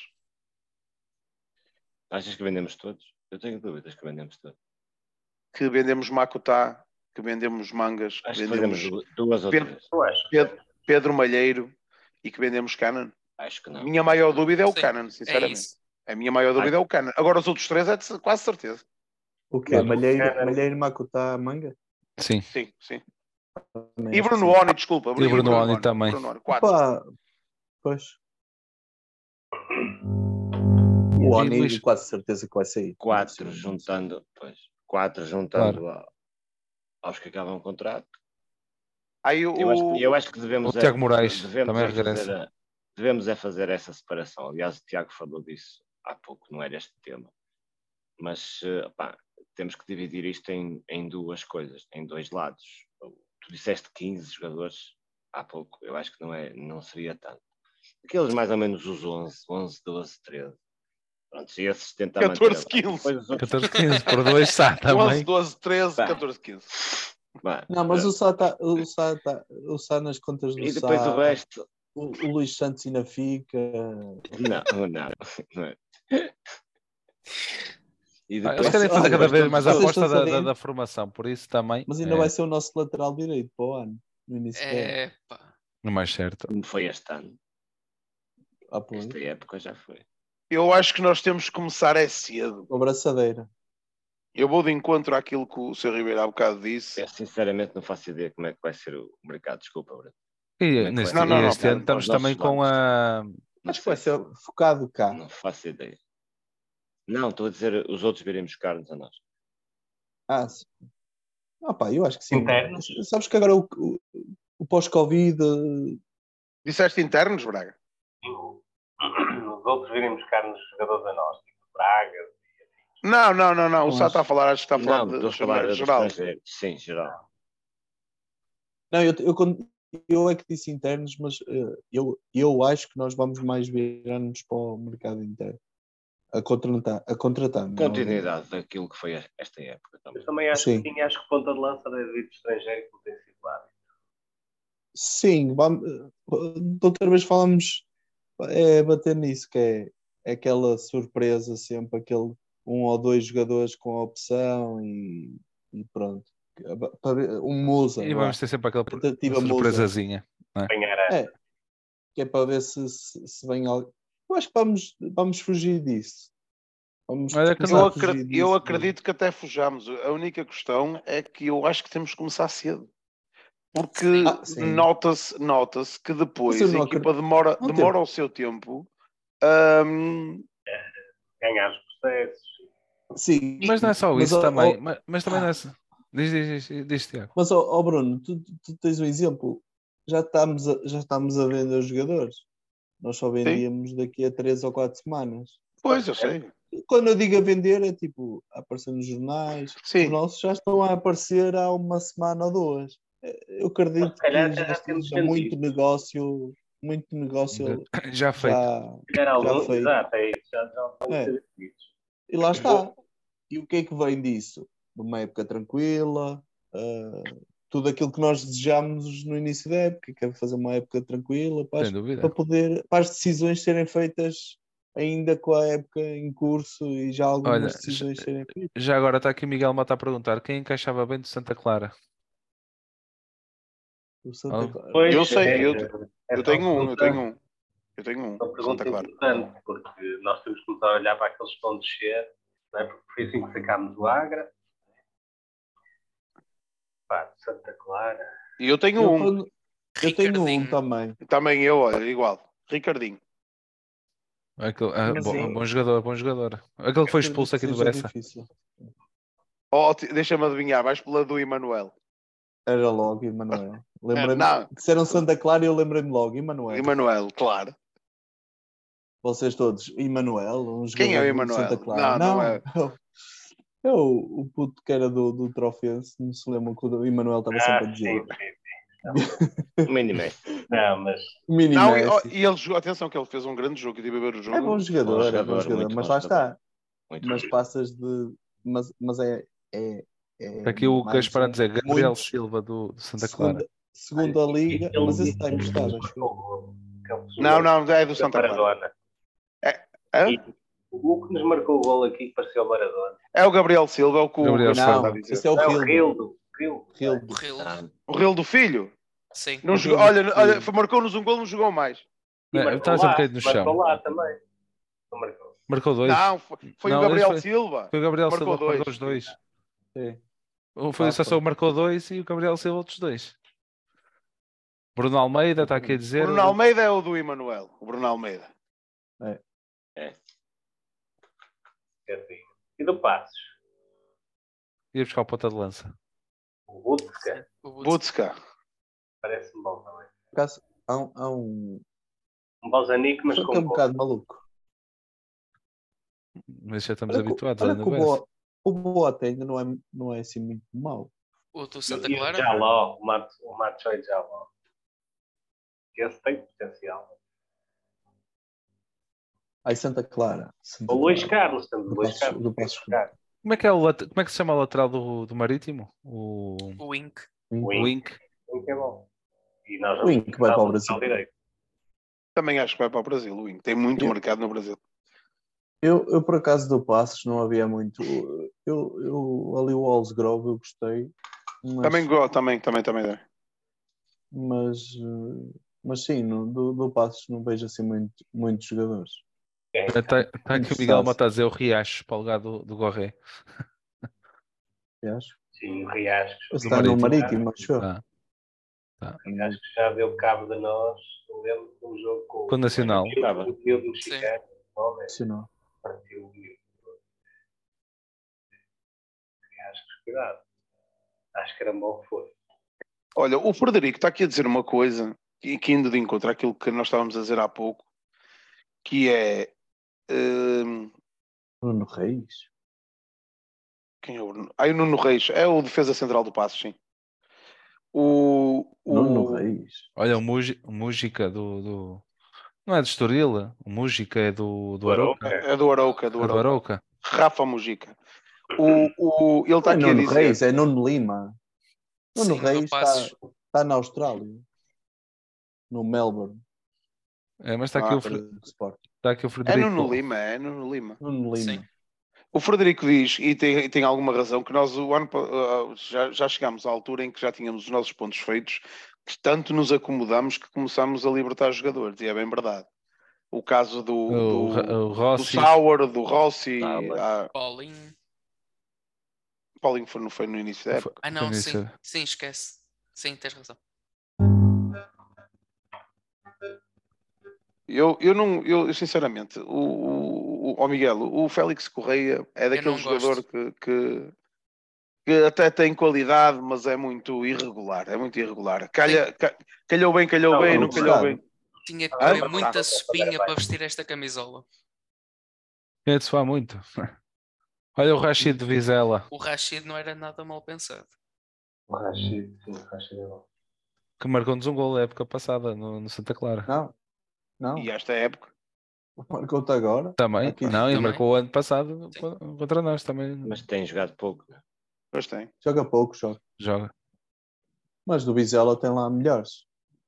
Achas que vendemos todos? Eu tenho dúvidas que vendemos todos. Que vendemos Makutá, que vendemos Mangas, que Acho que vendemos fazemos duas ou Pedro, três. Pedro Malheiro e que vendemos Canon. Acho que A não. minha maior dúvida é o Sim, Canon, é sinceramente. isso. A minha maior dúvida é o Canon. Agora os outros três é de quase certeza. O quê? Claro. Malheiro Makutá Manga? Sim. Sim, sim. Também E acho que Bruno sim. Oni, desculpa. E Bruno Oni também. Bruno Oni, 4. Opa, pois. O E Oni Luís? quase certeza que vai sair. Quatro Sim, juntando aos que acabam o contrato. Aí Eu acho que devemos O Tiago Moraes também fazer, regressa. devemos fazer essa separação. Aliás, o Tiago falou disso há pouco, não era este tema. Mas pá, temos que dividir isto em duas coisas, em dois lados. Tu disseste 15 jogadores há pouco, eu acho que não seria tanto. Aqueles mais ou menos os 11, 12, 13. Pronto, e esses tentam 14, manter. 15. Depois os outros... 14, 15 por 2 está 11, também. 12, 13, Pá. 14, 15. Bah, Não, mas o Sá nas contas do e depois Sá, o resto. o Luís Santos ainda fica. Não é. E Eles depois, querem fazer cada Olha, vez mais a vocês aposta estão da sabendo? formação, por isso também Mas ainda vai ser o nosso lateral direito para o ano, no início da época. Pá. o mais certo. como foi este ano, Pois. esta época já foi. Eu acho que nós temos que começar cedo. Com a braçadeira. Eu vou de encontro àquilo que o Sr. Ribeiro há bocado disse. Eu sinceramente não faço ideia como é que vai ser o mercado. Desculpa, Bruno. E, Como é que vai neste, ser? Não, e este ano estamos Aos nossos também com lados. a. Não Acho que vai sei. ser focado cá. Não faço ideia. Não, estou a dizer os outros virem buscar-nos a nós. Sim. Pá, eu acho que sim. Internos? Sabes que agora o pós-Covid. Disseste internos, Braga? Os outros virem buscar-nos jogadores a nós, tipo Braga. Não. O Sá está a falar, acho que está a falar Não, estou a falar de do geral. estrangeiro. Sim, geral. Não, eu é que disse internos, mas eu acho que nós vamos mais virar-nos para o mercado interno. A contratar. não. Continuidade daquilo que foi esta época também. Mas também acho Sim. que acho que ponta de lança deve vir de estrangeiro que não tem sido lá. Sim, vamos, da outra vez falamos bater nisso, que é aquela surpresa sempre, aquele um ou dois jogadores com a opção e pronto. Para ver, um Musa. E vamos ter sempre aquela Tentativa surpresazinha. Que é para ver se vem algo. Eu acho que vamos fugir disso. Olha que Eu acredito que até fujamos. A única questão é que eu acho que temos que começar cedo. Porque nota-se que depois a equipa demora o seu tempo. Ganhar os processos. Sim. Mas não é só isso também. Mas também não é. Diz, Tiago. Mas, Bruno, tu tens um exemplo. Já estamos a vender os jogadores. Nós só vendíamos daqui a 3 ou 4 semanas. Pois, eu sei. Quando eu digo a vender, é tipo, a aparecer nos jornais. Sim. Os nossos já estão a aparecer há uma semana ou duas. Eu acredito que já esteja muito negócio Já feito. Já feito. Exato, é isso. Já E lá está. E o que é que vem disso? Uma época tranquila, tudo aquilo que nós desejamos no início da época, que é fazer uma época tranquila para as decisões serem feitas ainda com a época em curso e já algumas decisões serem feitas. Já agora está aqui o Miguel Mota a perguntar quem encaixava bem do Santa Clara. O Santa Clara. Pois, eu sei, eu tenho um. Eu tenho um. Uma pergunta Santa Clara. importante, porque nós temos que começar a olhar para aqueles que vão descer, não é? Porque foi assim que sacámos o Agra. Pá, Santa Clara. E eu tenho um. Eu tenho um Ricardinho. também. Também eu, olha, igual. Ricardinho. Mas Bom, bom jogador, bom jogador. Aquele que foi expulso aqui no Seja Bessa. difícil. Deixa-me adivinhar, vais pela do Emanuel. Era logo, Emanuel. Lembrei-me. Não. Disseram Santa Clara e eu lembrei-me logo, Emanuel. Emanuel, claro. Vocês todos, Emanuel, um Quem é o jogador do Emanuel? Santa Clara. Não é. É o puto que era do Trofense, não se lembram que o Emanuel estava sempre a dizer. Mini Messi. Não, mas Mini Não, Messi. e ele jogou, atenção que ele fez um grande jogo, eu tive a ver o jogo. É bom jogador, é bom jogador, muito mas bom lá jogador. está. Muito Mas bom. passas de. Mas é Está aqui o mais Gaspar a dizer Gabriel muitos- Silva do Santa Clara. segunda liga, ele mas esse disse está que emprestado, nos acho eu. marcou o gol, aquele Não, jogador é do da Santa Clara. Maradona. Hã? E o que nos marcou o gol aqui pareceu o Maradona. É o Gabriel Silva, é o que o Gabriel Gaspar está a Não, dizer. esse é o Não, Rildo. Rildo. O Rildo. Rildo. O Real do Filho. Sim. Não O jogou, Rildo do olha, Filho. marcou-nos um gol, não jogou mais. E Está marcou a ser um lá, bocadinho no marcou chão. lá também. Não marcou. Marcou dois. Não, foi Não, o Gabriel esse Silva. Foi o Gabriel Marcou Silva que marcou dois. os dois. Sim. Foi o Sassou que marcou dois e o Gabriel Silva outros dois. Bruno Almeida está aqui a dizer. Bruno Almeida é o do Emanuel. O Bruno Almeida. E do Passos? Ia buscar o ponta de lança. O Butska. Butska. Parece-me bom também. Por acaso, há um. Um Bozanico, mas Só que é com um bocado maluco. Mas já estamos Olha que- habituados olha ali que no Bessa. o Boate ainda não é assim muito mau. O do Santa E o Clara. Jaló, o Machoy Jaló. Esse tem potencial. Aí Santa Clara. O Luís Carlos, temos o Do Luís Passos- Carlos. do Passos Carlos. Como é que se chama o lateral do Marítimo? O O Inc. Wink. Que é bom. E nós O Inc vai para o Brasil. direito. Também acho que vai para o Brasil. O Inter. Tem muito mercado no Brasil. Eu por acaso do Passos não havia muito. Eu ali o Allsgrove eu gostei. Também. Mas sim, do Passos não vejo assim muitos jogadores. Está aqui o Miguel Mota a dizer o Riacho para o lugar do Gorré. Acho. Sim, o Riascos. Esse está no Marítimo, acho eu. Tá. Acho que já deu cabo de nós. Eu lembro de um jogo Com o Nacional. O tio do Chicago. Se não. Partiu o Riascos, cuidado. Acho que era um bom foi. Olha, o Frederico está aqui a dizer uma coisa que indo de encontro àquilo que nós estávamos a dizer há pouco, que é Bruno Reis. quem é o Bruno? O Nuno Reis, é o defesa central do Passos, sim. Nuno Reis. Olha, o Mújica do. Não é de Estoril, o Mújica é do Arouca. É do Arouca. É do Arouca. Rafa Mujica. Ele está aqui a Nuno dizer. Reis, é Nuno Lima. Nuno Sim, Reis do Passos. está na Austrália. No Melbourne. É, mas está aqui, está aqui o É Frederico. Nuno Lima. Nuno Lima. Sim. O Frederico diz, e tem alguma razão, que nós já chegámos à altura em que já tínhamos os nossos pontos feitos, que tanto nos acomodamos que começámos a libertar jogadores, e é bem verdade. O caso do Rossi. Sauer, do Rossi, Paulinho. Paulinho não foi no início da época. Ah, não, Foi sim. nisso. Sim, esquece. Sim, tens razão. Eu sinceramente, o Miguel, o Félix Correia é daquele jogador que até tem qualidade, mas é muito irregular. Calhou bem, não calhou bem. Tinha que ter muita espinha para vestir esta camisola. É de soar muito. Olha o Rashid de Vizela. O Rashid não era nada mal pensado. O Rashid, sim, o Rashid é bom. Que marcou-nos um gol na época passada no Santa Clara. Não. E esta época? Marcou-te agora? Também. Aqui. Não, e Também. marcou o ano passado contra nós também. Mas tem jogado pouco. Pois tem. Joga pouco. Joga. Mas do Vizela tem lá melhores.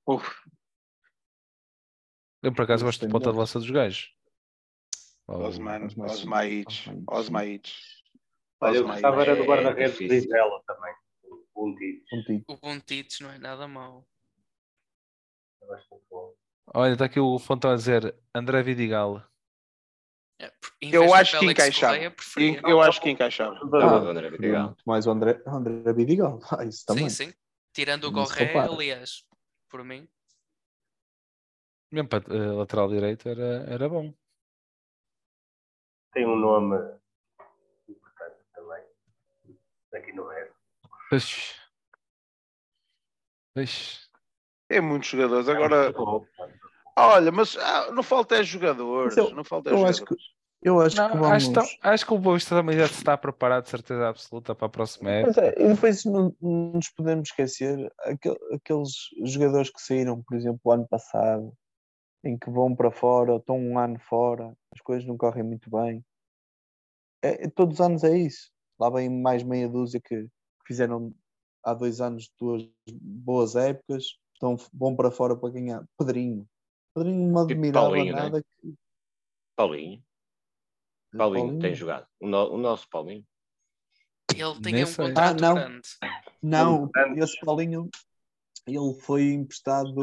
Eu por acaso Isso gosto de tem ponta de melhores. lança dos gajos. Osmaic. Olha, eu gostava era do guarda-redes de difícil. Vizela também. O Untides. Contigo. O Buntites não é nada mau. É bastante bom. Olha, está aqui o Fontão a dizer André Vidigal. Em Eu vez do acho que Félix encaixava. Correia, preferia. Eu acho que encaixava. O André Vidigal. Mais o André Vidigal. Isso também. Sim. Tirando o Não se Gorré, compara. aliás, por mim. Mesmo para lateral direito era bom. Tem um nome importante também. Aqui no resto. Pois. Pois. É muitos jogadores. Agora, olha, mas não falta é jogadores. Mas Não falta é eu acho que, jogadores. eu acho Não, que vamos. acho que o Boa Vista também já se está preparado, de certeza absoluta, para a próxima Pois época. é, e depois não nos podemos esquecer aqueles jogadores que saíram, por exemplo, o ano passado, em que vão para fora, estão um ano fora, as coisas não correm muito bem. Todos os anos é isso. Lá vem mais meia dúzia que fizeram há 2 anos 2 boas épocas, vão para fora para ganhar. Pedrinho não admirava Paulinho, nada. né? Paulinho tem jogado. O nosso Paulinho. Ele Nem tem um sei. contrato não. grande. Não, esse Paulinho, ele foi emprestado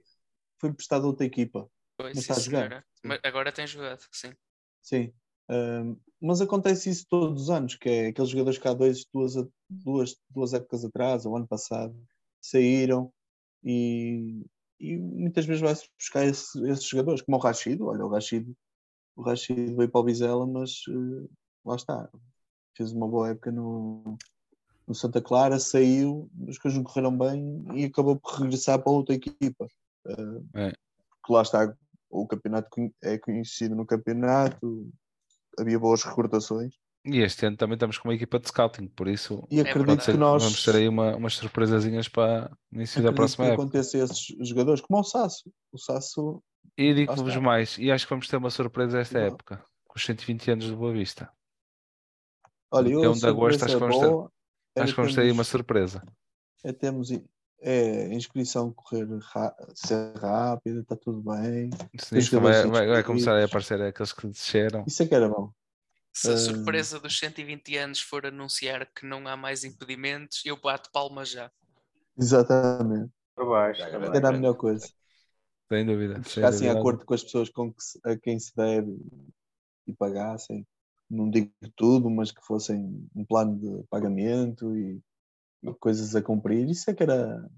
a outra equipa. Pois, Mas sim, está a jogar. senhora. Mas agora tem jogado, sim. Sim. Mas acontece isso todos os anos, que é aqueles jogadores que há duas épocas atrás, ou ano passado, saíram e muitas vezes vai-se buscar esses jogadores, como o Rashid. Olha, o Rashid veio para o Vizela, mas lá está. Fez uma boa época no Santa Clara, saiu, as coisas não correram bem e acabou por regressar para outra equipa. É. Porque lá está, o campeonato é conhecido no campeonato, havia boas recordações. E este ano também estamos com uma equipa de scouting, por isso E pode acredito ser que que nós vamos ter aí umas surpresazinhas para o início da acredito próxima que época. aconteça a esses jogadores, como o Sasso. O Sasso, E lá digo-vos está. mais, e acho que vamos ter uma surpresa esta Igual. época, com os 120 anos do Boa Vista. Olha, No dia a 1 de agosto acho surpresa que vamos ter, boa acho era que vamos ter aí uma surpresa. temos a inscrição ser rápida, está tudo bem. Sim, Os isto jogadores vai começar a inscritos. aparecer aqueles que desceram. Isso é que era bom. Se a surpresa dos 120 anos for anunciar que não há mais impedimentos, eu bato palma já. Exatamente. Para baixo. Era a melhor coisa. Sem dúvida. Que Sem ficassem dúvida. de acordo com as pessoas a quem se deve e pagassem. Não digo tudo, mas que fossem um plano de pagamento e coisas a cumprir. Isso é que era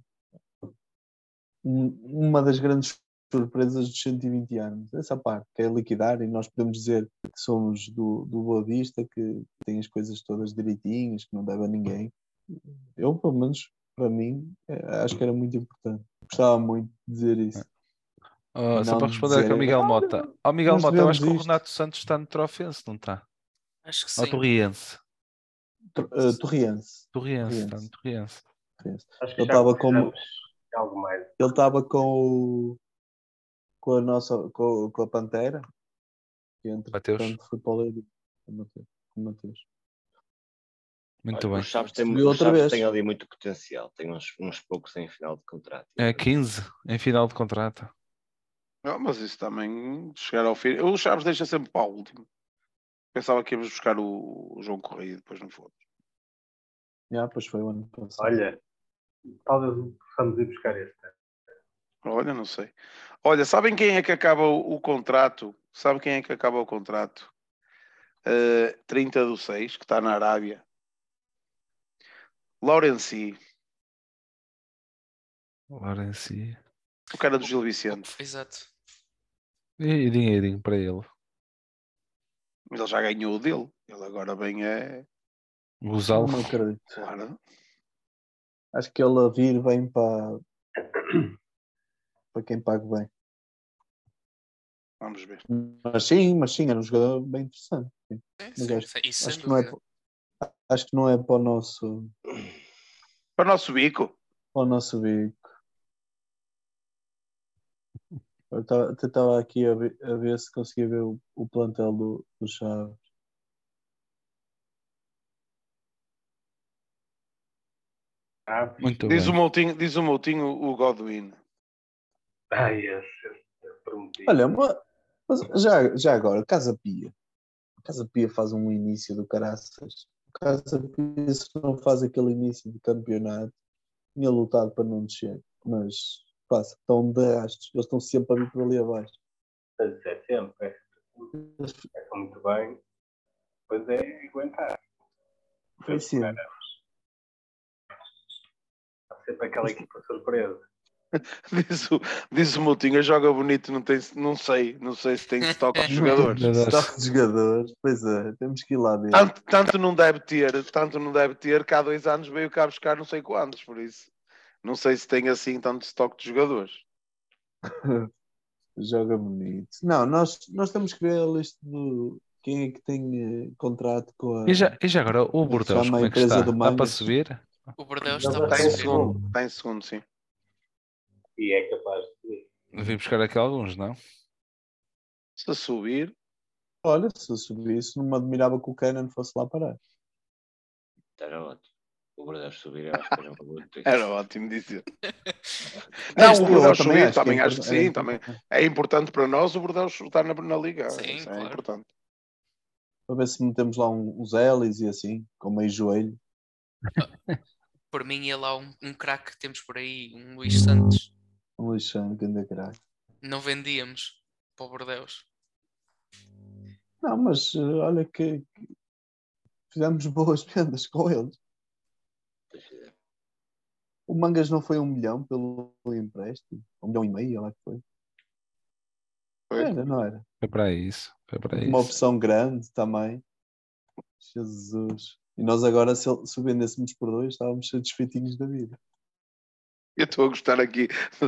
uma das grandes surpresas dos 120 anos. Essa parte, que é liquidar, e nós podemos dizer que somos do Boa Vista, que tem as coisas todas direitinhas, que não deve a ninguém. Eu, pelo menos, para mim, acho que era muito importante. Gostava muito de dizer isso. Só para Não responder aqui ao dizer, Miguel Mota. Ao Miguel nós Mota, eu acho devemos que o isto. Renato Santos está no Trofense, não está? Acho que Ou sim. Torriense. Torriense. Torriense, está no Torriense. Acho que Ele já estava conversamos algo mais. Ele estava com a Pantera, que Mateus. entretanto foi para o Leiria, com o Mateus. Muito bem. O Chaves tem ali muito potencial. Tem uns poucos em final de contrato. É 15 em final de contrato. Não, mas isso também, chegar ao fim. O Chaves deixa sempre para o último. Pensava que íamos buscar o João Correia, depois não foi. Pois foi o ano passado. Olha, talvez possamos ir buscar este. Olha, não sei. Olha, sabem quem é que acaba o contrato? Sabe quem é que acaba o contrato? 30/6, que está na Arábia. Laurenci, Laurenci. o cara do Gil Vicente. Exato. E dinheirinho para ele. Mas ele já ganhou o dele. Ele agora vem Gozá-lo. Não acredito. Claro. Acho que ele a vir vem para quem paga bem. Vamos ver. Mas sim, era um jogador bem interessante. Sim. Mas Isso acho sem que não é dúvida. acho que não é para o nosso Para o nosso bico. bico. Eu estava aqui a ver se conseguia ver o plantel do Chaves. Muito Diz bem. diz o Moutinho o Godwin. Esse prometi. Olha, mas já agora, Casa Pia. Casa Pia faz um início do caraças. Casa Pia, se não faz aquele início de campeonato, tinha lutado para não descer. Mas estão de rastros. Eles estão sempre a vir por ali abaixo. Mas é sempre. É muito bem. Pois é, aguentar. Foi sempre. sempre aquela equipa surpresa. Diz o Moutinho, joga bonito, não sei se tem estoque de jogadores. Estoque de jogadores, pois é, temos que ir lá ver. Tanto não deve ter, que há 2 anos veio cá buscar não sei quantos, por isso. Não sei se tem assim tanto estoque de jogadores. Joga bonito. Não, nós temos que ver a lista do quem é que tem contrato com a. E já agora, o Bordeaux, chama a como é que empresa está? do Dá para Mangas. subir? O Bordeaux Já está vai para Está em ser subir. segundo. Está em segundo, sim. E é capaz de. Vim buscar aqui alguns, não? Se subir, Olha, se eu subisse, não me admirava que o Cannon fosse lá parar. Era ótimo. O Bordeaux subir, eu acho que era uma boa notícia. era ótimo dizer. Não, o Eu Bordeaux também subir, acho que também é acho que sim. importante. Também é importante para nós o Bordeaux estar na Liga. Sim, Isso é claro. importante. Para ver se metemos lá uns Elis e assim, com meio joelho. Por mim ia lá um craque que temos por aí, um Luís Santos. Um lixão, que ainda caralho. Não vendíamos para o Bordeaux. Não, mas olha que fizemos boas vendas com eles. O Mangas não foi 1 milhão pelo empréstimo? 1,5 milhão, lá que foi. Foi. Era, não era? Foi para isso. Foi para Uma isso. opção grande também. Jesus. E nós agora, se vendêssemos por 2, estávamos satisfeitinhos da vida. Eu estou a gostar aqui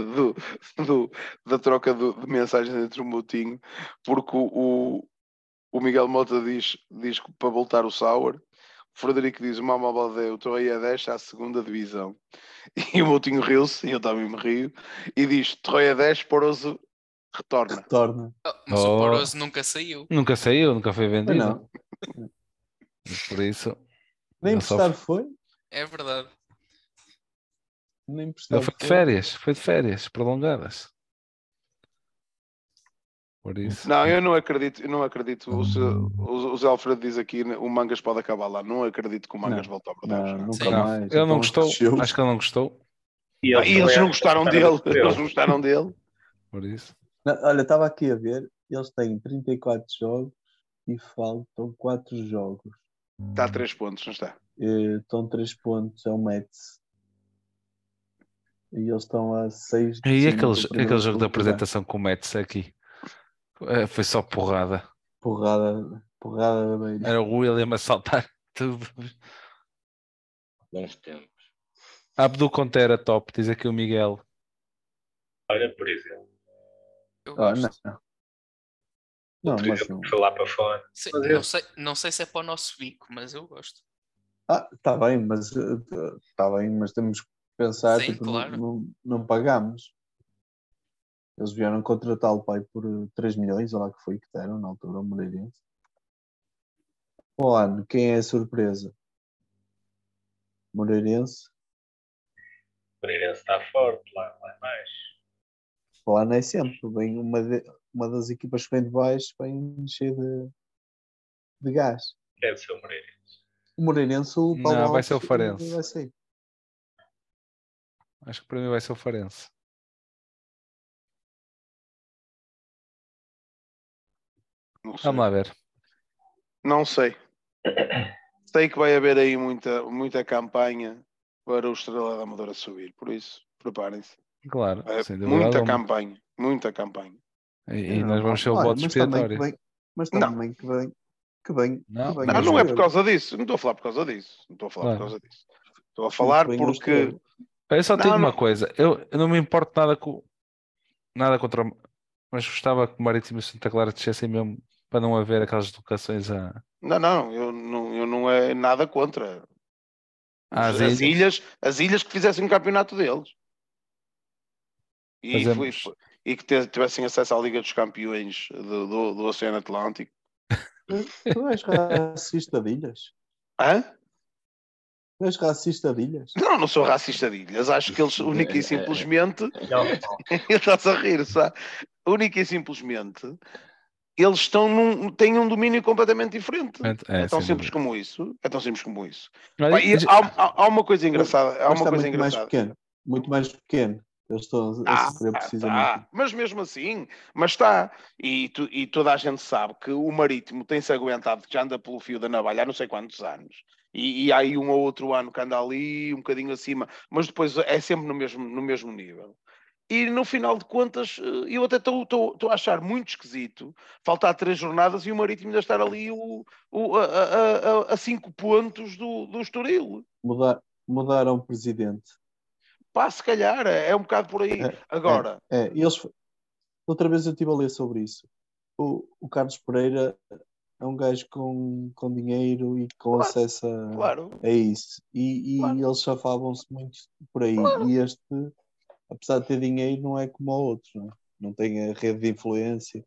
da troca de mensagens entre o Moutinho, porque o Miguel Mota diz que para voltar o Sauer, o Frederico diz o Mama Baldeu, estou aí a 10 à segunda divisão. E o Moutinho riu-se, e eu também me rio, e diz: Torrei a 10, Poroso retorna. Retorna. Mas o Poroso nunca saiu. Nunca saiu, nunca foi Mas vendido. não. Por isso. Nem ele só emprestado foi. É verdade. Nem Ele emprestado foi de férias prolongadas. Por isso. Não, eu não acredito. O Zé Alfredo diz aqui: o Mangas pode acabar lá. Não acredito que o Mangas volte ao Bordeaux. Não, nunca Sim. mais. Ele não Então, gostou. desceu. Acho que ele não gostou. E eles não gostaram dele. Eles não gostaram dele. Por isso. Não, olha, estava aqui a ver. Eles têm 34 jogos e faltam 4 jogos. Está a 3 pontos, não está? Estão 3 pontos, é o Mets. E eles estão a 6 de E cima aquele do jogo primeiro de lugar. apresentação com o Mets aqui? Foi só porrada. Porrada da beira. Era o William a saltar tudo. Bons tempos. Abdul Conte era top, diz aqui o Miguel. Olha, por exemplo. Eu Ah, gosto. não, Por mas exemplo, não. foi lá para fora. Sim, Mas não sei se é para o nosso bico, mas eu gosto. Está bem, mas temos que pensar, Sim, tipo, claro. não pagamos. Eles vieram contratá-lo pai, por 3 milhões, olha lá que foi que deram na altura, o Moreirense. O ano, quem é a surpresa? Moreirense. o Moreirense está forte lá mais. O ano é sempre, vem uma das equipas que vem de baixo, vem cheio de gás. Deve ser o Moreirense. O Moreirense, o Paulo Não, vai Alves, ser o Farense. vai sair. Acho que para mim vai ser o Farense. Não sei. Vamos lá ver. Não sei. Sei que vai haver aí muita campanha para o Estrela da Amadora subir. Por isso, preparem-se. Claro, É sem dúvida muita alguma. campanha. Muita campanha. E nós vamos ser o Olha, bode expiatório. mas também que vem. Não, que vem mas Não, o não é por Estrela. causa disso. Não estou a falar por causa disso. Não estou a falar Claro. por causa disso. Estou a falar Que vem o porque. Estrela. Eu só Não, digo uma não. coisa. Eu não me importo nada contra. Mas gostava que o Marítimo e Santa Clara descessem mesmo para não haver aquelas deslocações Não, eu não é nada contra. às As ilhas. ilhas que fizessem um campeonato deles. E, Fazemos. e que tivessem acesso à Liga dos Campeões do Oceano Atlântico. Tu és racista de ilhas? Hã? Tu és racista de ilhas? Não sou racista de ilhas. Acho que eles única e simplesmente. Estás a rir, sabe? Única e simplesmente. Eles têm um domínio completamente diferente. É, É tão sem simples dúvida. como isso. É tão simples como isso. Olha, Pá, e há uma coisa engraçada. Há Mas uma está coisa muito mais engraçada. pequeno. Muito mais pequeno. Eles estão a sofrer precisamente. Mas mesmo assim, mas está. E toda a gente sabe que o Marítimo tem-se aguentado, que já anda pelo fio da navalha há não sei quantos anos. E há aí um ou outro ano que anda ali, um bocadinho acima, mas depois é sempre no mesmo nível. E no final de contas, eu até estou a achar muito esquisito faltar 3 jornadas e o Marítimo ainda estar ali a 5 pontos do Estoril. Mudaram o presidente. Pá, se calhar, é um bocado por aí. Agora, outra vez eu estive a ler sobre isso. O Carlos Pereira é um gajo com dinheiro e com Claro, acesso claro. a isso. E Claro. eles chafavam-se muito por aí. Claro. E este, apesar de ter dinheiro, não é como o outro. Não tem a rede de influência.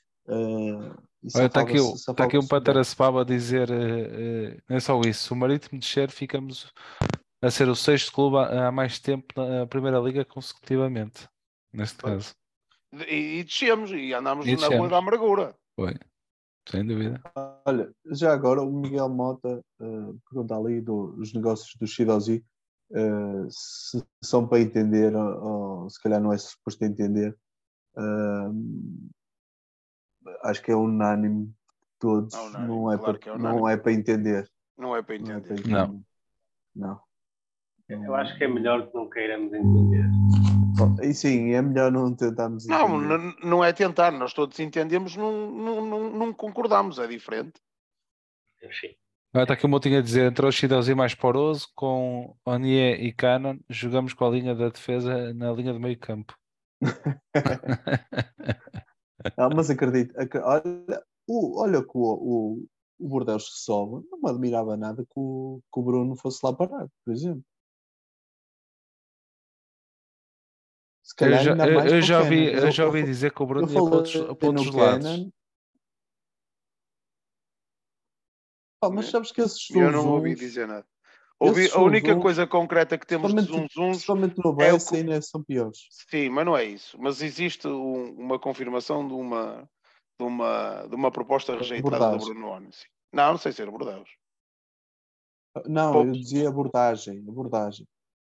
Está aqui um Pataracebaba a dizer, não é só isso, se o Marítimo descer, ficamos a ser o 6º clube há mais tempo na Primeira Liga consecutivamente, neste caso. E descemos, e andamos E na rua descemos. da amargura. Foi, sem dúvida. Olha, já agora o Miguel Mota pergunta ali dos negócios do Shidozi, se são para entender ou se calhar não é suposto entender. Acho que é unânime todos, não é para entender. Não é para entender. Não. Eu acho que é melhor que não queiramos entender. E sim, é melhor não tentarmos entender. Não é tentar, nós todos entendemos, não concordamos, é diferente. Enfim. Está aqui o Moutinho a dizer, entre o Shidozi mais poroso, com Onier e Cannon, jogamos com a linha da defesa na linha do meio campo. Mas acredito, olha que o Bordeaux que sobe, não me admirava nada que o Bruno fosse lá parar, por exemplo. Se calhar ainda mais eu já ouvi dizer que o Bruno ia para outros lados. Mas sabes que esses eu não ouvi dizer nada. A única coisa concreta que temos de zunzuns, principalmente no Bessa, ainda são piores. Sim, mas não é isso. Mas existe uma confirmação de uma proposta rejeitada do Bruno Onis. Não sei ser Bordeaux. Não, eu dizia abordagem. Abordagem?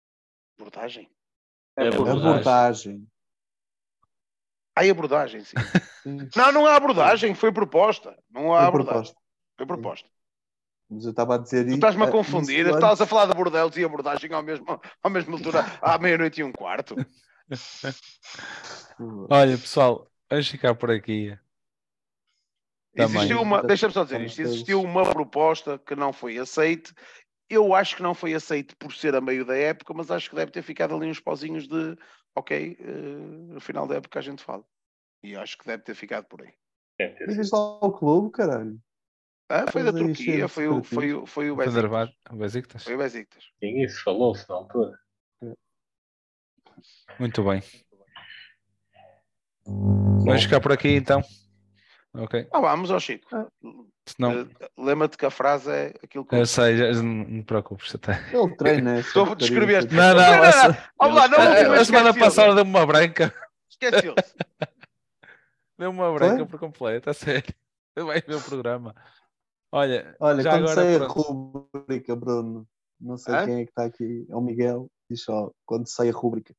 Abordagem. Abordagem, sim. Não há abordagem, foi proposta. Não há abordagem. Foi proposta. Mas eu estava a dizer isso. Tu estás-me a confundir. Estavas a falar de Bordeaux e abordagem ao mesmo altura, à 00:15. Olha, pessoal, vamos ficar por aqui. Deixa-me só dizer isto. Existiu uma proposta que não foi aceite. Eu acho que não foi aceite por ser a meio da época, mas acho que deve ter ficado ali uns pauzinhos de no final da época a gente fala. E acho que deve ter ficado por aí. E diz lá ao clube, caralho. Foi da Turquia, foi o Besiktas. Foi o Besiktas. Sim, isso falou-se na altura. Muito bem. Vamos ficar por aqui então. Ok. Vamos ao Chico. Senão... Lembra-te que a frase é aquilo que... Eu sei, não me preocupes. Ele treina. Estou a descrever. A semana passada deu-me uma branca. Esqueceu-se. Deu-me uma branca por completo, a sério. Vai ver o programa. Olha já quando agora sai a rubrica, Bruno, não sei quem é que está aqui, é o Miguel, diz só, quando sai a rubrica.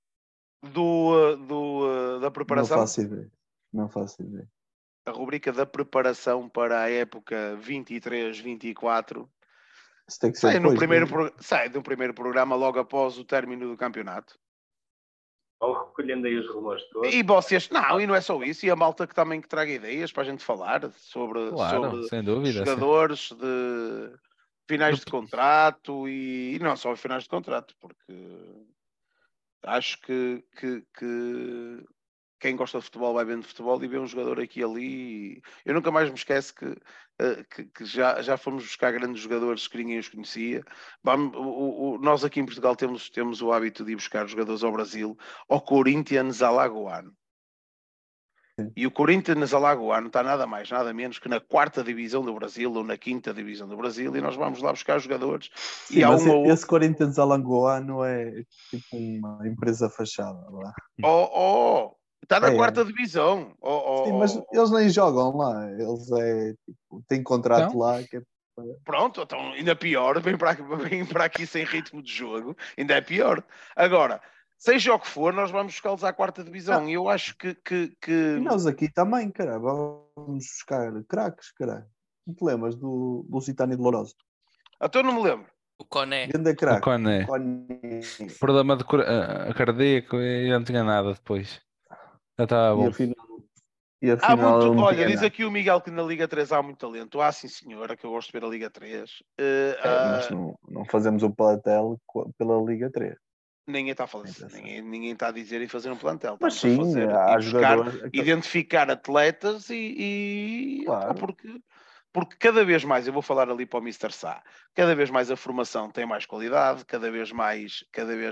Da preparação? Não faço ideia. A rubrica da preparação para a época 23-24 sai no primeiro programa logo após o término do campeonato. Ou recolhendo aí os rumores todos. E vocês, e não é só isso, e a malta que também traga ideias para a gente falar sobre sem dúvida, jogadores, de finais de contrato e não só finais de contrato, porque acho que quem gosta de futebol vai vendo futebol e vê um jogador aqui e ali. Eu nunca mais me esqueço que já fomos buscar grandes jogadores que ninguém os conhecia. Nós aqui em Portugal temos o hábito de ir buscar jogadores ao Brasil, ao Corinthians Alagoano. E o Corinthians Alagoano está nada mais, nada menos que na 4ª divisão do Brasil ou na 5ª divisão do Brasil, e nós vamos lá buscar jogadores. Sim, mas esse Corinthians Alagoano é tipo uma empresa fachada lá. Está na 4ª divisão. Sim, mas eles nem jogam lá. Eles têm contrato lá. Que é... Pronto, então ainda pior. Vem para aqui sem ritmo de jogo. Ainda é pior. Agora, seja o que for, nós vamos buscá-los à 4ª divisão. E eu acho que... E nós aqui também, caramba. Vamos buscar craques, caralho. Não te lembras do Lusitano de Lourosa? Até eu não me lembro. O Coné. Ganda O craque. Coné. Problema de cardíaco e não tinha nada depois. Já estava E bom. afinal ele não Olha, tinha diz nada. aqui o Miguel que na Liga 3 há muito talento. Sim senhora, que eu gosto de ver a Liga 3. Mas não fazemos o plantel pela Liga 3. Ninguém está a falar, ninguém está a dizer em fazer um plantel. Mas Estamos sim, a fazer há e buscar, jogadores. identificar atletas Claro. porque cada vez mais, eu vou falar ali para o Mr. Sá, cada vez mais a formação tem mais qualidade, cada vez mais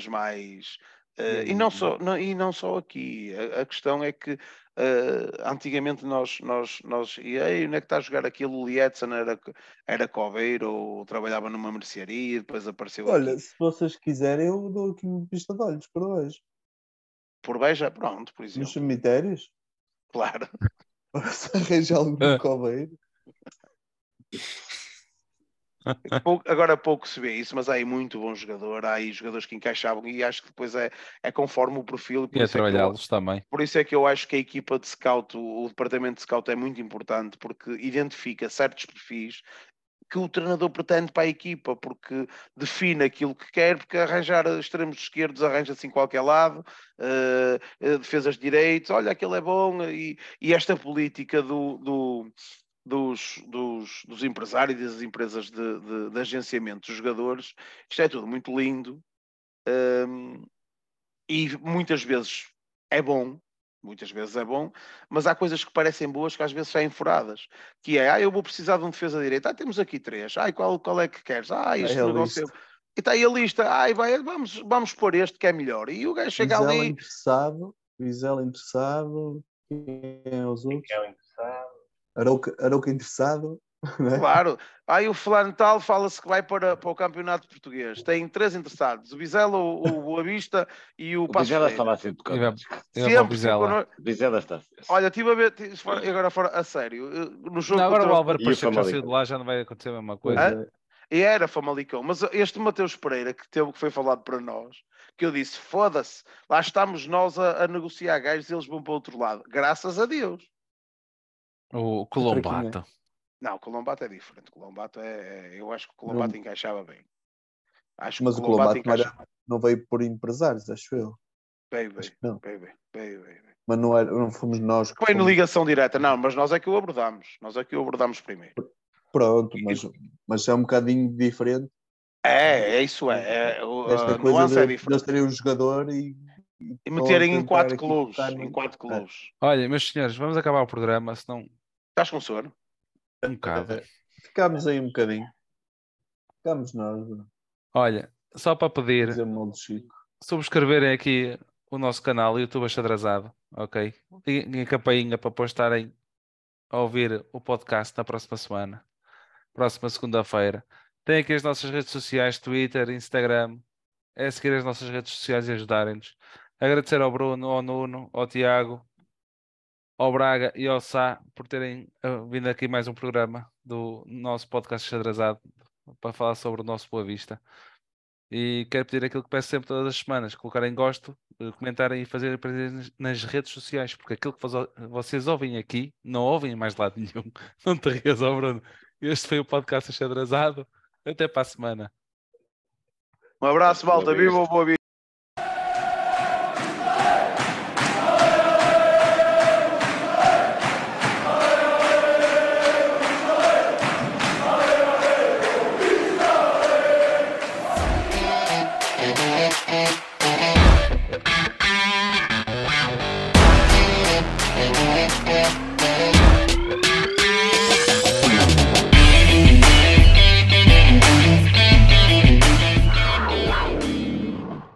e não só aqui. A questão é que antigamente nós e aí, onde é que está a jogar aquilo? O Lietzen era coveiro ou trabalhava numa mercearia e depois apareceu Olha, aqui. se vocês quiserem, eu dou aqui uma pista de olhos por hoje. Por Beja, pronto, por Nos exemplo. cemitérios, Claro. para se arranjar algum coveiro. Agora pouco se vê isso, mas há aí muito bom jogador, há aí jogadores que encaixavam e acho que depois é conforme o perfil e E a trabalhá-los também. por isso é que eu acho que a equipa de scout, o departamento de scout é muito importante porque identifica certos perfis que o treinador pretende para a equipa, porque define aquilo que quer, porque arranjar extremos esquerdos arranja-se em qualquer lado, defesas de direitos, olha, aquele é bom, e esta política dos empresários e das empresas de agenciamento dos jogadores, isto é tudo muito lindo, e muitas vezes é bom, mas há coisas que parecem boas que às vezes saem furadas, que é, eu vou precisar de um defesa direita, temos aqui 3, qual é que queres? Este negócio é... E está aí a lista, vamos pôr este que é melhor, e o gajo chega ali... Vizela interessado, quem é os outros? Quem é o interessado? Arouca interessado. Claro, o fulano tal fala-se que vai para o campeonato português. Tem 3 interessados: o Vizela, o Boa Vista e o Passos Vizela Ferreira. estava sempre connosco. Vizela está. Olha, estive a ver, agora fora, a sério, no jogo agora o Álvaro E o Pacheco já Famalicão. saiu de lá, já não vai acontecer a mesma coisa. E era Famalicão, mas este Mateus Pereira que foi falado para nós, que eu disse, foda-se, lá estamos nós a negociar gajos e eles vão para o outro lado. Graças a Deus. O Colombato. Não, o Colombato é diferente. O Colombato eu acho que o Colombato encaixava bem. Mas o Colombato não veio por empresários, acho eu. Veio. Mas não fomos nós que foi na ligação direta, não, mas nós é que o abordámos primeiro. Pronto, mas é um bocadinho diferente. Isso é. Esta coisa é diferente. Eles terem um jogador e meterem em 4 clubes. Olha, meus senhores, vamos acabar o programa, senão... Estás com sono? Um bocado. Ficámos aí um bocadinho. Ficámos nós. Olha, só para pedir subscreverem aqui o nosso canal YouTube Achadrazado, ok? E a campainha para depois estarem a ouvir o podcast na próxima semana, próxima segunda-feira. Tem aqui as nossas redes sociais, Twitter, Instagram. É seguir as nossas redes sociais e ajudarem-nos. Agradecer ao Bruno, ao Nuno, ao Tiago, ao Braga e ao Sá por terem vindo aqui mais um programa do nosso podcast Achadrazado para falar sobre o nosso Boa Vista. E quero pedir aquilo que peço sempre todas as semanas: colocarem gosto, comentarem e fazerem nas redes sociais, porque aquilo que vocês ouvem aqui não ouvem em mais lado nenhum. Não te rias, Bruno. Este foi o podcast Achadrazado. Até para a semana. Um abraço, malta. Viva o Boa Vista.